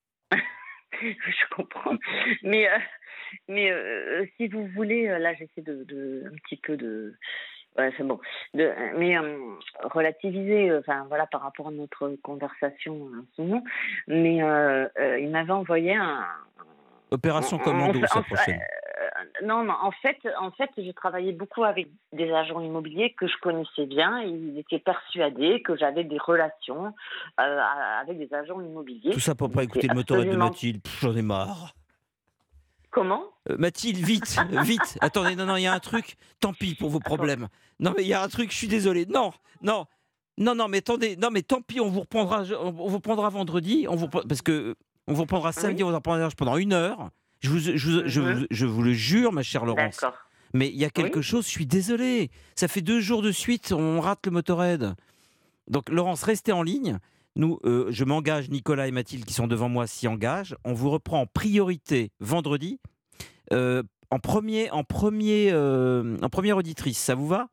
je comprends. Mais, euh, mais euh, si vous voulez, euh, là, j'essaie de, de un petit peu de. Ouais, c'est bon. De, mais euh, relativiser, euh, enfin voilà, par rapport à notre conversation en ce moment. Mais euh, euh, il m'avait envoyé un. Opération en- Commando, en- sa en- prochaine. euh, non, mais en fait, en fait, j'ai travaillé beaucoup avec des agents immobiliers que je connaissais bien. Ils étaient persuadés que j'avais des relations euh, avec des agents immobiliers. Tout ça pour pas C'est écouter le motorette de absolument- Mathilde. Pff, J'en ai marre. Comment? Euh, Mathilde, vite, euh, vite. Attendez, non, non, il y a un truc. Tant pis pour vos problèmes. Non, mais il y a un truc, je suis désolé. Non, non, non, non, mais attendez, non, mais tant pis, on vous reprendra, on vous reprendra vendredi, on vous repre- parce que on vous reprendra samedi, on vous reprendra pendant une heure. Je vous, je, vous- je, Mhm. vous- je vous le jure, ma chère Laurence. D'accord. Mais il y a quelque Oui. chose, je suis désolé. Ça fait deux jours de suite, on rate le Motorhead. Donc, Laurence, restez en ligne. Nous, euh, je m'engage, Nicolas et Mathilde qui sont devant moi s'y engagent. On vous reprend en priorité vendredi. Euh, en premier, en premier, euh, en première auditrice, ça vous va?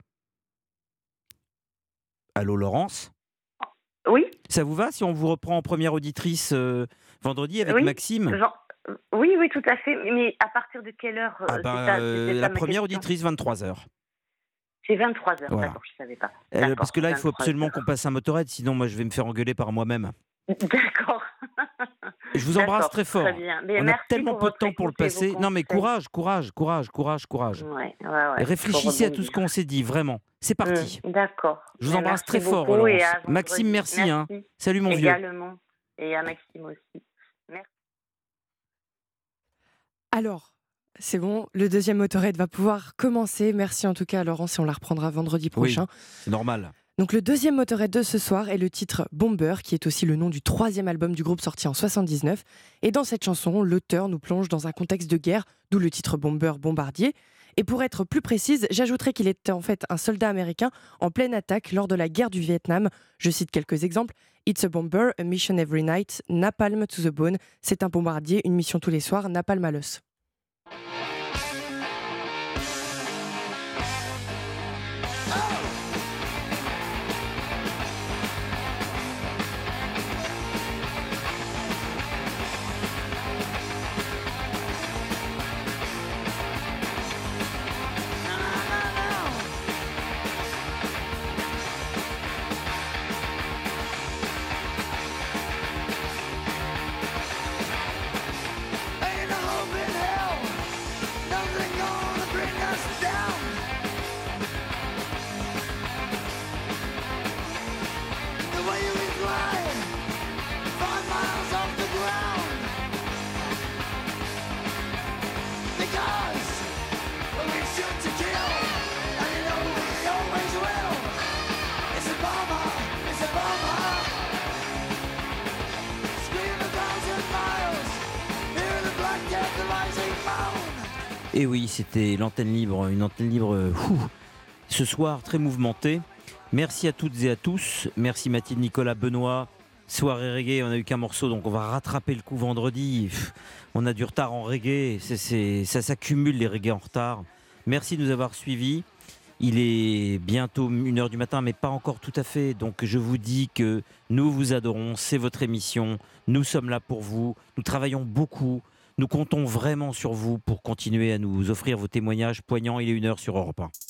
Allô, Laurence? Oui. Ça vous va si on vous reprend en première auditrice euh, vendredi avec Oui. Maxime? Jean- Oui, oui, tout à fait. Mais à partir de quelle heure? euh, Ah c'est ben, ça- euh, c'était ça la ma première question. auditrice, vingt-trois heures. C'est vingt-trois heures, Voilà. d'accord, je ne savais pas. Euh, D'accord, parce que là, il faut vingt-trois absolument heures. qu'on passe un Motorhead, sinon moi je vais me faire engueuler par moi-même. D'accord. Je vous embrasse D'accord, très fort. très bien. Mais On a merci tellement pour peu de votre temps pour le écoute et passer. vos Non mais conseils. courage, courage, courage, courage, courage. Ouais, ouais, ouais, Et réfléchissez faut à tout ce rebondir. qu'on s'est dit, vraiment. C'est parti. Hum, D'accord. Je vous Mais embrasse merci très fort, beaucoup et Laurence. à vendredi. Maxime, merci, hein. Merci. Salut, mon vieux. Également. Et à Maxime aussi. Merci. Alors, c'est bon, le deuxième Motorhead va pouvoir commencer. Merci en tout cas à Laurence et on la reprendra vendredi prochain. Oui, c'est normal. Donc le deuxième Motorhead de ce soir est le titre Bomber, qui est aussi le nom du troisième album du groupe sorti en soixante-dix-neuf. Et dans cette chanson, l'auteur nous plonge dans un contexte de guerre, d'où le titre Bomber, bombardier. Et pour être plus précise, j'ajouterai qu'il était en fait un soldat américain en pleine attaque lors de la guerre du Vietnam. Je cite quelques exemples. It's a bomber, a mission every night, napalm to the bone. C'est un bombardier, une mission tous les soirs, napalm à l'os. Et oui, c'était l'antenne libre, une antenne libre euh, fou, ce soir très mouvementée. Merci à toutes et à tous. Merci Mathilde, Nicolas, Benoît. Soirée reggae, on n'a eu qu'un morceau, donc on va rattraper le coup vendredi. Pff, on a du retard en reggae, c'est, c'est, ça s'accumule les reggae en retard. Merci de nous avoir suivis. Il est bientôt une heure du matin, mais pas encore tout à fait. Donc je vous dis que nous vous adorons, c'est votre émission. Nous sommes là pour vous, nous travaillons beaucoup. Nous comptons vraiment sur vous pour continuer à nous offrir vos témoignages poignants. Il est une heure sur Europe un.